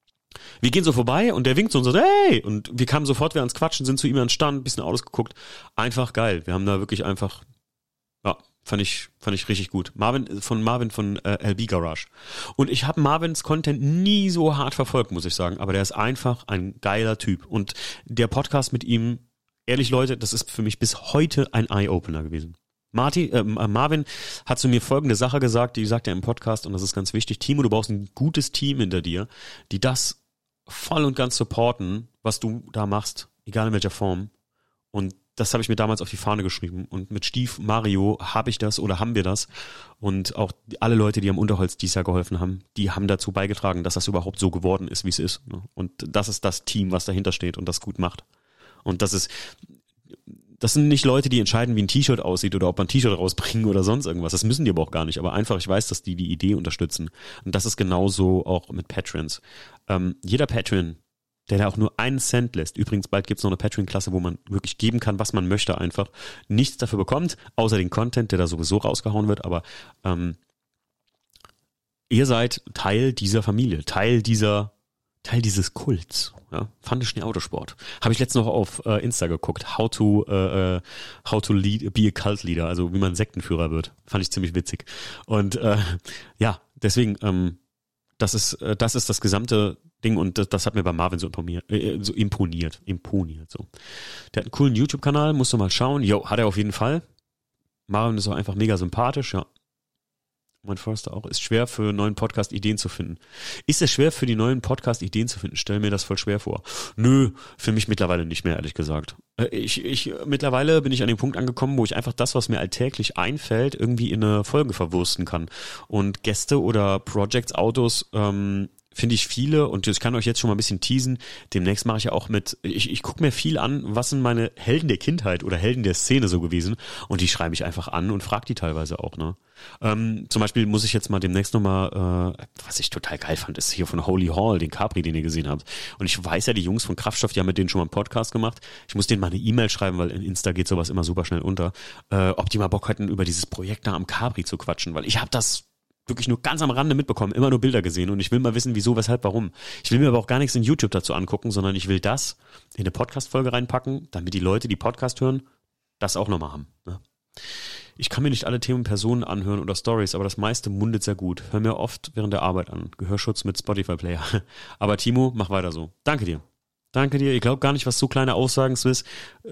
Wir gehen so vorbei und der winkt so und so, hey! Und wir kamen sofort wieder ans Quatschen, sind zu ihm an den Stand, bisschen Autos geguckt. Einfach geil. Wir haben da wirklich einfach, ja, Fand ich, fand ich richtig gut. Marvin, von Marvin von äh, L B Garage. Und ich habe Marvins Content nie so hart verfolgt, muss ich sagen. Aber der ist einfach ein geiler Typ. Und der Podcast mit ihm, ehrlich Leute, das ist für mich bis heute ein Eye-Opener gewesen. Martin, äh, Marvin hat zu mir folgende Sache gesagt, die sagt er im Podcast, und das ist ganz wichtig. Timo, du brauchst ein gutes Team hinter dir, die das voll und ganz supporten, was du da machst, egal in welcher Form. Und das habe ich mir damals auf die Fahne geschrieben. Und mit Stief Mario habe ich das oder haben wir das. Und auch alle Leute, die am Unterholz dieses Jahr geholfen haben, die haben dazu beigetragen, dass das überhaupt so geworden ist, wie es ist. Und das ist das Team, was dahinter steht und das gut macht. Und das ist, das sind nicht Leute, die entscheiden, wie ein T-Shirt aussieht oder ob man ein T-Shirt rausbringen oder sonst irgendwas. Das müssen die aber auch gar nicht. Aber einfach, ich weiß, dass die die Idee unterstützen. Und das ist genauso auch mit Patrons. Ähm, jeder Patron, der da auch nur einen Cent lässt, übrigens bald gibt's noch eine Patreon-Klasse, wo man wirklich geben kann, was man möchte einfach, nichts dafür bekommt, außer den Content, der da sowieso rausgehauen wird. Aber ähm, ihr seid Teil dieser Familie, Teil dieser Teil dieses Kults, ja, Fandeschnee Autosport. Habe ich letztens noch auf äh, Insta geguckt, how to äh, how to lead, be a cult leader, also wie man Sektenführer wird. Fand ich ziemlich witzig. Und äh, ja, deswegen, ähm, das ist äh, das ist das gesamte Ding und das, das hat mir bei Marvin so imponiert, äh, so imponiert, imponiert so. Der hat einen coolen YouTube-Kanal, musst du mal schauen. Jo, hat er auf jeden Fall. Marvin ist auch einfach mega sympathisch, ja. Mein Förster auch. Ist schwer für neuen Podcast-Ideen zu finden. Ist es schwer für die neuen Podcast-Ideen zu finden? Stell mir das voll schwer vor. Nö, für mich mittlerweile nicht mehr, ehrlich gesagt. Ich, ich, mittlerweile bin ich an dem Punkt angekommen, wo ich einfach das, was mir alltäglich einfällt, irgendwie in eine Folge verwursten kann. Und Gäste oder Projects, Autos, ähm, finde ich viele, und ich kann euch jetzt schon mal ein bisschen teasen, demnächst mache ich ja auch mit, ich, ich gucke mir viel an, was sind meine Helden der Kindheit oder Helden der Szene so gewesen, und die schreibe ich einfach an und frage die teilweise auch, ne. Ähm, zum Beispiel muss ich jetzt mal demnächst nochmal, äh, was ich total geil fand, ist hier von Holy Hall, den Capri, den ihr gesehen habt. Und ich weiß ja, die Jungs von Kraftstoff, die haben mit denen schon mal einen Podcast gemacht. Ich muss denen mal eine E-Mail schreiben, weil in Insta geht sowas immer super schnell unter, äh, ob die mal Bock hatten, über dieses Projekt da am Capri zu quatschen, weil ich habe das wirklich nur ganz am Rande mitbekommen, immer nur Bilder gesehen, und ich will mal wissen, wieso, weshalb, warum. Ich will mir aber auch gar nichts in YouTube dazu angucken, sondern ich will das in eine Podcast-Folge reinpacken, damit die Leute, die Podcast hören, das auch nochmal haben. Ne? Ich kann mir nicht alle Themen und Personen anhören oder Stories, aber das meiste mundet sehr gut. Hör mir oft während der Arbeit an. Gehörschutz mit Spotify-Player. Aber Timo, mach weiter so. Danke dir. Danke dir. Ich glaube gar nicht, was so kleine Aussagen, Swiss.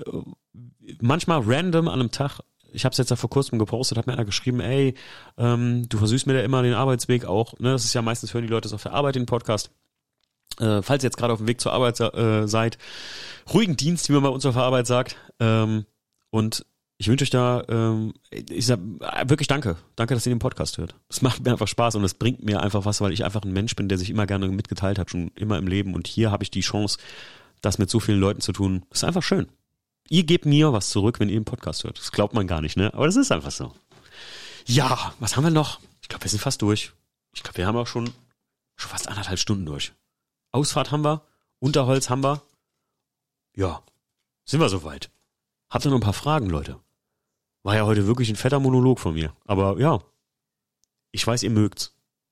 Manchmal random an einem Tag. Ich habe es jetzt ja vor kurzem gepostet, hat mir einer geschrieben, ey, ähm, du versüßt mir da immer den Arbeitsweg auch. Ne? Das ist ja meistens, hören die Leute das auf der Arbeit, den Podcast. Äh, falls ihr jetzt gerade auf dem Weg zur Arbeit äh, seid, ruhigen Dienst, wie man bei uns auf der Arbeit sagt. Ähm, und ich wünsche euch da, ähm, ich sag wirklich danke. Danke, dass ihr den Podcast hört. Es macht mir einfach Spaß und es bringt mir einfach was, weil ich einfach ein Mensch bin, der sich immer gerne mitgeteilt hat, schon immer im Leben. Und hier habe ich die Chance, das mit so vielen Leuten zu tun. Das ist einfach schön. Ihr gebt mir was zurück, wenn ihr den Podcast hört. Das glaubt man gar nicht, ne? Aber das ist einfach so. Ja, was haben wir noch? Ich glaube, wir sind fast durch. Ich glaube, wir haben auch schon, schon fast anderthalb Stunden durch. Ausfahrt haben wir, Unterholz haben wir. Ja, sind wir soweit. Habt ihr noch ein paar Fragen, Leute? War ja heute wirklich ein fetter Monolog von mir. Aber ja, ich weiß, ihr mögt's.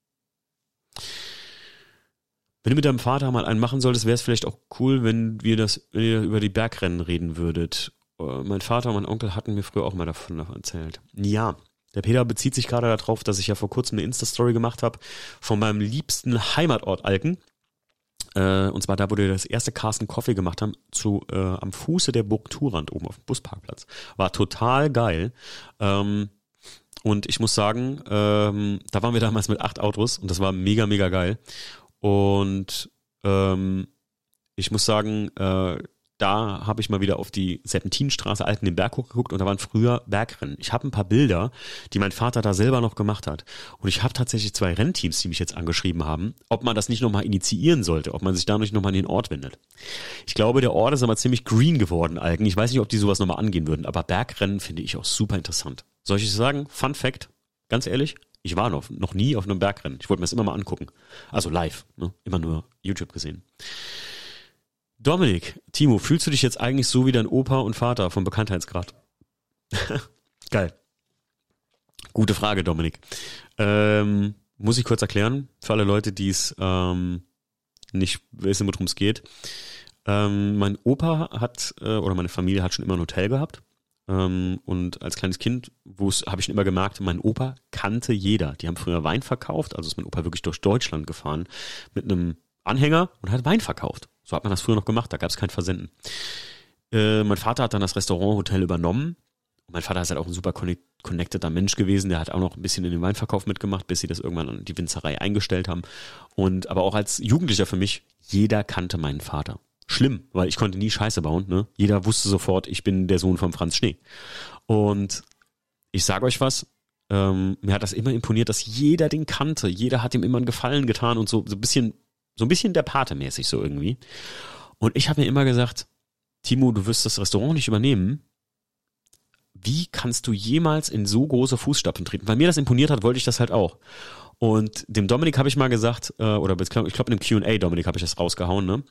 Wenn du mit deinem Vater mal einen machen solltest, wäre es vielleicht auch cool, wenn wir das, wenn ihr über die Bergrennen reden würdet. Mein Vater und mein Onkel hatten mir früher auch mal davon erzählt. Ja, der Peter bezieht sich gerade darauf, dass ich ja vor kurzem eine Insta-Story gemacht habe von meinem liebsten Heimatort Alken. Äh, und zwar da, wo wir das erste Carsten Coffee gemacht haben, zu äh, am Fuße der Burg Thurand oben auf dem Busparkplatz. War total geil. Ähm, und ich muss sagen, ähm, da waren wir damals mit acht Autos und das war mega, mega geil. Und ähm, ich muss sagen, äh, da habe ich mal wieder auf die Serpentinstraße Alten den Berg hochgeguckt und da waren früher Bergrennen. Ich habe ein paar Bilder, die mein Vater da selber noch gemacht hat. Und ich habe tatsächlich zwei Rennteams, die mich jetzt angeschrieben haben, ob man das nicht nochmal initiieren sollte, ob man sich da nicht nochmal an den Ort wendet. Ich glaube, der Ort ist aber ziemlich green geworden, Alken. Ich weiß nicht, ob die sowas nochmal angehen würden, aber Bergrennen finde ich auch super interessant. Soll ich sagen? Fun Fact, ganz ehrlich, ich war noch, noch nie auf einem Bergrennen. Ich wollte mir das immer mal angucken. Also live, ne? Immer nur YouTube gesehen. Dominik, Timo, fühlst du dich jetzt eigentlich so wie dein Opa und Vater vom Bekanntheitsgrad? Geil. Gute Frage, Dominik. Ähm, muss ich kurz erklären, für alle Leute, die es ähm, nicht wissen, worum es geht. Ähm, mein Opa hat, äh, oder meine Familie hat schon immer ein Hotel gehabt. Ähm, und als kleines Kind habe ich schon immer gemerkt, mein Opa kannte jeder. Die haben früher Wein verkauft, also ist mein Opa wirklich durch Deutschland gefahren mit einem Anhänger und hat Wein verkauft. So hat man das früher noch gemacht, da gab es kein Versenden. Äh, mein Vater hat dann das Restaurant, Hotel übernommen. Und mein Vater ist halt auch ein super connecteder Mensch gewesen, der hat auch noch ein bisschen in den Weinverkauf mitgemacht, bis sie das irgendwann an die Winzerei eingestellt haben. Und aber auch als Jugendlicher für mich, jeder kannte meinen Vater. Schlimm, weil ich konnte nie Scheiße bauen, ne? Jeder wusste sofort, ich bin der Sohn von Franz Schnee. Und ich sage euch was, ähm, mir hat das immer imponiert, dass jeder den kannte, jeder hat ihm immer einen Gefallen getan und so, so ein bisschen, so ein bisschen der Pate mäßig so irgendwie. Und ich habe mir immer gesagt, Timo, du wirst das Restaurant nicht übernehmen. Wie kannst du jemals in so große Fußstapfen treten? Weil mir das imponiert hat, wollte ich das halt auch. Und dem Dominik habe ich mal gesagt, äh, oder ich glaube in dem Q and A, Dominik, habe ich das rausgehauen, ne?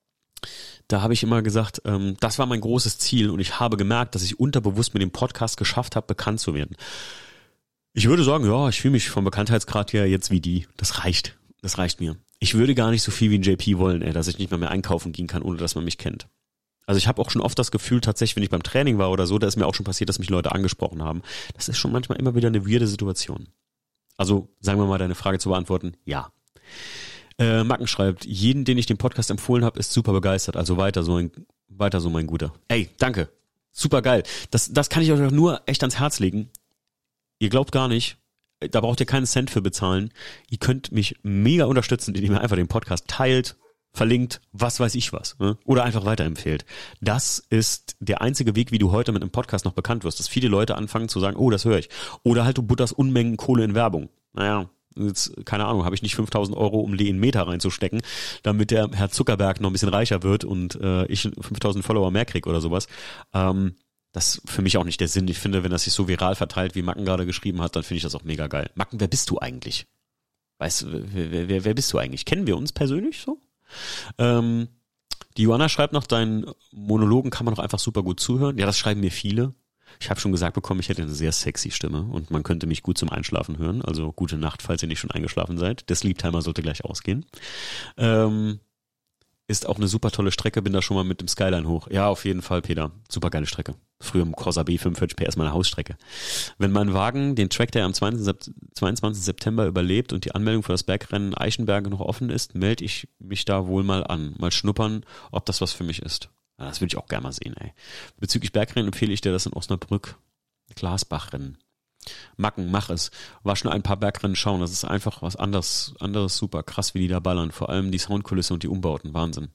Da habe ich immer gesagt, ähm, das war mein großes Ziel und ich habe gemerkt, dass ich unterbewusst mit dem Podcast geschafft habe, bekannt zu werden. Ich würde sagen, ja, ich fühle mich vom Bekanntheitsgrad her jetzt wie die. Das reicht. Das reicht mir. Ich würde gar nicht so viel wie ein J P wollen, ey, dass ich nicht mal mehr einkaufen gehen kann, ohne dass man mich kennt. Also ich habe auch schon oft das Gefühl, tatsächlich, wenn ich beim Training war oder so, da ist mir auch schon passiert, dass mich Leute angesprochen haben. Das ist schon manchmal immer wieder eine weirde Situation. Also sagen wir mal, deine Frage zu beantworten, ja. Äh, Macken schreibt, jeden, den ich den Podcast empfohlen habe, ist super begeistert. Also weiter so, ein, weiter so mein Guter. Ey, danke. Super geil. Das, das kann ich euch nur echt ans Herz legen. Ihr glaubt gar nicht, da braucht ihr keinen Cent für bezahlen. Ihr könnt mich mega unterstützen, indem ihr einfach den Podcast teilt, verlinkt, was weiß ich was, ne? Oder einfach weiterempfehlt. Das ist der einzige Weg, wie du heute mit einem Podcast noch bekannt wirst, dass viele Leute anfangen zu sagen, oh, das höre ich. Oder halt du butterst Unmengen Kohle in Werbung. Naja, jetzt, keine Ahnung, habe ich nicht fünftausend Euro, um Lee in Meter reinzustecken, damit der Herr Zuckerberg noch ein bisschen reicher wird und äh, ich fünftausend Follower mehr krieg oder sowas. Ähm, das ist für mich auch nicht der Sinn. Ich finde, wenn das sich so viral verteilt, wie Macken gerade geschrieben hat, dann finde ich das auch mega geil. Macken, wer bist du eigentlich? Weißt du, wer, wer, wer bist du eigentlich? Kennen wir uns persönlich so? Ähm, die Joanna schreibt noch, deinen Monologen kann man doch einfach super gut zuhören. Ja, das schreiben mir viele. Ich habe schon gesagt bekommen, ich hätte eine sehr sexy Stimme und man könnte mich gut zum Einschlafen hören. Also gute Nacht, falls ihr nicht schon eingeschlafen seid. Der Sleep-Timer sollte gleich ausgehen. Ähm, ist auch eine super tolle Strecke, bin da schon mal mit dem Skyline hoch. Ja, auf jeden Fall, Peter. Super geile Strecke. Früher im Corsa B fünfundvierzig P S meine Hausstrecke. Wenn mein Wagen den Track, der am zweiundzwanzigsten September überlebt und die Anmeldung für das Bergrennen Eichenberge noch offen ist, melde ich mich da wohl mal an. Mal schnuppern, ob das was für mich ist. Ja, das würde ich auch gerne mal sehen, ey. Bezüglich Bergrennen empfehle ich dir das in Osnabrück. Glasbachrennen. Macken, mach es. War schon ein paar Bergrennen schauen. Das ist einfach was anderes, anderes super krass, wie die da ballern. Vor allem die Soundkulisse und die Umbauten. Wahnsinn.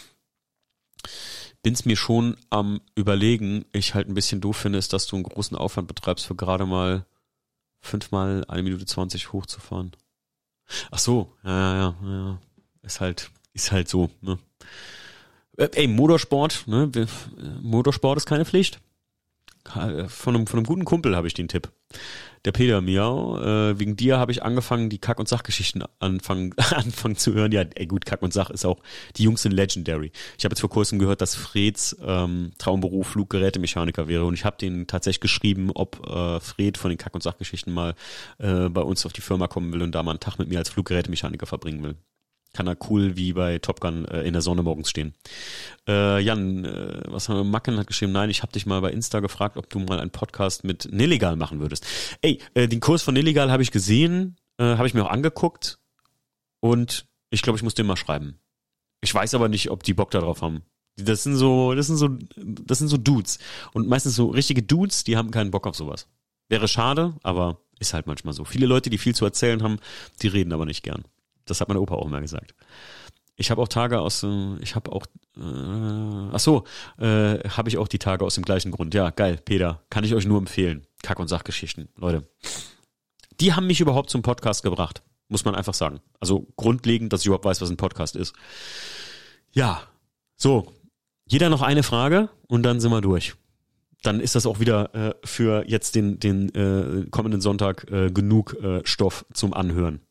Bin's mir schon am Überlegen. Ich halt ein bisschen doof finde, ist, dass du einen großen Aufwand betreibst, für gerade mal fünfmal eine Minute zwanzig hochzufahren. Ach so, ja, ja, ja, ja. Ist halt, ist halt so, ne. Ey, Motorsport, ne? Motorsport ist keine Pflicht. Von einem, von einem guten Kumpel habe ich den Tipp. Der Peter Miau, äh, wegen dir habe ich angefangen, die Kack- und Sachgeschichten anfangen, anfangen zu hören. Ja, ey, gut, Kack und Sach ist auch, die Jungs sind legendary. Ich habe jetzt vor kurzem gehört, dass Freds ähm, Traumberuf Fluggerätemechaniker wäre und ich habe denen tatsächlich geschrieben, ob äh, Fred von den Kack- und Sachgeschichten mal äh, bei uns auf die Firma kommen will und da mal einen Tag mit mir als Fluggerätemechaniker verbringen will. Kann er cool wie bei Top Gun äh, in der Sonne morgens stehen. Äh, Jan, äh, was haben wir? Macken hat geschrieben, nein, ich habe dich mal bei Insta gefragt, ob du mal einen Podcast mit Nillegal machen würdest. Ey, äh, den Kurs von Nillegal habe ich gesehen, äh, habe ich mir auch angeguckt und ich glaube, ich muss den mal schreiben. Ich weiß aber nicht, ob die Bock da drauf haben. Das sind so, das sind so, das sind so Dudes und meistens so richtige Dudes, die haben keinen Bock auf sowas. Wäre schade, aber ist halt manchmal so. Viele Leute, die viel zu erzählen haben, die reden aber nicht gern. Das hat mein Opa auch immer gesagt. Ich habe auch Tage aus, äh, ich habe auch, äh, ach so, äh, habe ich auch die Tage aus dem gleichen Grund. Ja, geil, Peter, kann ich euch nur empfehlen. Kack- und Sachgeschichten, Leute. Die haben mich überhaupt zum Podcast gebracht, muss man einfach sagen. Also grundlegend, dass ich überhaupt weiß, was ein Podcast ist. Ja, so, jeder noch eine Frage und dann sind wir durch. Dann ist das auch wieder äh, für jetzt den, den äh, kommenden Sonntag äh, genug äh, Stoff zum Anhören.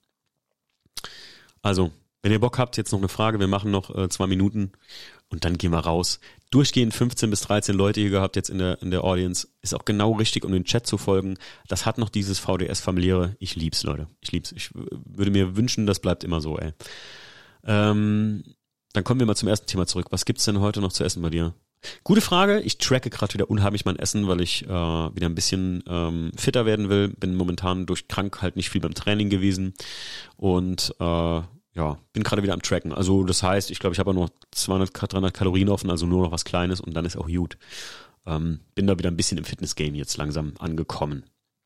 Also, wenn ihr Bock habt, jetzt noch eine Frage, wir machen noch äh, zwei Minuten und dann gehen wir raus. Durchgehend fünfzehn bis dreizehn Leute hier gehabt jetzt in der in der Audience. Ist auch genau richtig, um den Chat zu folgen. Das hat noch dieses V D S-familiäre. Ich lieb's, Leute. Ich lieb's. Ich w- würde mir wünschen, das bleibt immer so, ey. Ähm, dann kommen wir mal zum ersten Thema zurück. Was gibt's denn heute noch zu essen bei dir? Gute Frage. Ich tracke gerade wieder unheimlich mein Essen, weil ich äh, wieder ein bisschen ähm, fitter werden will. Bin momentan durch krank halt nicht viel beim Training gewesen und äh, ja, bin gerade wieder am Tracken. Also das heißt, ich glaube, ich habe auch noch zweihundert, dreihundert Kalorien offen, also nur noch was Kleines und dann ist auch gut. Ähm, bin da wieder ein bisschen im Fitness-Game jetzt langsam angekommen.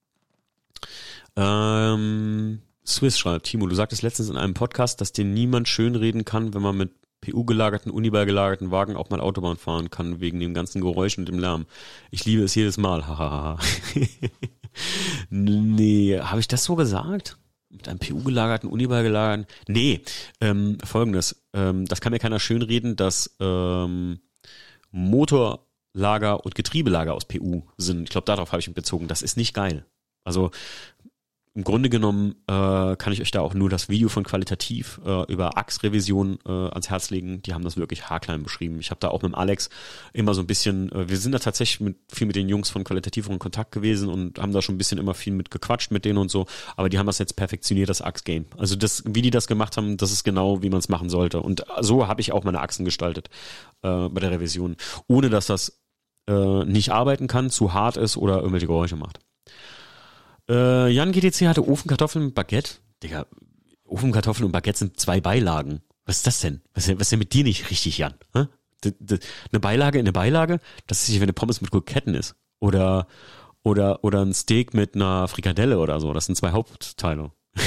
Ähm, Swiss schreibt, Timo, du sagtest letztens in einem Podcast, dass dir niemand schönreden kann, wenn man mit P U-gelagerten, Uniball-gelagerten Wagen auch mal Autobahn fahren kann, wegen dem ganzen Geräusch und dem Lärm. Ich liebe es jedes Mal. Hahaha. Nee, habe ich das so gesagt? Mit einem P U-gelagerten, Uniball-gelagerten? Nee, ähm, folgendes. Ähm, das kann mir keiner schönreden, dass ähm, Motorlager und Getriebelager aus P U sind. Ich glaube, darauf habe ich mich bezogen. Das ist nicht geil. Also im Grunde genommen äh, kann ich euch da auch nur das Video von Qualitativ äh, über A X-Revision äh, ans Herz legen. Die haben das wirklich haarklein beschrieben. Ich habe da auch mit dem Alex immer so ein bisschen, äh, wir sind da tatsächlich mit, viel mit den Jungs von Qualitativ in Kontakt gewesen und haben da schon ein bisschen immer viel mit gequatscht mit denen und so. Aber die haben das jetzt perfektioniert, das A X-Game. Also das, wie die das gemacht haben, das ist genau, wie man es machen sollte. Und so habe ich auch meine Achsen gestaltet äh, bei der Revision. Ohne, dass das äh, nicht arbeiten kann, zu hart ist oder irgendwelche Geräusche macht. Äh, Jan G T C hatte Ofenkartoffeln mit Baguette. Digga, Ofenkartoffeln und Baguette sind zwei Beilagen. Was ist das denn? Was ist denn mit dir nicht richtig, Jan? Hä? D- d- eine Beilage in eine Beilage? Das ist nicht, wenn eine Pommes mit Kroketten ist. Oder, oder, oder ein Steak mit einer Frikadelle oder so. Das sind zwei Hauptteile.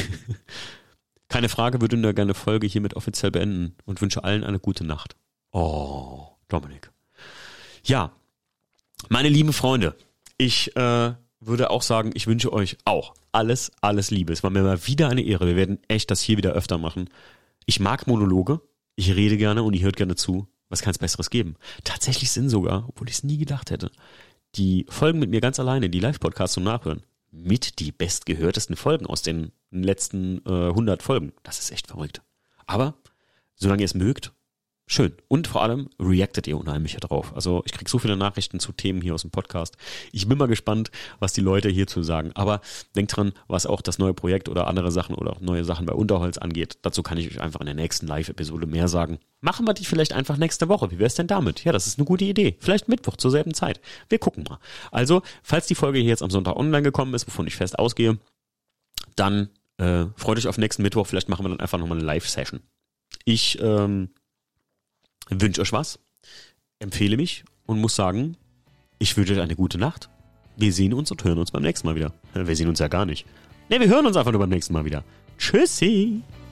Keine Frage, würde eine gerne Folge hiermit offiziell beenden und wünsche allen eine gute Nacht. Oh, Dominik. Ja, meine lieben Freunde, ich, äh, würde auch sagen, ich wünsche euch auch alles, alles Liebe. Es war mir mal wieder eine Ehre. Wir werden echt das hier wieder öfter machen. Ich mag Monologe. Ich rede gerne und ihr hört gerne zu. Was kann es Besseres geben? Tatsächlich sind sogar, obwohl ich es nie gedacht hätte, die Folgen mit mir ganz alleine, die Live-Podcasts zum Nachhören, mit die bestgehörtesten Folgen aus den letzten äh, hundert Folgen. Das ist echt verrückt. Aber solange ihr es mögt, schön. Und vor allem reactet ihr unheimlich drauf. Also ich kriege so viele Nachrichten zu Themen hier aus dem Podcast. Ich bin mal gespannt, was die Leute hierzu sagen. Aber denkt dran, was auch das neue Projekt oder andere Sachen oder auch neue Sachen bei Unterholz angeht. Dazu kann ich euch einfach in der nächsten Live-Episode mehr sagen. Machen wir die vielleicht einfach nächste Woche. Wie wäre es denn damit? Ja, das ist eine gute Idee. Vielleicht Mittwoch zur selben Zeit. Wir gucken mal. Also, falls die Folge hier jetzt am Sonntag online gekommen ist, wovon ich fest ausgehe, dann äh, freut euch auf nächsten Mittwoch. Vielleicht machen wir dann einfach nochmal eine Live-Session. Ich, ähm, wünsche euch was, empfehle mich und muss sagen, ich wünsche euch eine gute Nacht. Wir sehen uns und hören uns beim nächsten Mal wieder. Wir sehen uns ja gar nicht. Ne, wir hören uns einfach nur beim nächsten Mal wieder. Tschüssi!